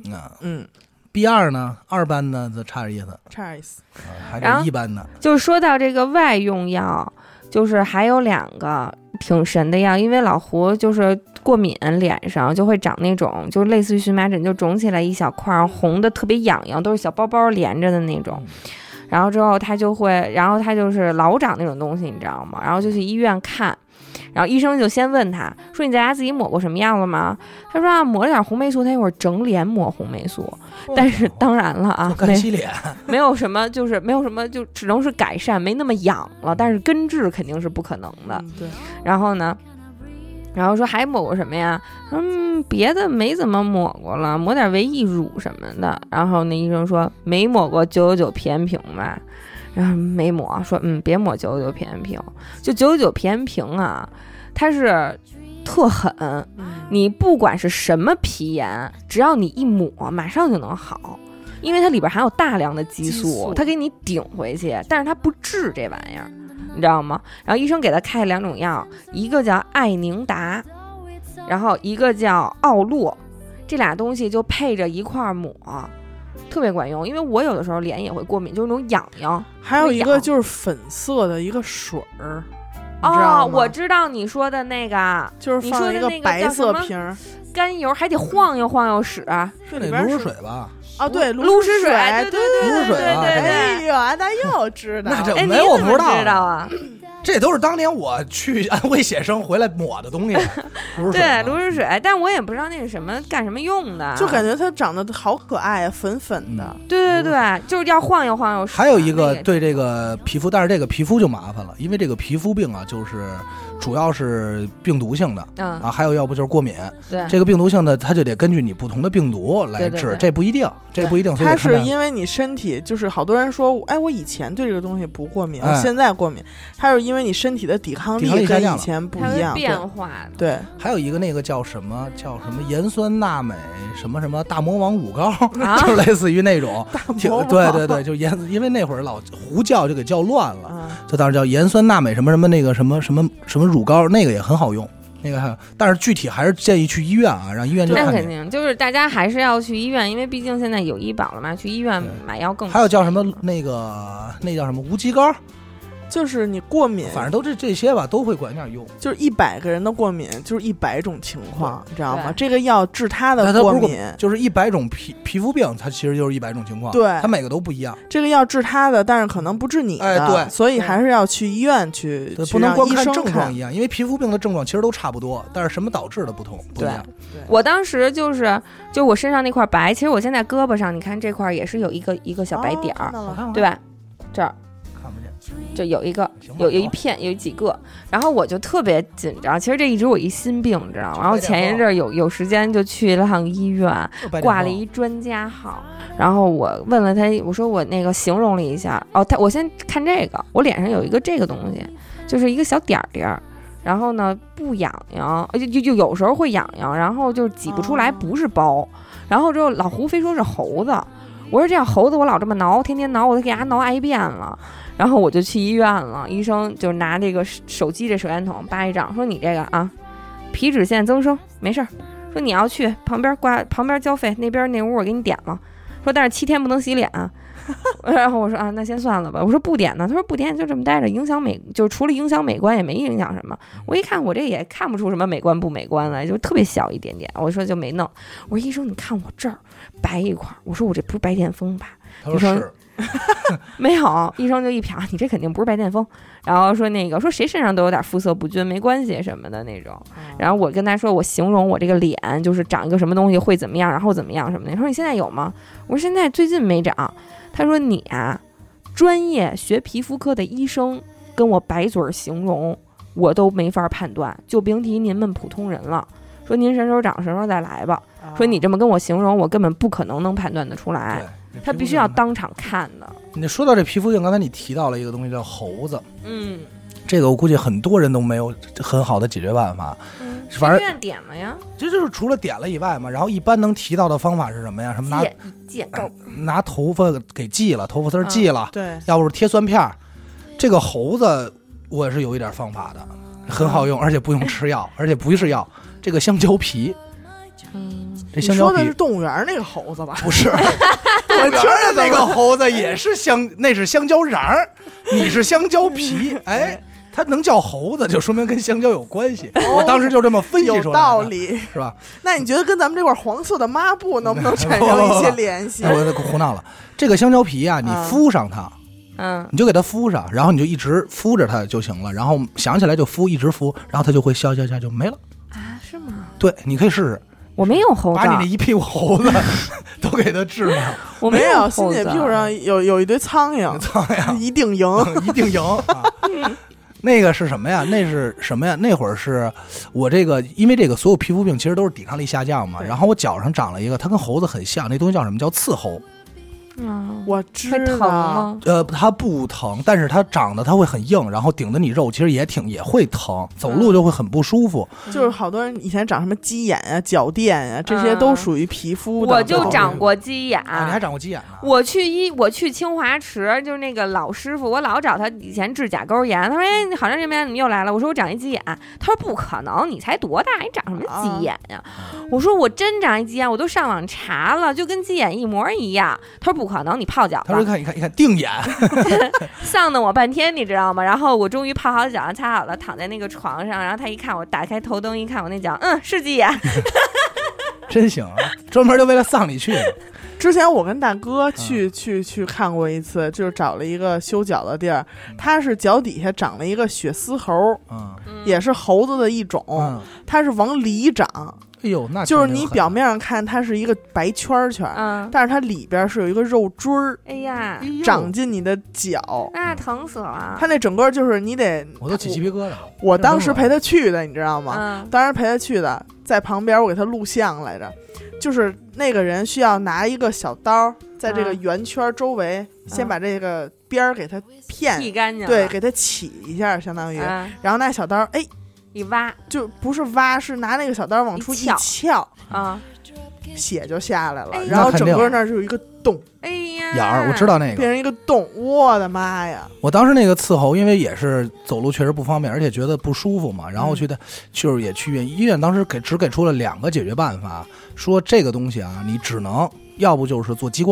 Speaker 2: B2呢？2班呢？这差点意思。还是1班呢？
Speaker 1: 就是说到这个外用药，就是还有2个挺神的药，因为老胡就是过敏，脸上就会长那种，就是类似于荨麻疹，就肿起来一小块，红的特别痒痒，都是小包包连着的那种。然后之后他就是老长那种东西，你知道吗？然后就去医院看。然后医生就先问他说：“你在家自己抹过什么药了吗？”他说：“抹了点红霉素。”他一会儿整脸抹红霉素，但是当然了啊，
Speaker 2: 干洗脸
Speaker 1: 没有什么，就只能是改善，没那么痒了，但是根治肯定是不可能的。
Speaker 3: 对。
Speaker 1: 然后呢，然后说还抹过什么呀？别的没怎么抹过了，抹点维 E 乳什么的。然后那医生说没抹过999皮炎平吧？然后没抹，说别抹999皮炎平，就999皮炎平啊，它是特狠，你不管是什么皮炎，只要你一抹，马上就能好，因为它里边含有大量的激素，它给你顶回去，但是它不治这玩意儿，你知道吗？然后医生给他开2种药，一个叫艾宁达，然后一个叫奥洛，这俩东西就配着一块抹。特别管用，因为我有的时候脸也会过敏，就是那种痒痒。
Speaker 3: 还有一个就是粉色的一个水儿，
Speaker 1: 我知道你说的那个，
Speaker 3: 就是放一个白色瓶，
Speaker 1: 甘油还得晃悠晃悠使，
Speaker 2: 是那卤水吧？
Speaker 3: 对，
Speaker 1: 卤湿水，对，
Speaker 2: 卤水。
Speaker 3: 哎呦，安大又知道，
Speaker 2: 那这没我不知
Speaker 1: 道啊。
Speaker 2: 这都是当年我去安徽写生回来抹的东西，
Speaker 1: 对，卤湿水，但我也不知道那是什么干什么用的，
Speaker 3: 就感觉它长得好可爱啊，粉粉的。
Speaker 1: 对，就是要晃悠晃悠。
Speaker 2: 还有一个对这个皮肤，但是这个皮肤就麻烦了，因为这个皮肤病啊，就是主要是病毒性的，还有要不就是过敏。
Speaker 1: 对，
Speaker 2: 这个病毒性的，它就得根据你不同的病毒来治，这不一定。
Speaker 3: 它是因为你身体，就是好多人说，哎，我以前对这个东西不过敏，我现在过敏，它是因为你身体的抵抗力跟以前不一样，
Speaker 1: 变化。
Speaker 3: 对，
Speaker 2: 还有一个那个叫什么盐酸钠镁什么大魔王乳膏，就类似于那种。对，就因为那会儿老胡叫就给叫乱了，就当时叫盐酸钠镁什么那个什么乳膏，那个也很好用。那个但是具体还是建议去医院啊，让医院去看。
Speaker 1: 那肯定就是大家还是要去医院，因为毕竟现在有医保了嘛，去医院买药更好。
Speaker 2: 还有叫什么那叫什么无极膏，
Speaker 3: 就是你过敏，
Speaker 2: 反正都这些吧，都会管点用。
Speaker 3: 就是100个人的过敏，就是100种情况，你知道吗？这个药治他的过敏，
Speaker 2: 就是100种皮肤病，它其实就是100种情况。
Speaker 3: 对，
Speaker 2: 它每个都不一样。
Speaker 3: 这个药治他的，但是可能不治你的。
Speaker 2: 哎，对，
Speaker 3: 所以还是要去医院去，
Speaker 2: 不能光看
Speaker 3: 医生
Speaker 2: 症状一样，因为皮肤病的症状其实都差不多，但是什么导致的不一样。
Speaker 3: 对，
Speaker 1: 我当时就我身上那块白，其实我现在胳膊上，你看这块也是有一个小白点儿，对吧？这儿。就有一个有一片有几个，然后我就特别紧张。其实这一直我一心病，你知道吗？然后前一阵有时间就去了趟医院，挂了一专家号。然后我问了他，我说我那个形容了一下，我先看这个，我脸上有一个这个东西，就是一个小点点，然后呢不痒痒，就有时候会痒痒，然后就挤不出来，不是包。然后之后老胡非说是猴子，我说这样猴子我老这么挠，天天挠，我都给他挠挨遍了。然后我就去医院了，医生就拿这个手机这手电筒扒一张，说你这个啊，皮脂腺增生，没事儿。说你要去旁边交费，那边那屋我给你点了。说但是7天不能洗脸啊。然后我说啊，那先算了吧。我说不点呢，他说不点就这么待着，就除了影响美观也没影响什么。我一看我这也看不出什么美观不美观来，就特别小一点点。我说就没弄。我说医生你看我这儿白一块，我说我这不是白癜风吧？
Speaker 2: 他说是。
Speaker 1: 没有，医生就一瞟，你这肯定不是白癜风，然后说谁身上都有点肤色不均，没关系什么的那种。然后我跟他说，我形容我这个脸就是长一个什么东西会怎么样，然后怎么样什么的。他说你现在有吗？我说现在最近没长。他说你啊，专业学皮肤科的医生跟我白嘴形容，我都没法判断，就甭提您们普通人了。说您什么时候长什么时候再来吧。说你这么跟我形容，我根本不可能判断得出来。他必须要当场看的。
Speaker 2: 你说到这皮肤病，刚才你提到了一个东西叫猴子，这个我估计很多人都没有很好的解决办法。反正
Speaker 1: 点了呀，
Speaker 2: 这就是除了点了以外嘛，然后一般能提到的方法是什么呀？什么拿头发给系了，头发丝系了，
Speaker 3: 对，
Speaker 2: 要不是贴酸片。这个猴子我也是有一点方法的，很好用，而且不用吃药，而且不是药，这个香蕉皮。这香蕉皮，
Speaker 3: 你说的是动物园那个猴子吧？
Speaker 2: 不是，我听着那个猴子也是那是香蕉瓤儿，你是香蕉皮，哎，它能叫猴子，就说明跟香蕉有关系。我当时就这么分析出来的，
Speaker 3: 有道理，
Speaker 2: 是吧？
Speaker 3: 那你觉得跟咱们这块黄色的抹布能不能产生一些联系？
Speaker 2: 我胡闹了。这个香蕉皮啊，你敷上它，你就给它敷上，然后你就一直敷着它就行了。然后想起来就敷，一直敷，然后它就会消就没了
Speaker 1: 啊？是吗？
Speaker 2: 对，你可以试试。
Speaker 1: 我没有猴子，
Speaker 2: 把你那一屁股猴子都给它治了。
Speaker 1: 我没有，
Speaker 3: 欣姐屁股上有一堆苍蝇，一定赢，
Speaker 2: 一定赢。那个是什么呀？那是什么呀？那会儿是我这个，因为这个所有皮肤病其实都是抵抗力下降嘛。然后我脚上长了一个，它跟猴子很像，那东西叫什么？叫刺猴。
Speaker 3: 我知道。
Speaker 1: 会疼吗？
Speaker 2: 它不疼，但是它长得它会很硬，然后顶着你肉，其实也会疼，走路就会很不舒服。
Speaker 3: 就是好多人以前长什么鸡眼啊、脚垫啊，这些都属于皮肤的。
Speaker 1: 我就长过鸡眼，
Speaker 2: 你还长过鸡眼呢？
Speaker 1: 我去清华池，就是那个老师傅，我老找他以前治甲沟炎。他说：“哎，好长时间怎么又来了？”我说：“我长一鸡眼。”他说：“不可能，你才多大，你长什么鸡眼呀？”我说：“我真长一鸡眼，我都上网查了，就跟鸡眼一模一样。”他说：“不可能，你泡脚。”
Speaker 2: 他说：“一看，定眼，
Speaker 1: 丧的我半天，你知道吗？然后我终于泡好脚，擦好了，躺在那个床上。然后他一看我，打开头灯一看我那脚，是鸡眼，
Speaker 2: 真行啊！专门就为了丧你去的。
Speaker 3: 之前我跟大哥去看过一次，就是找了一个修脚的地儿，他是脚底下长了一个血丝猴，也是猴子的一种，它是往里长。
Speaker 2: 哎呦，那
Speaker 3: 就是你表面上看它是一个白圈圈，但是它里边是有一个肉锥儿，
Speaker 1: 哎呀，
Speaker 3: 长进你的脚，
Speaker 1: 那疼死了。
Speaker 3: 它那整个就是你得，
Speaker 2: 我都起鸡皮疙瘩。
Speaker 3: 我当时陪他去的，你知道吗？当时陪他去的，在旁边我给他录像来着，就是那个人需要拿一个小刀，在这个圆圈周围先把这个边儿给它
Speaker 1: 剃干净，
Speaker 3: 对，给它起一下，相当于，然后拿小刀，哎。
Speaker 1: 一挖
Speaker 3: 就不是挖，是拿那个小刀往出一撬啊，血就下来了，然后整个那儿就有一个洞，
Speaker 1: 哎呀，
Speaker 2: 眼儿我知道那个
Speaker 3: 变成一个洞，我的妈呀！
Speaker 2: 我当时那个伺候，因为也是走路确实不方便，而且觉得不舒服嘛，然后就是也去医院，当时只给出了2个解决办法，说这个东西啊，你只能要不就是做激光，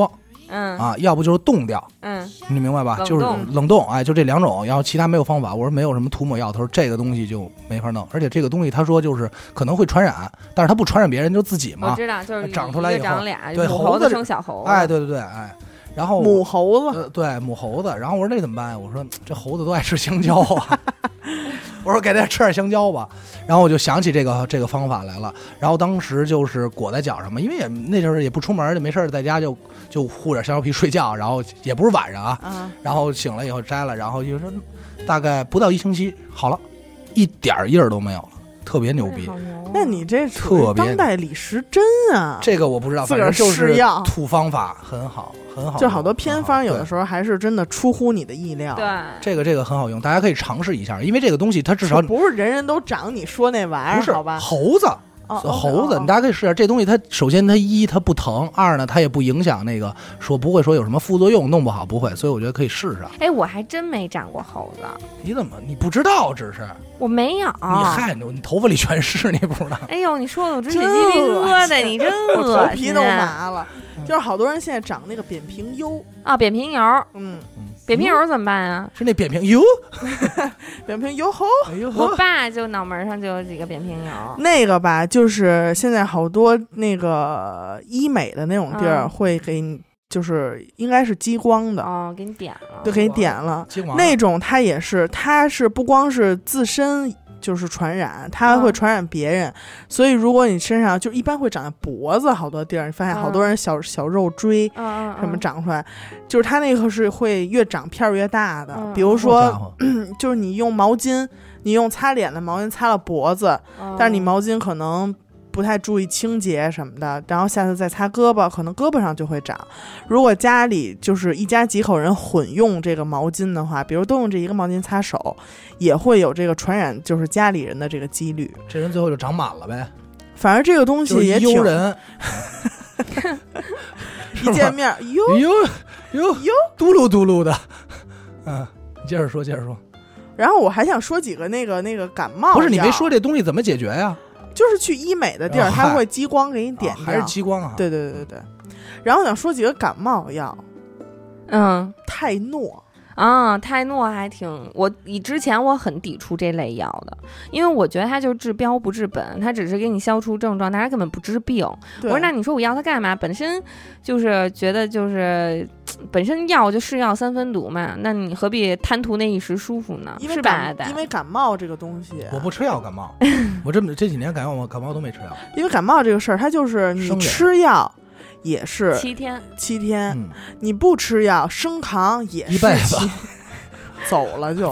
Speaker 2: 要不就是冻掉，你明白吧？就是冷冻，哎，就这2种，然后其他没有方法。我说没有什么涂抹药，他说这个东西就没法弄，而且这个东西他说就是可能会传染，但是他不传染别人，就自己嘛。
Speaker 1: 我知道，就是
Speaker 2: 长出来以后
Speaker 1: 长俩，
Speaker 2: 对，
Speaker 1: 母猴子生小猴子，
Speaker 2: 哎，对对对，哎。然后
Speaker 3: 母猴子，
Speaker 2: 对母猴子，然后我说那怎么办？我说这猴子都爱吃香蕉啊，我说给它吃点香蕉吧。然后我就想起这个方法来了。然后当时就是裹在脚上嘛，因为那阵儿也不出门，就没事在家就护着香蕉皮睡觉，然后也不是晚上啊，然后醒了以后摘了，然后就说大概不到1星期好了，一点印儿都没有了。特别牛逼，
Speaker 3: 那你这特别当代李时珍啊！
Speaker 2: 这个我不知道，反正就是土方法很好，很好。
Speaker 3: 就好多偏方有的时候还是真的出乎你的意料。
Speaker 1: 对，
Speaker 2: 这个很好用，大家可以尝试一下，因为这个东西它至少
Speaker 3: 不是人人都长你说那玩意儿，好吧？
Speaker 2: 猴子。猴子，大家可以试试这东西。它首先它它不疼，二呢它也不影响那个说不会说有什么副作用，弄不好不会，所以我觉得可以试试。
Speaker 1: 哎，我还真没长过猴子。
Speaker 2: 你怎么你不知道？只是
Speaker 1: 我没有。
Speaker 2: 你头发里全是，你不知道？
Speaker 1: 哎呦，你说的我直起鸡皮疙瘩，你真恶心，
Speaker 3: 头皮都麻了。就是好多人现在长那个扁平疣
Speaker 1: 啊，扁平疣，扁平疣怎么办啊？
Speaker 2: 是那扁平疣，
Speaker 3: 扁平疣猴。
Speaker 1: 我爸就脑门上就有几个扁平疣。
Speaker 3: 那个吧，就是现在好多那个医美的那种地儿会给你，就是应该是激光的
Speaker 1: 给你点了，
Speaker 3: 就给你点了。那种它也是，它是不光是自身就是传染，它还会传染别人。所以如果你身上就一般会长在脖子好多地儿，你发现好多人小肉锥什么长出来，就是它那个是会越长片越大的。比如说就是你用毛巾，你用擦脸的毛巾擦了脖子，但是你毛巾可能不太注意清洁什么的，然后下次再擦胳膊，可能胳膊上就会长。如果家里就是一家几口人混用这个毛巾的话，比如都用这一个毛巾擦手，也会有这个传染就是家里人的这个几率。
Speaker 2: 这人最后就长满了呗。
Speaker 3: 反正这个东西也挺
Speaker 2: 人
Speaker 3: 一见面哟
Speaker 2: 嘟噜嘟噜的。接着说
Speaker 3: 然后我还想说几个那个感冒，
Speaker 2: 不是你没说这东西怎么解决呀？
Speaker 3: 就是去医美的地儿，他会激光给你点掉，
Speaker 2: 还是激光啊？
Speaker 3: 对。然后我想说几个感冒药，泰诺
Speaker 1: 泰诺还挺，之前我很抵触这类药的，因为我觉得它就治标不治本，它只是给你消除症状，但它根本不治病。我说那你说我要它干嘛？本身就是觉得就是本身药就是药三分毒嘛，那你何必贪图那一时舒服呢？
Speaker 3: 因为感冒这个东西，
Speaker 2: 我不吃药感冒，我这几年感冒都没吃药。
Speaker 3: 因为感冒这个事儿，它就是你吃药也是7天，你不吃药生扛也是
Speaker 2: 一辈子，
Speaker 3: 走了又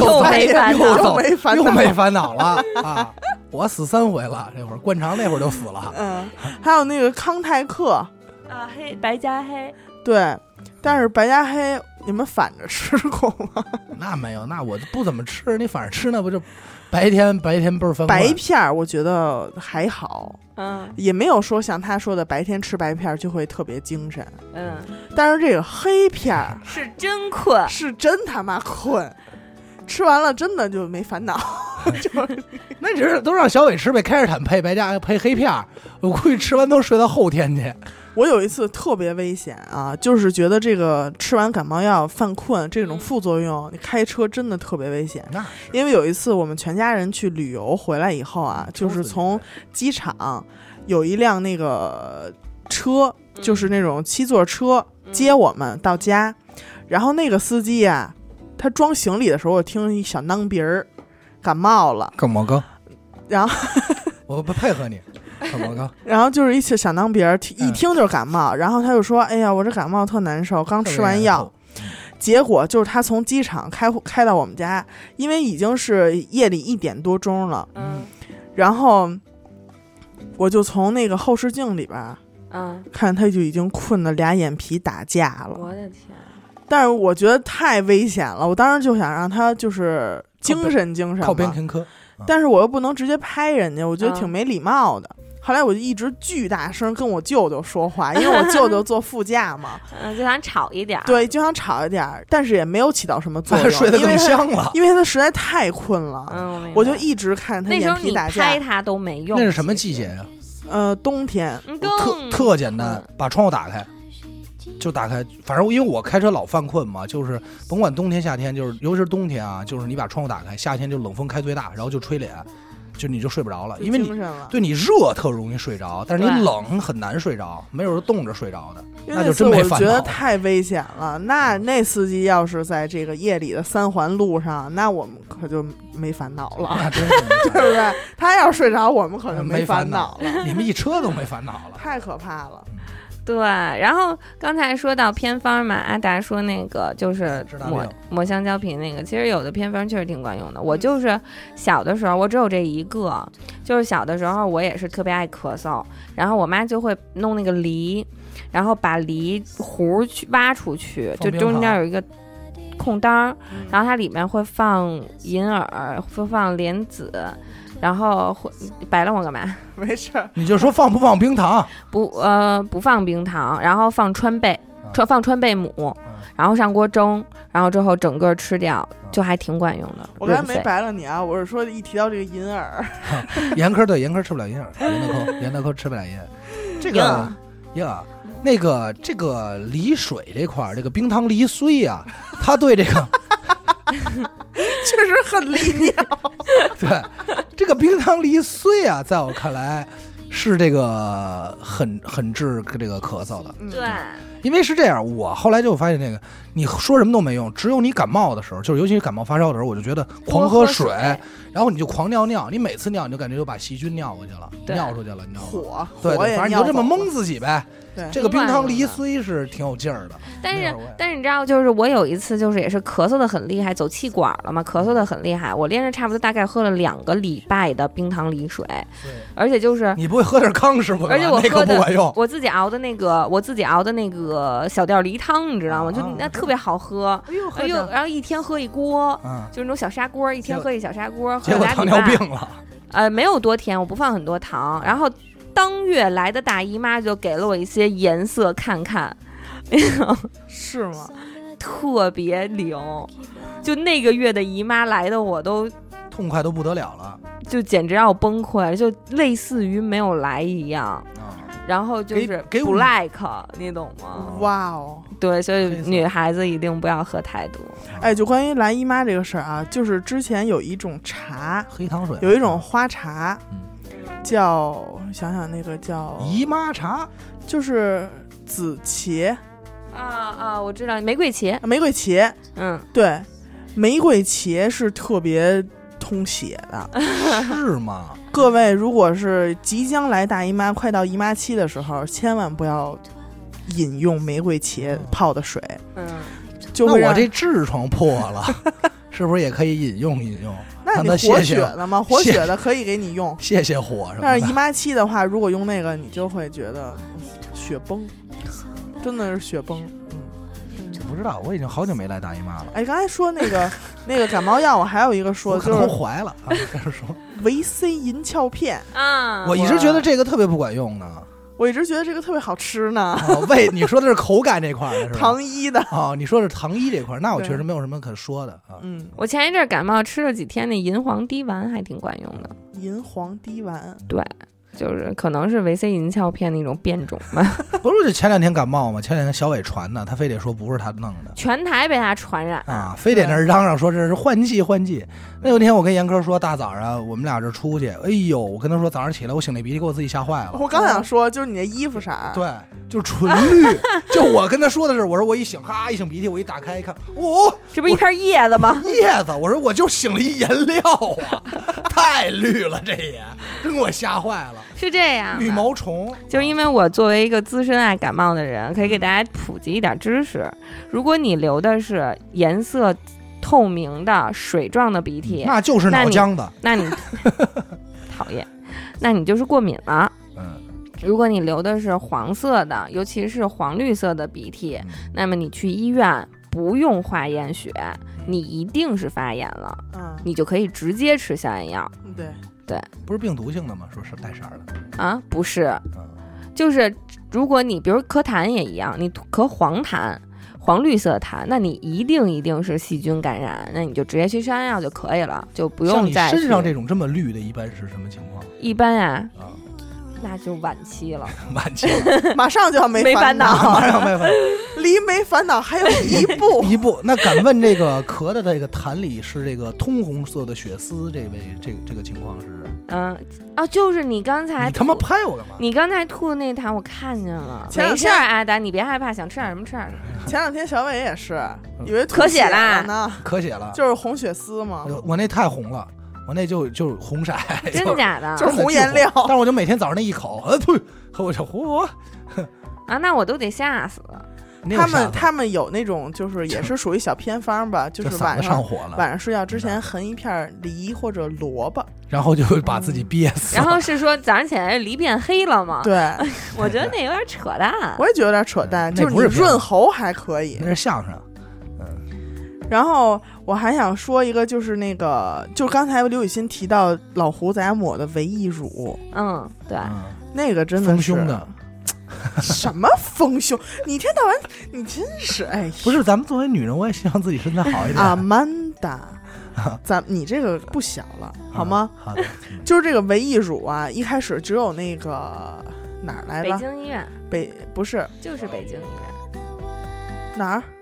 Speaker 2: 没烦恼了啊！我死3回了，这会儿灌肠那会儿就死了。
Speaker 3: 还有那个康泰克
Speaker 1: 白加黑，
Speaker 3: 对，但是白加黑你们反着吃过吗？
Speaker 2: 那没有，那我不怎么吃，你反着吃那不就白天倍儿翻。
Speaker 3: 白片我觉得还好，也没有说像他说的白天吃白片就会特别精神，但是这个黑片
Speaker 1: 是真困，
Speaker 3: 是真他妈困，吃完了真的就没烦恼。
Speaker 2: 那只是都让小伟吃呗，开着坦配白加配黑片，我估计吃完都睡到后天去。
Speaker 3: 我有一次特别危险啊，就是觉得这个吃完感冒药犯困这种副作用，你开车真的特别危险。因为有一次我们全家人去旅游回来以后啊，就是从机场有一辆那个车，就是那种7座车接我们到家，然后那个司机啊，他装行李的时候我听一小囔鼻儿感冒了，
Speaker 2: 干嘛哥？
Speaker 3: 然后
Speaker 2: 我不配合你。
Speaker 3: 然后就是一起小囔鼻儿，一听就是感冒，然后他就说：“哎呀，我这感冒特难受，刚吃完药。”结果就是他从机场开到我们家，因为已经是夜里1点多钟了。然后我就从那个后视镜里边，看他就已经困得俩眼皮打架了。
Speaker 1: 我的天！
Speaker 3: 但是我觉得太危险了，我当时就想让他就是精神
Speaker 2: 靠边听课，
Speaker 3: 但是我又不能直接拍人家，我觉得挺没礼貌的。后来我就一直巨大声跟我舅舅说话，因为我舅舅坐副驾嘛，
Speaker 1: 就想吵一点。
Speaker 3: 对，就想吵一点，但是也没有起到什么作用，
Speaker 2: 睡得更香了，
Speaker 3: 因为他实在太困了。我就一直看他眼皮打架。
Speaker 1: 那时候你拍他都没用。
Speaker 2: 那是什么季节呀？
Speaker 3: 冬天。
Speaker 2: 特简单，把窗户打开。 就打开，反正因为我开车老犯困嘛，就是甭管冬天夏天，就是尤其是冬天啊，就是你把窗户打开，夏天就冷风开最大，然后就吹脸，就你就睡不着了，因为你对你热特容易睡着，但是你冷很难睡着，没有人冻着睡着的，那就真没烦恼。
Speaker 3: 我觉得太危险了，那司机要是在这个夜里的3环路上，那我们可就没烦恼了，
Speaker 2: 那真是
Speaker 3: 对不对？他要睡着，我们可就没烦恼了，
Speaker 2: 你们一车都没烦恼了，
Speaker 3: 太可怕了。
Speaker 1: 对，然后刚才说到偏方嘛，阿达说那个就是抹香蕉皮那个，其实有的偏方确实挺管用的。我就是小的时候，我只有这一个，就是小的时候我也是特别爱咳嗽，然后我妈就会弄那个梨，然后把梨核去挖出去，就中间有一个空当，然后它里面会放银耳，会放莲子。然后摆了我干嘛？
Speaker 3: 没事，
Speaker 2: 你就说放不放冰糖？
Speaker 1: 不放冰糖，然后放川贝，放川贝母，然后上锅蒸，然后之后整个吃掉，就还挺管用的。
Speaker 3: 我刚才没白了你啊，我是说一提到这个银耳，
Speaker 2: 严科吃不了银耳，严德抠吃不了银耳。这个那个这个梨水这块这个冰糖梨虽啊，它对这个。
Speaker 3: 确实很利尿。
Speaker 2: 对，这个冰糖梨虽啊，在我看来是这个很治这个咳嗽的。
Speaker 1: 对，
Speaker 2: 因为是这样，我后来就发现这个你说什么都没用，只有你感冒的时候，就是尤其是感冒发烧的时候，我就觉得狂喝水，然后你就狂尿，你每次尿你就感觉就把细菌尿过去了，尿出去了，你知道吗？
Speaker 3: 火，
Speaker 2: 对，反正你就这么蒙自己呗。
Speaker 3: 对，
Speaker 2: 这个冰糖梨虽是挺有劲儿的，
Speaker 1: 但是你知道，就是我有一次就是也是咳嗽的很厉害，走气管了嘛，咳嗽的很厉害，我连着差不多大概喝了2个礼拜的冰糖梨水，而且就是
Speaker 2: 你不会喝点康师傅，
Speaker 1: 而且我喝的
Speaker 2: 不管用，
Speaker 1: 我自己熬的那个小吊梨汤，你知道吗？就那特别好喝，哎呦，然后一天喝一锅，就是那种小砂锅，一天喝一小砂锅，
Speaker 2: 结果糖尿病了。
Speaker 1: 没有多甜，我不放很多糖，然后。当月来的大姨妈就给了我一些颜色看看，
Speaker 3: 是吗？
Speaker 1: 特别灵，就那个月的姨妈来的我都
Speaker 2: 痛快都不得了了，
Speaker 1: 就简直要崩溃，就类似于没有来一样。然后就是black，你懂吗？
Speaker 3: 哇哦，
Speaker 1: 对，所以女孩子一定不要喝太多。
Speaker 3: 哎，就关于来姨妈这个事儿啊，就是之前有一种茶，
Speaker 2: 黑糖水，
Speaker 3: 有一种花茶。叫想想那个叫
Speaker 2: 姨妈茶，
Speaker 3: 就是紫茄
Speaker 1: 我知道玫瑰茄，
Speaker 3: 对，玫瑰茄是特别通血的，
Speaker 2: 是吗？
Speaker 3: 各位如果是即将来大姨妈，快到姨妈期的时候，千万不要饮用玫瑰茄泡的水，就会
Speaker 2: 那我这痔疮破了。是不是也可以饮用？
Speaker 3: 那你活血的吗？活血的可以给你用，
Speaker 2: 泄火什么的。
Speaker 3: 但是姨妈期的话，如果用那个，你就会觉得血崩，真的是血崩。
Speaker 2: 不知道，我已经好久没来大姨妈了。
Speaker 3: 哎，刚才说那个感冒药，我还有一个说，就是
Speaker 2: 怀了啊，开始说
Speaker 3: 维 C 银翘片
Speaker 1: 啊，
Speaker 2: 我一直觉得这个特别不管用呢。
Speaker 3: 我一直觉得这个特别好吃呢。
Speaker 2: 你说的是口感这块的是吧？
Speaker 3: 糖衣的
Speaker 2: 你说的是糖衣这块，那我确实没有什么可说的啊。
Speaker 1: 我前一阵感冒吃了几天那银黄滴丸，还挺管用的。
Speaker 3: 银黄滴丸，
Speaker 1: 对，就是可能是维 C 银翘片的一种变种吧。
Speaker 2: 不是就前2天感冒吗？前2天小伟传的，他非得说不是他弄的，
Speaker 1: 全台被他传染
Speaker 2: 啊，非得那嚷嚷说这是换季。那有天我跟严科说，大早上我们俩这出去，哎呦，我跟他说早上起来我擤那鼻涕给我自己吓坏了。
Speaker 3: 我刚想说就是你那衣服色，
Speaker 2: 对，就是纯绿。就我跟他说的是，我说我一擤鼻涕，我一打开一看，
Speaker 1: 这不一片叶子吗？
Speaker 2: 叶子，我说我就擤了一颜料啊，太绿了，这也真给我吓坏了。
Speaker 1: 是这样，
Speaker 2: 绿毛虫，
Speaker 1: 就是因为我作为一个资深爱感冒的人，可以给大家普及一点知识。如果你流的是颜色透明的水状的鼻涕，
Speaker 2: 那就是脑浆的，
Speaker 1: 那你讨厌，那你就是过敏了。如果你流的是黄色的，尤其是黄绿色的鼻涕，那么你去医院不用化验血，你一定是发炎了，你就可以直接吃消炎药。对，
Speaker 2: 不是病毒性的吗？说是带色的
Speaker 1: 啊？不是，就是如果你比如咳痰也一样，你咳黄痰。黄绿色痰，那你一定是细菌感染，那你就直接去消炎药就可以了，就不用再。
Speaker 2: 像你身上这种这么绿的，一般是什么情况？
Speaker 1: 一般那就晚期了，
Speaker 2: 晚期
Speaker 3: 马上就要没
Speaker 1: 烦
Speaker 3: 恼，
Speaker 2: 马上没烦恼，
Speaker 3: 离没烦恼还有一步
Speaker 2: 一步。那敢问这个壳的这个坛里是这个通红色的血丝，这个情况是？
Speaker 1: 就是你刚才
Speaker 2: 你他妈拍我干嘛？
Speaker 1: 你刚才吐的那坛我看见了，没事阿达，你别害怕，想吃点什么吃点什么。
Speaker 3: 前两天小伟也是以为
Speaker 1: 咳血
Speaker 3: 了呢，
Speaker 2: 咳血了，
Speaker 3: 就是红血丝嘛。
Speaker 2: 我那太红了。我那就是红色，
Speaker 1: 真假的，
Speaker 3: 就是红颜料。
Speaker 2: 但是我就每天早上那一口，呸，我就嚯
Speaker 1: 啊，那我都得吓死。
Speaker 3: 他们有那种就是也是属于小偏方吧，就是晚上睡觉之前横一片梨或者萝卜，
Speaker 2: 然后就把自己憋死。
Speaker 1: 然后是说早上起来梨变黑了吗？
Speaker 3: 对，
Speaker 1: 我觉得那有点扯淡。
Speaker 3: 我也觉得有点扯淡，就是你润喉还可以，
Speaker 2: 那是相声。
Speaker 3: 然后我还想说一个，就是那个，就是刚才刘雨欣提到老胡咱家抹的维 E 乳，
Speaker 1: 对，
Speaker 3: 那个真的是
Speaker 2: 丰胸的，
Speaker 3: 什么丰胸？你一天到晚，你真是哎，
Speaker 2: 不是，咱们作为女人，我也希望自己身材好一点。
Speaker 3: 阿曼达，你这个不小了，好吗？
Speaker 2: 好的，
Speaker 3: 就是这个维 E 乳啊，一开始只有那个哪儿来着？
Speaker 1: 北京医院，
Speaker 3: 不是，
Speaker 1: 就是北京医院，
Speaker 3: 哪儿？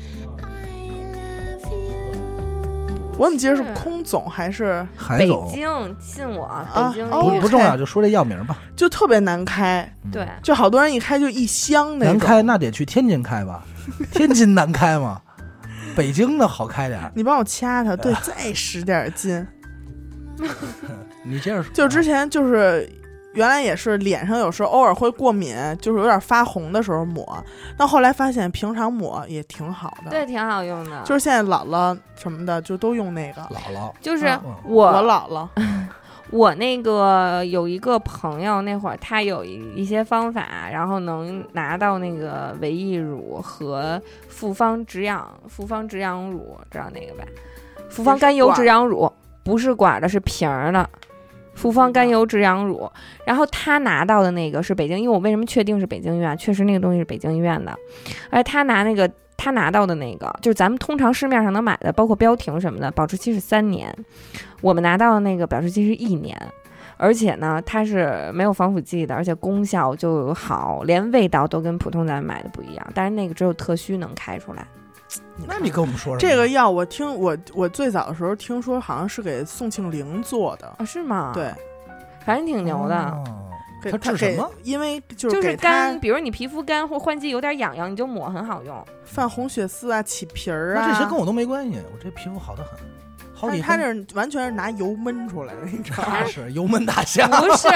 Speaker 3: 我怎么记得是空总还是
Speaker 1: 北京？信我，北京
Speaker 2: 不重要，就说这药名吧。
Speaker 3: 就特别难开，
Speaker 1: 对，
Speaker 3: 就好多人一开就一箱那种。
Speaker 2: 难开那得去天津开吧？天津难开吗？北京的好开点。
Speaker 3: 你帮我掐它，对，再使点劲。
Speaker 2: 你接着说。
Speaker 3: 就之前就是原来也是脸上有时候偶尔会过敏，就是有点发红的时候抹，但后来发现平常抹也挺好的，
Speaker 1: 对，挺好用的。
Speaker 3: 就是现在姥姥什么的就都用那个。
Speaker 2: 姥姥
Speaker 1: 就是
Speaker 3: 我姥姥，
Speaker 1: 我那个有一个朋友，那会儿他有一些方法，然后能拿到那个维 E 乳和复方止痒乳，知道那个吧？复方甘油止痒乳不是管的，是瓶儿的。复方甘油止痒乳，然后他拿到的那个是北京，因为我为什么确定是北京医院？确实那个东西是北京医院的，而他拿到的那个就是咱们通常市面上能买的，包括标婷什么的，保质期是3年，我们拿到的那个保质期是1年，而且呢它是没有防腐剂的，而且功效就好，连味道都跟普通咱们买的不一样，但是那个只有特需能开出来。
Speaker 2: 那你跟我们说说
Speaker 3: 这个药，我最早的时候听说好像是给宋庆龄做的，
Speaker 1: 是吗？
Speaker 3: 对，
Speaker 1: 反正挺牛的。
Speaker 2: 它治什么？
Speaker 3: 因为
Speaker 1: 就是干，比如你皮肤干或换季有点痒痒，你就抹很好用。
Speaker 3: 泛红血丝啊，起皮儿啊，
Speaker 2: 那这些跟我都没关系，我这皮肤好得很。好几
Speaker 3: 他这完全是拿油焖出来的，你知道吗？
Speaker 2: 是油焖大虾，
Speaker 1: 不是。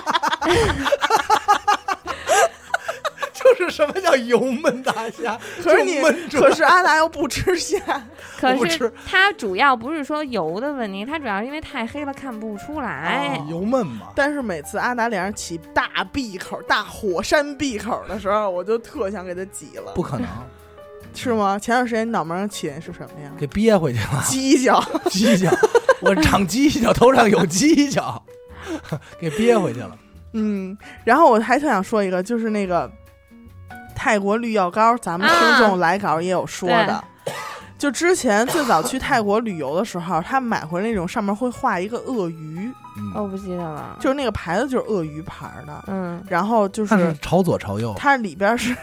Speaker 2: 就是什么叫油焖大虾？
Speaker 3: 可是阿达又不吃虾，
Speaker 1: 可是它主要不是说油的问题，它主要是因为太黑了看不出来。
Speaker 2: 油焖嘛。
Speaker 3: 但是每次阿达脸上起大闭口、大火山闭口的时候，我就特想给他挤了。
Speaker 2: 不可能，
Speaker 3: 是吗？前段时间脑门上起的是什么呀？
Speaker 2: 给憋回去了。
Speaker 3: 犄角，
Speaker 2: 我长犄角，头上有犄角，给憋回去了。
Speaker 3: 然后我还特想说一个，就是那个。泰国绿药膏，咱们听众来稿也有说的，就之前最早去泰国旅游的时候，他们买回那种上面会画一个鳄鱼，
Speaker 1: 我不记得了，
Speaker 3: 就是那个牌子就是鳄鱼牌的，然后就是
Speaker 2: 朝左朝右，
Speaker 3: 它里边是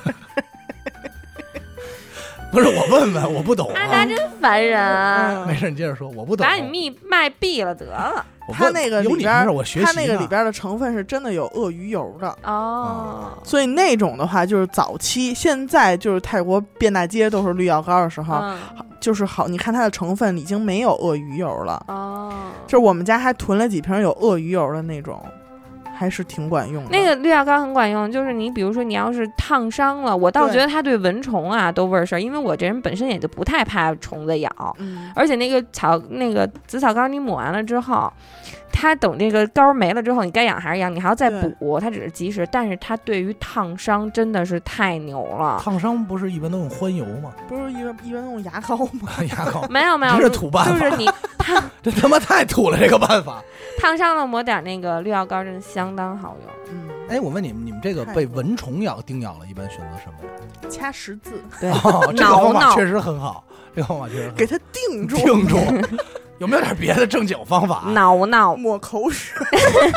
Speaker 2: 不是我问问，我不懂。
Speaker 1: 阿达真烦人。
Speaker 2: 没事，你接着说，我不懂。
Speaker 1: 把你脉闭了得了。
Speaker 3: 它那个里边，
Speaker 2: 它
Speaker 3: 那个里边的成分是真的有鳄鱼油的
Speaker 1: 哦，
Speaker 3: 所以那种的话就是早期，现在就是泰国遍大街都是绿药膏的时候，就是好，你看它的成分已经没有鳄鱼油了
Speaker 1: 哦，
Speaker 3: 就是我们家还囤了几瓶有鳄鱼油的那种。还是挺管用的。
Speaker 1: 那个绿药膏很管用，就是你比如说你要是烫伤了，我倒觉得它对蚊虫啊都味儿事儿，因为我这人本身也就不太怕虫子咬，而且那个紫草膏你抹完了之后，它等这个膏没了之后，你该养还是养，你还要再补，它只是及时，但是它对于烫伤真的是太牛了。
Speaker 2: 烫伤不是一般都用欢油吗？
Speaker 3: 不是一般用牙膏吗？
Speaker 2: 牙膏
Speaker 1: 没有，
Speaker 2: 这是土办法，
Speaker 1: 就是你烫，
Speaker 2: 这他妈太土了，这个办法。
Speaker 1: 烫伤了抹点那个绿药膏真的相当好用。
Speaker 2: 哎，我问你们这个被蚊虫叮咬了，一般选择什么呀？
Speaker 3: 掐十字。
Speaker 1: 对，
Speaker 2: 这个方法确实很好，这个方法确实很好，
Speaker 3: 给它定住。
Speaker 2: 有没有点别的正经方法？
Speaker 1: 挠
Speaker 3: 抹口水。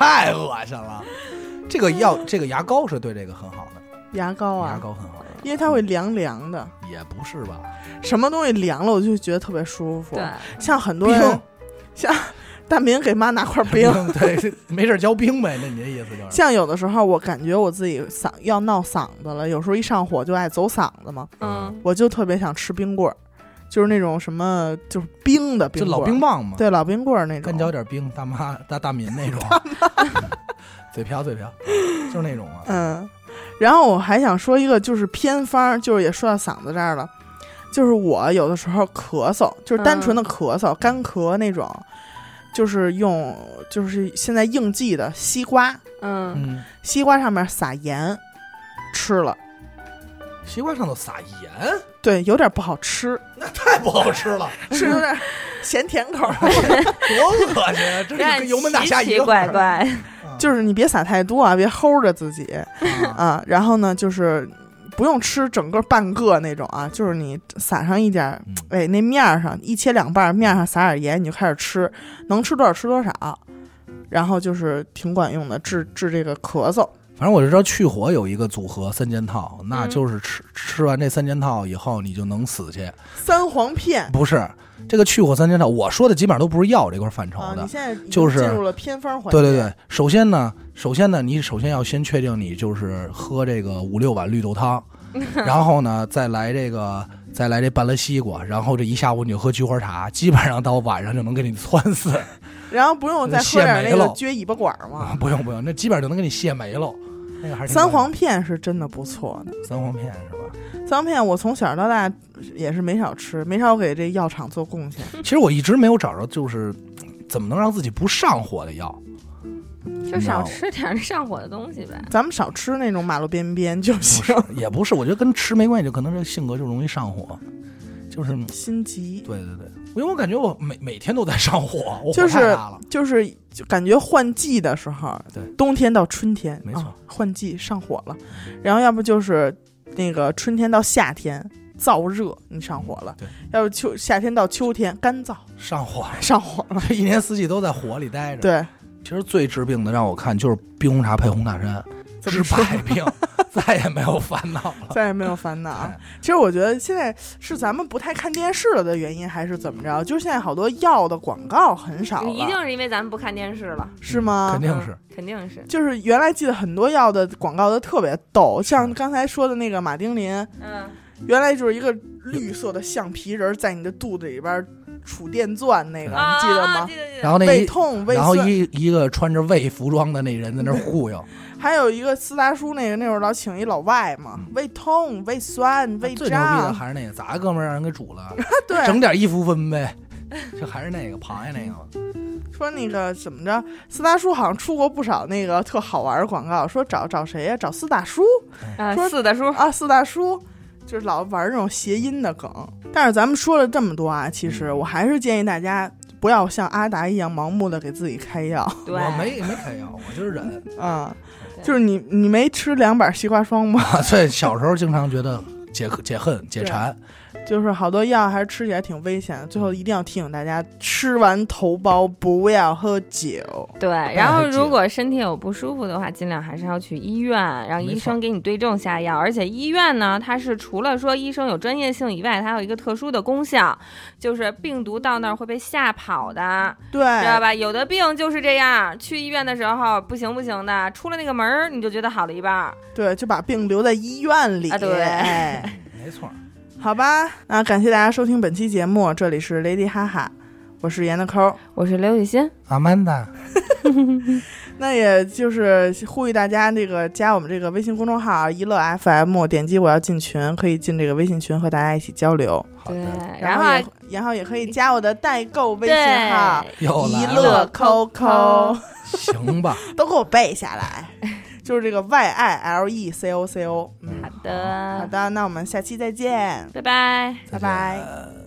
Speaker 2: 太恶心了。这个牙膏是对这个很好的，
Speaker 3: 牙膏啊，
Speaker 2: 牙膏很好的，
Speaker 3: 因为它会凉凉的。
Speaker 2: 也不是吧？
Speaker 3: 什么东西凉了，我就觉得特别舒服。
Speaker 1: 对，
Speaker 3: 像很多人，像大民给妈拿块冰，
Speaker 2: 对，没事浇冰呗。那你的意思就是，
Speaker 3: 像有的时候我感觉我自己要闹嗓子了，有时候一上火就爱走嗓子嘛，我就特别想吃冰棍儿，就是那种什么就是冰的冰棍儿，
Speaker 2: 就老冰棒嘛，
Speaker 3: 对，老冰棍儿那种，
Speaker 2: 干嚼点冰，大民那种，嘴瓢，就是那种啊。
Speaker 3: 然后我还想说一个就是偏方，就是也说到嗓子这儿了，就是我有的时候咳嗽，就是单纯的咳嗽，干咳那种，就是用就是现在应季的西瓜，西瓜上面撒盐，吃了。
Speaker 2: 西瓜上头撒盐，
Speaker 3: 对，有点不好吃，
Speaker 2: 那太不好吃了，
Speaker 3: 是有点咸甜口，
Speaker 2: 多恶心啊！这是跟油焖大虾一个
Speaker 1: 奇怪怪。
Speaker 3: 就是你别撒太多啊，别齁着自己啊。然后呢，就是不用吃整个半个那种啊，就是你撒上一点，哎，那面上一切两半，面上撒点盐，你就开始吃，能吃多少吃多少。然后就是挺管用的，治这个咳嗽。
Speaker 2: 反正我就知道去火有一个组合3件套，那就是吃完这3件套以后你就能死去。
Speaker 3: 三黄片
Speaker 2: 不是这个去火3件套，我说的基本上都不是药这块范畴的。
Speaker 3: 你现在
Speaker 2: 就是
Speaker 3: 进入了偏方环节。
Speaker 2: 对，首先呢，你首先要先确定你就是喝这个5-6碗绿豆汤，然后呢再来这半拉西瓜，然后这一下午你就喝菊花茶，基本上到晚上就能给你窜死。
Speaker 3: 然后不用再喝点那个撅尾巴管吗？
Speaker 2: 不用，那基本上就能给你卸没了。那个还是
Speaker 3: 三黄片是真的不错的。
Speaker 2: 三黄片是吧？
Speaker 3: 三黄片我从小到大也是没少吃，没少给这药厂做贡献。
Speaker 2: 其实我一直没有找着就是怎么能让自己不上火的药。
Speaker 1: 就少吃点上火的东西呗。
Speaker 3: 咱们少吃那种马路边边就行。
Speaker 2: 也不是，我觉得跟吃没关系，就可能这性格就容易上火，就是
Speaker 3: 心急。
Speaker 2: 对，因为我感觉我每天都在上火，我火太大了。
Speaker 3: 就是感觉换季的时候，
Speaker 2: 对，
Speaker 3: 冬天到春天，
Speaker 2: 没错，
Speaker 3: 换季上火了。然后要不就是那个春天到夏天燥热，你上火了；要不夏天到秋天干燥，上火了。
Speaker 2: 这一年四季都在火里待着。
Speaker 3: 对。
Speaker 2: 其实最治病的让我看就是冰红茶配红塔山，治百病，再也没有烦恼了。其实我觉得现在是咱们不太看电视了的原因，还是怎么着？就是现在好多药的广告很少了，
Speaker 1: 一定是因为咱们不看电视了，
Speaker 3: 是吗？
Speaker 2: 肯定是。
Speaker 3: 就是原来记得很多药的广告都特别逗，像刚才说的那个马丁啉，原来就是一个绿色的橡皮人在你的肚子里边杵电钻那个，你记得吗？
Speaker 2: 然后
Speaker 3: 胃痛胃酸，
Speaker 2: 然后一个穿着胃服装的那人在那忽悠。
Speaker 3: 还有一个四大叔那会儿老请一老外嘛，胃痛胃酸胃胀。
Speaker 2: 最牛逼的还是那个，咋哥们儿让人给煮了？
Speaker 3: 对，
Speaker 2: 整点一服分呗，就还是那个螃蟹那个。
Speaker 3: 说那个怎么着，四大叔好像出过不少那个特好玩的广告，说找谁呀？找四大叔。说
Speaker 1: 四大叔
Speaker 3: 啊，四大叔。就是老玩这种谐音的梗，但是咱们说了这么多啊，其实我还是建议大家不要像阿达一样盲目的给自己开药。
Speaker 2: 对，我没开药，我就是忍
Speaker 3: 啊。就是你没吃2板西瓜霜吗？
Speaker 2: 对，小时候经常觉得解恨解馋。
Speaker 3: 就是好多药还是吃起来挺危险的，最后一定要提醒大家，吃完头孢不要喝酒。
Speaker 1: 对，然后如果身体有不舒服的话，尽量还是要去医院，让医生给你对症下药。而且医院呢，它是除了说医生有专业性以外，它还有一个特殊的功效，就是病毒到那儿会被吓跑的。
Speaker 3: 对，
Speaker 1: 知道吧？有的病就是这样，去医院的时候不行的，出了那个门你就觉得好了一半。
Speaker 3: 对，就把病留在医院里。
Speaker 1: 啊，对，
Speaker 2: 没错。
Speaker 3: 好吧，那感谢大家收听本期节目，这里是 Lady 哈哈，我是严的抠，
Speaker 1: 我是刘雨欣，
Speaker 2: 阿曼达。
Speaker 3: 那也就是呼吁大家这个加我们这个微信公众号娱乐 FM， 点击我要进群，可以进这个微信群和大家一起交流。
Speaker 1: 对，
Speaker 3: 然后也可以加我的代购微信号
Speaker 2: 娱
Speaker 3: 乐抠抠，
Speaker 2: 行吧，
Speaker 3: 都给我背下来。就是这个 YILECOCO。
Speaker 1: 好的，
Speaker 3: 那我们下期再见，
Speaker 1: 拜拜，
Speaker 3: 拜拜。